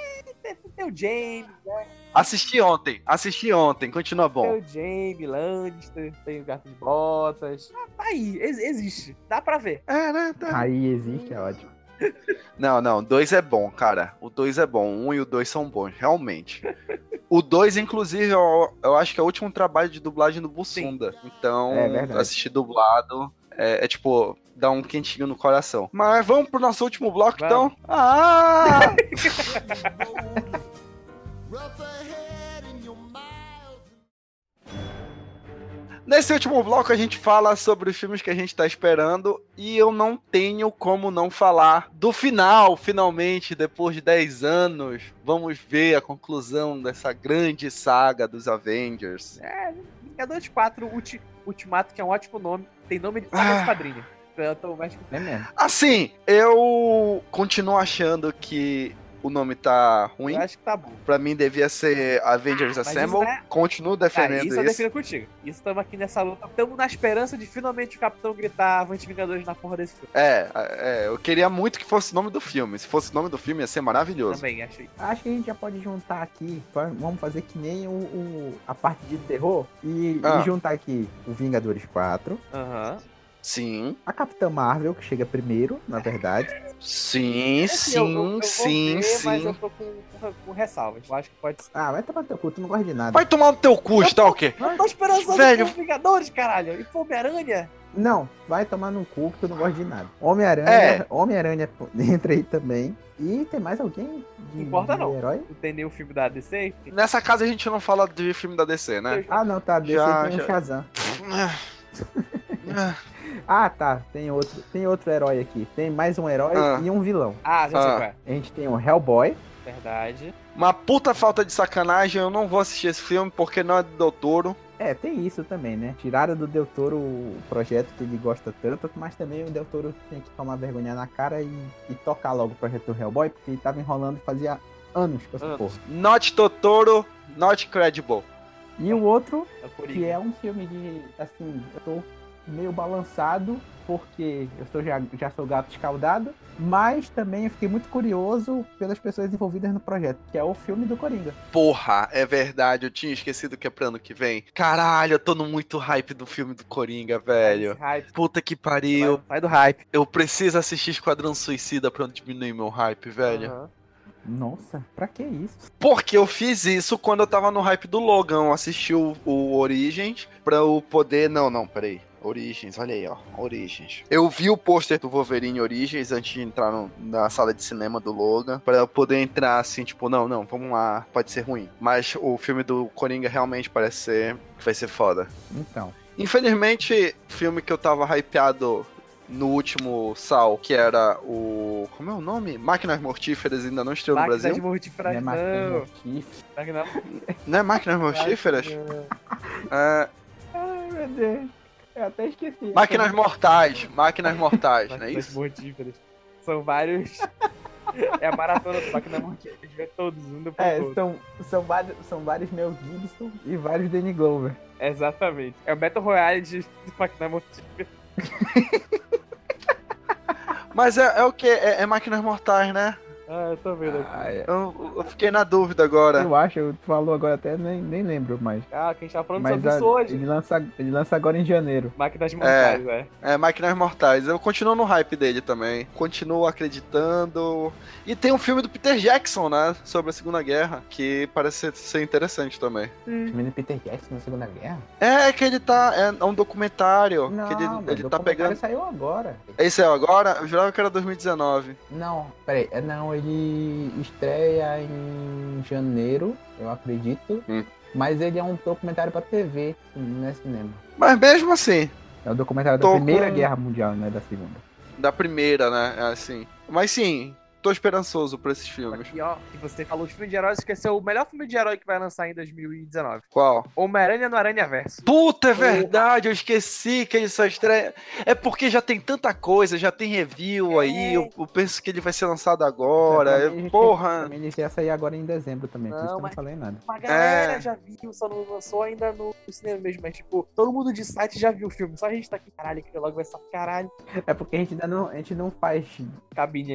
Speaker 3: Tem o James,
Speaker 2: Assisti ontem, assisti ontem, continua
Speaker 3: tem
Speaker 2: bom.
Speaker 3: o Jaime Lannister, tem o gato de botas. Ah, tá aí, ex- existe. Dá pra ver.
Speaker 2: É, né? Tá.
Speaker 1: Aí existe, é ótimo.
Speaker 2: Não, não, o dois é bom, cara. O dois é bom, o um e o dois são bons, realmente. O dois, inclusive, eu, eu acho que é o último trabalho de dublagem do Bussunda. Então,
Speaker 1: É verdade.
Speaker 2: assistir dublado é, é tipo, dá um quentinho no coração. Mas vamos pro nosso último bloco,
Speaker 3: Vamos.
Speaker 2: então? Ah! Nesse último bloco a gente fala sobre os filmes que a gente tá esperando e eu não tenho como não falar do final, finalmente, depois de dez anos, vamos ver a conclusão dessa grande saga dos Avengers.
Speaker 3: É, Vingadores quatro Ulti, Ultimato, que é um ótimo nome, tem nome de saga de
Speaker 2: Ah.
Speaker 3: quadrinho. Então, mas...
Speaker 1: É mesmo.
Speaker 2: Assim, eu continuo achando que o nome tá ruim.
Speaker 3: Eu acho que tá bom.
Speaker 2: Pra mim devia ser Avengers
Speaker 3: Mas
Speaker 2: Assemble.
Speaker 3: isso é-
Speaker 2: Continuo
Speaker 3: Ah,
Speaker 2: defendendo
Speaker 3: isso eu
Speaker 2: isso.
Speaker 3: defino contigo. Isso estamos aqui nessa luta. Estamos na esperança de finalmente o Capitão gritar Avante Vingadores na porra desse filme.
Speaker 2: É, é, eu queria muito que fosse o nome do filme. Se fosse o nome do filme, ia ser maravilhoso.
Speaker 3: Também, achei.
Speaker 1: Acho que a gente já pode juntar aqui. va- Vamos fazer que nem o, o- a parte de terror. E,
Speaker 2: Ah.
Speaker 1: e juntar aqui o Vingadores quatro.
Speaker 3: Aham.
Speaker 2: Sim,
Speaker 1: A Capitã Marvel, que chega primeiro, na verdade.
Speaker 2: sim,
Speaker 3: Assim, eu- eu-
Speaker 2: sim,
Speaker 3: eu vou
Speaker 2: sim,
Speaker 3: ver, Mas eu
Speaker 2: sim.
Speaker 3: tô com, com, com ressalvas. Eu acho que pode ser.
Speaker 1: Ah, vai tomar teu cu, tu não gosta de nada.
Speaker 2: Vai tomar no teu cu, Stalker.
Speaker 3: Eu tô esperançoso
Speaker 2: Velho.
Speaker 3: com Vingadores, caralho. E pro Homem-Aranha?
Speaker 1: Não, vai tomar no cu que tu não gosta de nada. Homem-Aranha,
Speaker 2: É.
Speaker 1: Homem-Aranha entra aí também. E tem mais alguém de,
Speaker 3: Importa
Speaker 1: de
Speaker 3: não.
Speaker 1: herói?
Speaker 3: Não tem nenhum filme da D C?
Speaker 2: Nessa casa a gente não fala de filme da D C, né?
Speaker 1: Ah, não, tá. D C
Speaker 2: Já,
Speaker 1: tem
Speaker 2: já.
Speaker 1: o Shazam.
Speaker 2: Ah,
Speaker 1: Ah, tá. Tem outro, tem outro herói aqui. Tem mais um herói
Speaker 2: Ah.
Speaker 1: e um vilão.
Speaker 3: Ah, já sei
Speaker 2: Ah.
Speaker 3: qual é.
Speaker 1: A gente tem o Hellboy.
Speaker 3: Verdade.
Speaker 2: Uma puta falta de sacanagem, eu não vou assistir esse filme porque não é do Doutor.
Speaker 1: É, tem isso também, né? Tiraram do Del Toro o projeto que ele gosta tanto, mas também o Del Toro tem que tomar vergonha na cara e, e tocar logo o projeto do Hellboy, porque ele tava enrolando fazia anos com essa
Speaker 3: Anos.
Speaker 1: porra.
Speaker 2: Not Totoro, not credible.
Speaker 1: E o outro,
Speaker 3: É o
Speaker 1: que
Speaker 3: Coringa.
Speaker 1: é um filme de, assim, eu tô meio balançado, porque eu sou, já, já sou gato escaldado, mas também eu fiquei muito curioso pelas pessoas envolvidas no projeto, que é o filme do Coringa.
Speaker 2: Porra, é verdade, eu tinha esquecido que é pra ano que vem. Caralho, eu tô no muito hype do filme do Coringa, velho.
Speaker 3: Esse hype.
Speaker 2: Puta que pariu.
Speaker 3: Vai, vai do hype.
Speaker 2: Eu preciso assistir Esquadrão Suicida pra diminuir meu hype, velho.
Speaker 3: Aham.
Speaker 1: Nossa, pra que isso?
Speaker 2: Porque eu fiz isso quando eu tava no hype do Logan. Eu assisti o, o Origins pra eu poder... Não, não, peraí. Origins, olha aí, ó. Origins. Eu vi o pôster do Wolverine Origins antes de entrar no- na sala de cinema do Logan. Pra eu poder entrar assim, tipo, não, não, vamos lá. Pode ser ruim. Mas o filme do Coringa realmente parece ser... Vai ser foda.
Speaker 1: Então,
Speaker 2: Infelizmente, o filme que eu tava hypeado no último Sal, que era o... Como é o nome? Máquinas Mortíferas, ainda não estreou no
Speaker 3: Máquinas
Speaker 2: Brasil.
Speaker 3: mortíferas,
Speaker 1: né, Marquinhos
Speaker 3: não.
Speaker 1: Mortífero.
Speaker 3: Máquinas
Speaker 2: Não é Máquinas Mortíferas?
Speaker 3: Não.
Speaker 2: É,
Speaker 1: Ai, meu Deus. Eu até esqueci.
Speaker 2: Máquinas Mortais. Máquinas Mortais, não é
Speaker 3: Máquinas
Speaker 2: isso?
Speaker 3: mortíferas. São vários... É a maratona do Máquinas mortíferas. A gente vê todos, um depois do
Speaker 1: É,
Speaker 3: outro.
Speaker 1: são, são, vários, são vários Mel Gibson e vários Danny Glover.
Speaker 3: Exatamente. É o Battle Royale de, de Máquinas mortíferas.
Speaker 2: Mas é, é o que? É, é Máquinas Mortais, né?
Speaker 3: Ah, eu tô vendo aqui.
Speaker 1: Ah, é.
Speaker 2: Eu, eu fiquei na dúvida agora.
Speaker 1: Eu acho, tu falou agora até, nem, nem lembro mais.
Speaker 3: Ah, quem tá falando
Speaker 1: Mas
Speaker 3: sobre
Speaker 1: a-
Speaker 3: isso hoje.
Speaker 1: ele, lança, ele lança agora em janeiro.
Speaker 3: Máquinas mortais, é.
Speaker 2: É, Máquinas Mortais. Eu continuo no hype dele também. Continuo acreditando. E tem um filme do Peter Jackson, né? Sobre a Segunda Guerra, que parece ser interessante também.
Speaker 1: O filme do Peter Jackson na Segunda Guerra?
Speaker 2: É, que ele tá. É um documentário.
Speaker 1: Não,
Speaker 2: que ele,
Speaker 1: mas
Speaker 2: ele
Speaker 1: o
Speaker 2: tá
Speaker 1: documentário
Speaker 2: pegando.
Speaker 1: saiu agora.
Speaker 2: Esse é o agora? Eu jurava que era dois mil e dezenove.
Speaker 1: Não, peraí. é, Não, ele estreia em janeiro, eu acredito.
Speaker 2: Hum.
Speaker 1: Mas ele é um documentário pra T V, não é cinema.
Speaker 2: Mas mesmo assim,
Speaker 1: É o documentário
Speaker 2: Tô
Speaker 1: da Primeira
Speaker 2: com-
Speaker 1: Guerra Mundial, não é da Segunda.
Speaker 2: da primeira, né? É assim. Mas sim, tô esperançoso pra esses filmes.
Speaker 3: E ó, e você falou de filme de herói, esqueceu o melhor filme de herói que vai lançar em dois mil e dezenove.
Speaker 2: Qual?
Speaker 3: Homem-Aranha no Aranha Verso.
Speaker 2: Puta, é verdade, eu esqueci que ele só estreia. É porque já tem tanta coisa, já tem review aí, eu, eu penso que ele vai ser lançado agora.
Speaker 1: Pra
Speaker 2: é-
Speaker 1: mim,
Speaker 2: porra.
Speaker 1: Também ele ia sair agora em dezembro também, por isso
Speaker 3: Não,
Speaker 1: que eu
Speaker 3: mas-
Speaker 1: não falei nada.
Speaker 3: Uma galera
Speaker 2: É.
Speaker 3: já viu, só não lançou ainda no, no cinema mesmo. Mas, tipo, todo mundo de site já viu o filme. Só a gente tá aqui, caralho, que logo vai ser caralho.
Speaker 1: É porque a gente ainda não, a gente não faz
Speaker 3: Cabine ainda.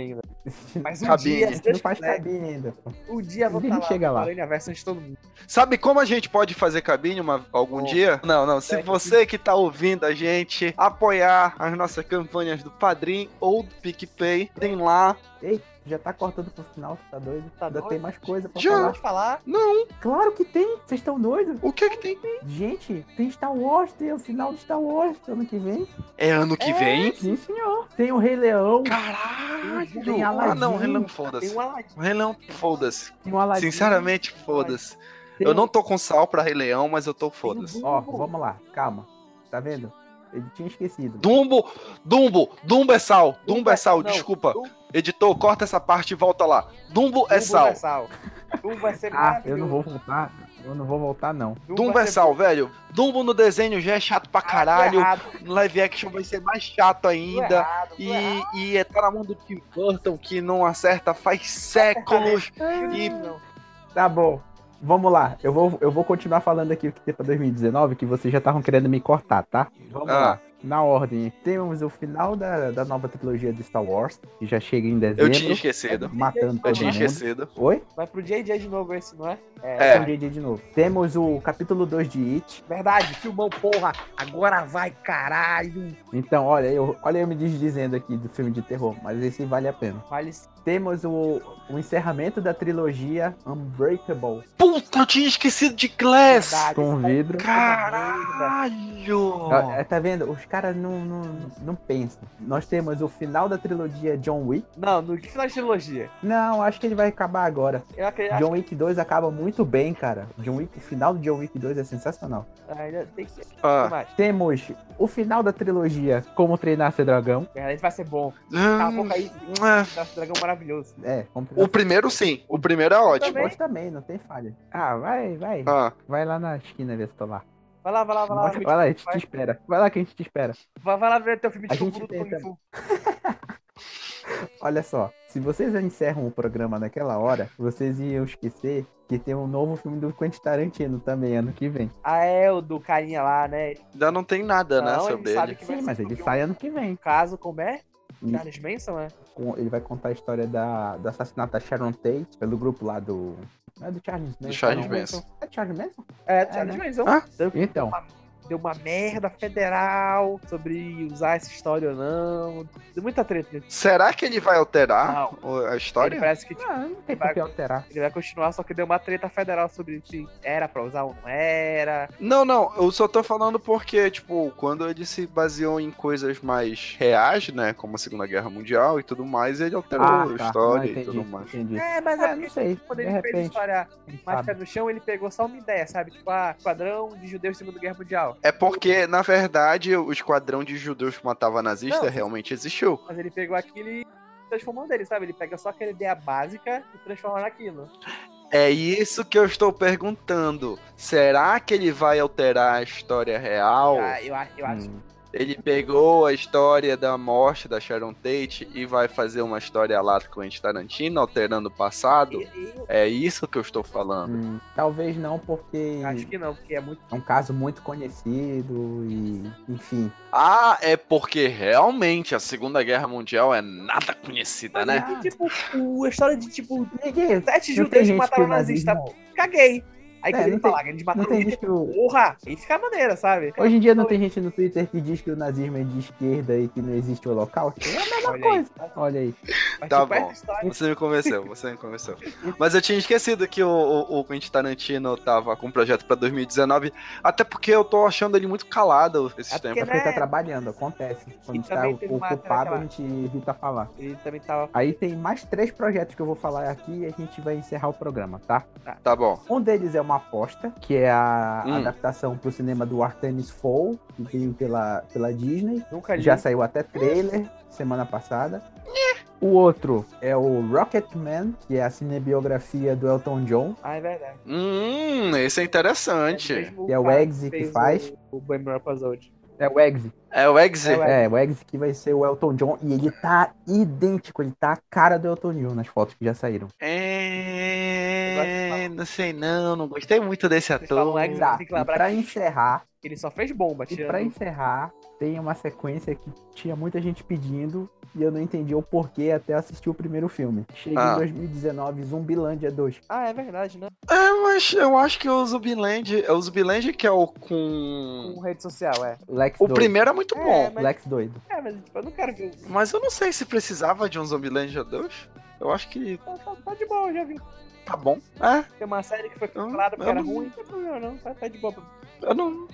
Speaker 3: Mas um
Speaker 2: Cabine.
Speaker 3: dia,
Speaker 1: A
Speaker 3: se
Speaker 1: gente
Speaker 3: Deus
Speaker 1: não faz
Speaker 3: quiser,
Speaker 1: cabine ainda, pô.
Speaker 3: um dia eu vou
Speaker 1: Um dia
Speaker 3: estar
Speaker 1: a gente chega lá.
Speaker 3: falando a versão de todo mundo.
Speaker 2: Sabe como a gente pode fazer cabine uma, algum
Speaker 3: Oh.
Speaker 2: dia? Não, não. Se
Speaker 3: É,
Speaker 2: você que tá ouvindo a gente apoiar as nossas campanhas do Padrim ou do PicPay, tem lá.
Speaker 1: Ei, já tá cortando pro final, tá doido?
Speaker 3: Tá
Speaker 1: Ainda
Speaker 3: doido?
Speaker 1: tem mais coisa pra
Speaker 2: Já.
Speaker 1: falar.
Speaker 3: Pode falar?
Speaker 2: Não,
Speaker 1: Claro que tem, vocês estão doidos?
Speaker 2: o que que tem?
Speaker 1: Gente, tem Star Wars, tem o final de Star Wars ano que vem.
Speaker 2: É ano que
Speaker 3: É.
Speaker 2: vem?
Speaker 1: Sim, senhor. Tem o Rei Leão,
Speaker 2: Caralho!
Speaker 1: Tem
Speaker 2: Ah,
Speaker 1: Aladdin.
Speaker 2: não, Renan,
Speaker 3: Tem
Speaker 2: foda-se.
Speaker 3: um Aladdin.
Speaker 2: O Renan, foda-se.
Speaker 1: tem o Aladdin.
Speaker 2: Sinceramente, foda-se.
Speaker 1: tem
Speaker 2: Eu
Speaker 1: o-
Speaker 2: não tô com sal pra Rei Leão, mas eu tô foda-se.
Speaker 1: Ó, vamos lá, calma. Tá vendo? Ele tinha esquecido.
Speaker 2: Dumbo, Dumbo, Dumbo é sal, Dumbo é sal,
Speaker 3: não,
Speaker 2: desculpa.
Speaker 3: Dumbo-
Speaker 2: Editor, corta essa parte e volta lá. Dumbo é
Speaker 3: Dumbo
Speaker 2: sal.
Speaker 3: é sal. Dumbo vai ser
Speaker 1: Ah,
Speaker 3: maravilhoso.
Speaker 1: eu não vou voltar. Eu não vou voltar, não.
Speaker 2: Dumbo
Speaker 3: vai
Speaker 2: é
Speaker 3: ser
Speaker 2: sal, velho. Dumbo no desenho já é chato pra caralho.
Speaker 3: Errado,
Speaker 2: No live action vai ser mais chato
Speaker 3: tudo
Speaker 2: ainda.
Speaker 3: errado, tudo
Speaker 2: E,
Speaker 3: errado.
Speaker 2: e é tá na mão do Tim Burton que não acerta faz séculos. E
Speaker 3: Não.
Speaker 1: Tá bom. Vamos lá. Eu vou, eu vou continuar falando aqui o que tem pra dois mil e dezenove, que vocês já estavam querendo me cortar, tá? Vamos
Speaker 2: Ah.
Speaker 1: lá. Na ordem. Temos o final da, da nova trilogia de Star Wars, que já chega em dezembro.
Speaker 2: eu tinha esquecido.
Speaker 1: Matando
Speaker 2: Eu
Speaker 1: todo
Speaker 2: tinha
Speaker 1: mundo.
Speaker 2: esquecido.
Speaker 1: Oi?
Speaker 3: Vai pro J J de novo esse, não é?
Speaker 2: É.
Speaker 1: Um J J de novo. Temos o capítulo dois de It.
Speaker 3: Verdade, filmão, porra. Agora vai, caralho.
Speaker 1: Então, olha, eu, olha eu me desdizendo aqui do filme de terror, mas esse vale a pena.
Speaker 3: Vale
Speaker 1: Temos o, o encerramento da trilogia Unbreakable,
Speaker 2: Puta, eu tinha esquecido de Glass.
Speaker 3: verdade.
Speaker 1: com vidro.
Speaker 2: Caralho.
Speaker 1: Ah, tá vendo? Os caras não, não, não pensam. Nós temos o final da trilogia John Wick.
Speaker 3: Não, no que final de trilogia?
Speaker 1: Não, acho que ele vai acabar agora.
Speaker 3: Eu acredito.
Speaker 1: John Wick dois acaba muito bem, cara. John Wick, o final do John Wick dois é sensacional.
Speaker 3: Ainda tem que ser.
Speaker 2: Ah.
Speaker 3: O que mais?
Speaker 1: Temos o final da trilogia Como Treinar Ser Dragão.
Speaker 3: Verdade, vai ser bom. Cala a
Speaker 2: Hum,
Speaker 3: boca aí.
Speaker 2: é.
Speaker 3: Nosso dragão maravilhoso.
Speaker 1: É, Como Treinar
Speaker 2: O primeiro sim, o primeiro é ótimo.
Speaker 3: também.
Speaker 1: Depois também, não tem falha. Ah, vai, vai.
Speaker 2: Ah,
Speaker 1: Vai lá na esquina ver se tô lá.
Speaker 3: Vai lá, vai lá, vai lá.
Speaker 1: Mostra- Vai lá, a gente te espera. Vai lá que a gente te espera.
Speaker 3: Vai, vai lá ver teu filme de
Speaker 1: A
Speaker 3: Kung
Speaker 1: gente
Speaker 3: Fu do
Speaker 1: tenta-
Speaker 3: Kung Fu.
Speaker 1: Olha só, se vocês encerram o programa naquela hora, vocês iam esquecer que tem um novo filme do Quentin Tarantino também, ano que vem.
Speaker 3: Ah, é, o do carinha lá, né?
Speaker 2: ainda não tem nada, né,
Speaker 3: Não,
Speaker 2: sobre
Speaker 3: ele sabe
Speaker 2: ele.
Speaker 3: que vai
Speaker 1: Sim,
Speaker 3: ser
Speaker 1: mas ele
Speaker 3: sobre
Speaker 1: sai ano que vem.
Speaker 3: um caso, como é?
Speaker 1: E
Speaker 3: Charles Manson, né?
Speaker 1: com- ele vai contar a história da, do assassinato da Sharon Tate pelo grupo lá do... Não é do Charles Manson?
Speaker 2: Charles
Speaker 1: não.
Speaker 2: Manson.
Speaker 1: É do Charles Manson?
Speaker 3: É, Charles
Speaker 1: né?
Speaker 3: Manson.
Speaker 2: Ah,
Speaker 3: Deu,
Speaker 1: então.
Speaker 3: Deu uma, deu uma merda federal sobre usar essa história ou não. Deu muita treta.
Speaker 2: Será que ele vai alterar
Speaker 3: Não.
Speaker 2: o- a
Speaker 3: Ele
Speaker 2: história?
Speaker 3: parece que tipo,
Speaker 1: Ah, não tem por que alterar.
Speaker 3: ele vai continuar, só que deu uma treta federal sobre se era pra usar ou não era.
Speaker 2: Não, não, eu só tô falando porque, tipo, quando ele se baseou em coisas mais reais, né, como a Segunda Guerra Mundial e tudo mais, ele alterou
Speaker 1: Ah,
Speaker 2: a
Speaker 1: tá.
Speaker 2: história
Speaker 1: Não,
Speaker 2: e
Speaker 1: entendi,
Speaker 2: tudo mais.
Speaker 1: entendi.
Speaker 3: É, mas
Speaker 1: Ah,
Speaker 3: é
Speaker 1: não
Speaker 3: porque
Speaker 1: sei,
Speaker 3: quando
Speaker 1: de
Speaker 3: ele fez a
Speaker 1: repente.
Speaker 3: história
Speaker 1: Quem
Speaker 3: mais
Speaker 1: sabe?
Speaker 3: pé no chão, ele pegou só uma ideia, sabe? Tipo, ah, esquadrão de judeus Segunda Guerra Mundial.
Speaker 2: É porque, na verdade, o esquadrão de judeus que matava nazista
Speaker 3: Não.
Speaker 2: realmente existiu.
Speaker 3: Mas ele pegou aquilo e transformou dele, sabe? Ele pega só aquela ideia básica e transforma naquilo.
Speaker 2: É isso que eu estou perguntando. Será que ele vai alterar a história real?
Speaker 3: Ah, eu, acho- eu acho
Speaker 1: Hum.
Speaker 2: Ele pegou a história da morte da Sharon Tate e vai fazer uma história lá com Quentin Tarantino, alterando o passado?
Speaker 3: que. Eu,
Speaker 2: É isso que eu estou falando.
Speaker 1: Hum, talvez não, porque
Speaker 3: eu acho que não, porque é muito.
Speaker 1: é um caso muito conhecido e, enfim.
Speaker 2: Ah, é porque realmente a Segunda Guerra Mundial é nada conhecida, né?
Speaker 3: Mas, tipo, o- a história de, tipo,
Speaker 1: Ninguém,
Speaker 3: sete
Speaker 1: não tem
Speaker 3: judeus que
Speaker 1: gente que
Speaker 3: mataram
Speaker 1: o
Speaker 3: nazista.
Speaker 1: nazismo...
Speaker 3: Caguei. Aí
Speaker 1: É,
Speaker 3: quando ele
Speaker 1: não tem-
Speaker 3: falar que eles
Speaker 1: Não
Speaker 3: mataram
Speaker 1: tem
Speaker 3: Hitler,
Speaker 1: gente que o...
Speaker 3: porra, aí fica maneira, sabe?
Speaker 1: Hoje em dia não tem gente no Twitter que diz que o nazismo é de esquerda e que não existe o holocausto? É a mesma
Speaker 3: Olha aí.
Speaker 1: coisa. Olha aí.
Speaker 3: Mas,
Speaker 2: Tá
Speaker 3: tipo, essa
Speaker 2: bom.
Speaker 3: história-
Speaker 2: Você me convenceu, você me convenceu. Mas eu tinha esquecido que o, o, o Quentin Tarantino tava com um projeto pra dois mil e dezenove, até porque eu tô achando ele muito calado esses
Speaker 3: É porque,
Speaker 2: tempos.
Speaker 1: É porque
Speaker 3: né?
Speaker 1: tá trabalhando, acontece. Quando
Speaker 3: E
Speaker 1: está
Speaker 3: também teve uma
Speaker 1: ocupado,
Speaker 3: aquela-
Speaker 1: a gente evita falar.
Speaker 3: Ele também tava.
Speaker 1: Aí tem mais três projetos que eu vou falar aqui e a gente vai encerrar o programa, tá?
Speaker 2: Tá bom.
Speaker 1: Um deles é uma aposta, que é a
Speaker 2: Hum.
Speaker 1: adaptação pro cinema do Artemis Fowl, que veio pela, pela Disney.
Speaker 3: Nunca li.
Speaker 1: Já saiu até trailer semana passada. O outro é o Rocketman, que é a cinebiografia do Elton John.
Speaker 3: Ah, é verdade.
Speaker 2: Hum, esse é interessante.
Speaker 3: mesmo
Speaker 1: Que é o
Speaker 3: cara
Speaker 1: Eggsy que
Speaker 3: fez
Speaker 1: faz.
Speaker 3: O, o Bohemian Rhapsody.
Speaker 1: É o Eggsy.
Speaker 2: É o Eggsy.
Speaker 3: É o
Speaker 1: É, o Eggsy que vai ser o Elton John. E ele tá idêntico, ele tá a cara do Elton John nas fotos que já saíram.
Speaker 2: É... É, não sei não, não gostei muito desse
Speaker 3: Vocês falam
Speaker 2: ator.
Speaker 3: X,
Speaker 1: Tá,
Speaker 3: tem que
Speaker 1: e
Speaker 3: lembrar
Speaker 1: pra
Speaker 3: que
Speaker 1: encerrar,
Speaker 3: ele só fez bomba,
Speaker 1: e
Speaker 3: tirando...
Speaker 1: pra encerrar, tem uma sequência que tinha muita gente pedindo e eu não entendi o porquê até assistir o primeiro filme. Chega
Speaker 2: Ah.
Speaker 1: em dois mil e dezenove, Zumbilândia dois.
Speaker 3: Ah, é verdade, né?
Speaker 2: É, mas eu acho que o Zumbiland, é o Zumbiland que é o com...
Speaker 3: Com rede social, é.
Speaker 1: Lex
Speaker 2: O
Speaker 1: doido.
Speaker 2: primeiro é muito
Speaker 3: É,
Speaker 2: bom,
Speaker 3: mas-
Speaker 1: Lex doido.
Speaker 3: É, mas tipo, eu não quero ver...
Speaker 2: mas eu não sei se precisava de um Zumbiland dois. Eu acho que
Speaker 3: Tá, tá- tá de boa, eu já vi.
Speaker 2: tá bom. É,
Speaker 3: Tem uma série que foi
Speaker 2: Eu-
Speaker 3: cancelada porque
Speaker 2: eu
Speaker 3: era
Speaker 2: não-
Speaker 3: ruim, não tem problema não, tá, tá de boa.
Speaker 2: eu não...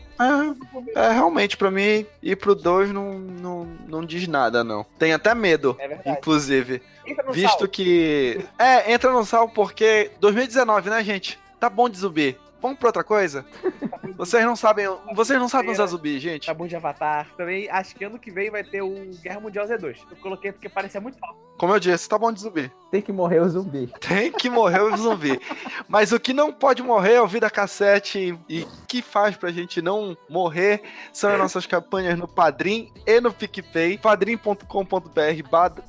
Speaker 2: É, é, realmente, pra mim, ir pro dois não, não, não diz nada, não. Tem até medo,
Speaker 3: É verdade.
Speaker 2: inclusive.
Speaker 3: Entra no
Speaker 2: Visto
Speaker 3: sal.
Speaker 2: que... É, entra no sal porque dois mil e dezenove, né, gente? Tá bom de zumbi. Vamos pra outra coisa? Vocês não sabem... Vocês não sabem usar zumbi, gente.
Speaker 3: Tá bom de Avatar. Também acho que ano que vem vai ter o Guerra Mundial Z dois. Eu coloquei porque parecia muito fácil.
Speaker 2: Como eu disse, tá bom de zumbi.
Speaker 1: Tem que morrer o zumbi.
Speaker 2: Tem que morrer o zumbi. Mas o que não pode morrer é o Vida Cassete. E que faz pra gente não morrer são as nossas campanhas no Padrim e no PicPay. padrim.com.br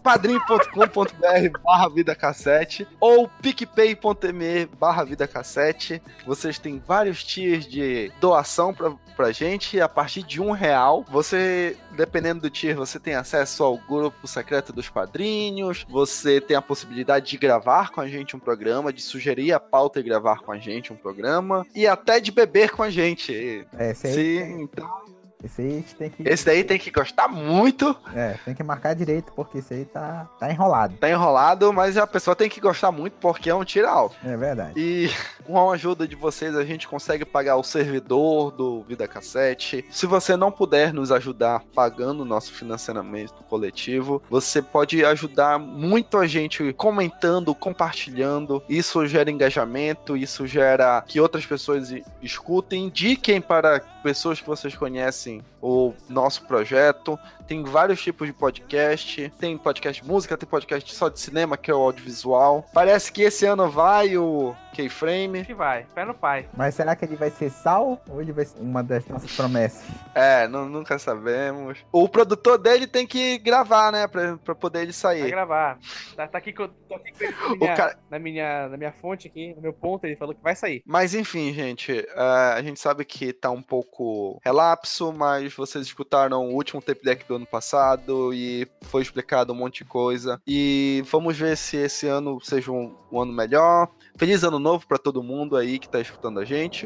Speaker 2: padrim.com.br barra Vida Cassete ou picpay.me barra Vida Cassete. Vocês têm vários tiers de doação pra, pra gente. A partir de um real, você, dependendo do tier, você tem acesso ao grupo secreto dos padrinhos. Você tem a possibilidade de gravar com a gente um programa, de sugerir a pauta e gravar com a gente um programa, e até de beber com a gente.
Speaker 1: É, esse aí,
Speaker 2: Sim, então,
Speaker 1: esse aí a gente tem que.
Speaker 2: esse daí tem que gostar muito.
Speaker 1: É, tem que marcar direito, porque esse aí tá, tá enrolado.
Speaker 2: Tá enrolado, mas a pessoa tem que gostar muito porque é um tiro alto.
Speaker 1: É verdade.
Speaker 2: E com a ajuda de vocês, a gente consegue pagar o servidor do Vida Cassete. Se você não puder nos ajudar pagando o nosso financiamento coletivo, você pode ajudar muito a gente comentando, compartilhando. Isso gera engajamento, isso gera que outras pessoas e- escutem, indiquem para pessoas que vocês conhecem o nosso projeto. Tem vários tipos de podcast. Tem podcast de música, tem podcast só de cinema, que é o audiovisual. Parece que esse ano vai o Keyframe.
Speaker 3: Que vai, pé no pai.
Speaker 1: Mas será que ele vai ser sal ou ele vai ser uma das nossas promessas?
Speaker 2: É, não, nunca sabemos. O produtor dele tem que gravar, né? Pra, pra poder ele
Speaker 3: Vai
Speaker 2: sair.
Speaker 3: gravar. Tá, tá aqui, com- tô aqui com ele na
Speaker 2: O
Speaker 3: minha,
Speaker 2: cara...
Speaker 3: na, minha, na minha fonte aqui, no meu ponto, ele falou que vai sair.
Speaker 2: Mas enfim, gente, é, a gente sabe que tá um pouco relapso, mas vocês escutaram o último tape deck do ano passado e foi explicado um monte de coisa. E vamos ver se esse ano seja um, um ano melhor. Feliz ano novo pra todo mundo aí que tá escutando a gente.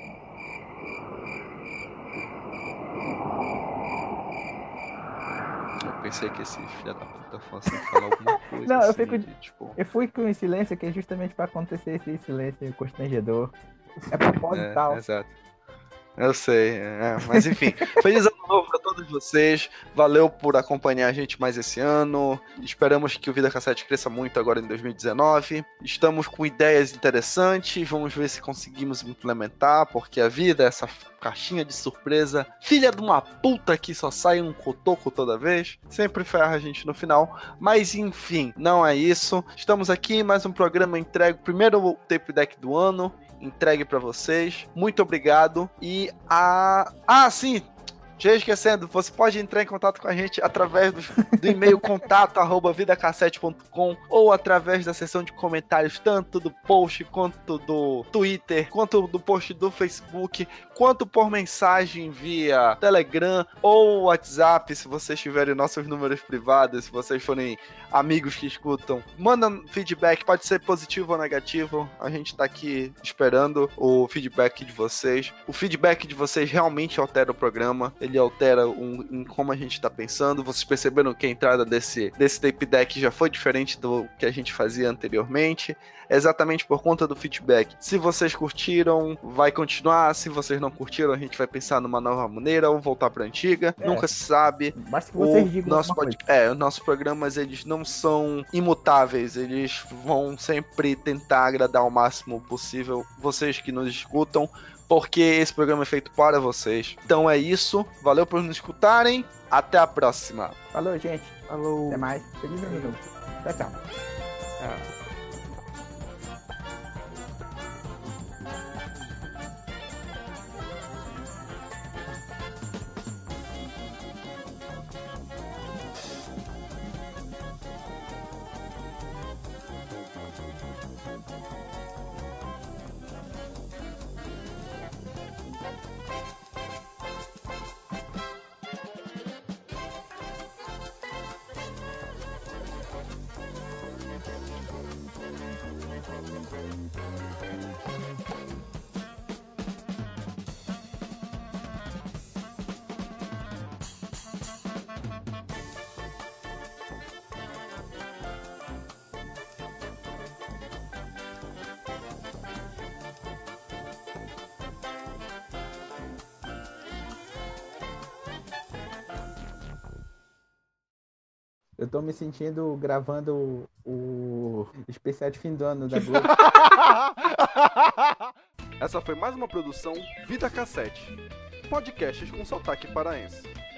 Speaker 2: Eu pensei que esse filho da puta fosse falar alguma coisa.
Speaker 1: Não, eu
Speaker 2: assim,
Speaker 1: fico-
Speaker 2: de, tipo...
Speaker 1: Eu fui com esse silêncio que é justamente pra acontecer esse silêncio constrangedor. É proposital.
Speaker 2: É, exato. Eu sei, é, mas enfim, feliz ano novo pra todos vocês, valeu por acompanhar a gente mais esse ano, esperamos que o Vida Cassete cresça muito agora em dois mil e dezenove, estamos com ideias interessantes, vamos ver se conseguimos implementar, porque a vida é essa caixinha de surpresa, filha de uma puta que só sai um cotoco toda vez, sempre ferra a gente no final, mas enfim, não é isso, estamos aqui, mais um programa entregue, primeiro tape deck do ano, entregue pra vocês. Muito obrigado. E a. Ah, sim! Já esquecendo, você pode entrar em contato com a gente através do, do e-mail contato arroba vidacassete ponto com ou através da seção de comentários, tanto do post quanto do Twitter, quanto do post do Facebook, quanto por mensagem via Telegram ou WhatsApp, se vocês tiverem nossos números privados, se vocês forem amigos que escutam. Manda feedback, pode ser positivo ou negativo, a gente tá aqui esperando o feedback de vocês. O feedback de vocês realmente altera o programa, ele altera um, em como a gente tá pensando. Vocês perceberam que a entrada desse, desse tape deck já foi diferente do que a gente fazia anteriormente, exatamente por conta do feedback. Se vocês curtiram, vai continuar. Se vocês não curtiram, a gente vai pensar numa nova maneira ou voltar pra antiga.
Speaker 1: É.
Speaker 2: Nunca se sabe.
Speaker 1: Basta que vocês
Speaker 2: O
Speaker 1: digam
Speaker 2: nosso
Speaker 1: alguma
Speaker 2: pod...
Speaker 1: coisa.
Speaker 2: É, os nossos programas, eles não são imutáveis, eles vão sempre tentar agradar ao máximo possível vocês que nos escutam, porque esse programa é feito para vocês. Então é isso, valeu por nos escutarem, até a próxima.
Speaker 1: Falou, gente.
Speaker 3: Falou.
Speaker 1: Até mais. Feliz ano novo. Tchau, tchau.
Speaker 3: Ah.
Speaker 1: Eu tô me sentindo gravando o especial de fim do ano da Globo.
Speaker 2: Essa foi mais uma produção Vida Cassete. Podcasts com sotaque paraense.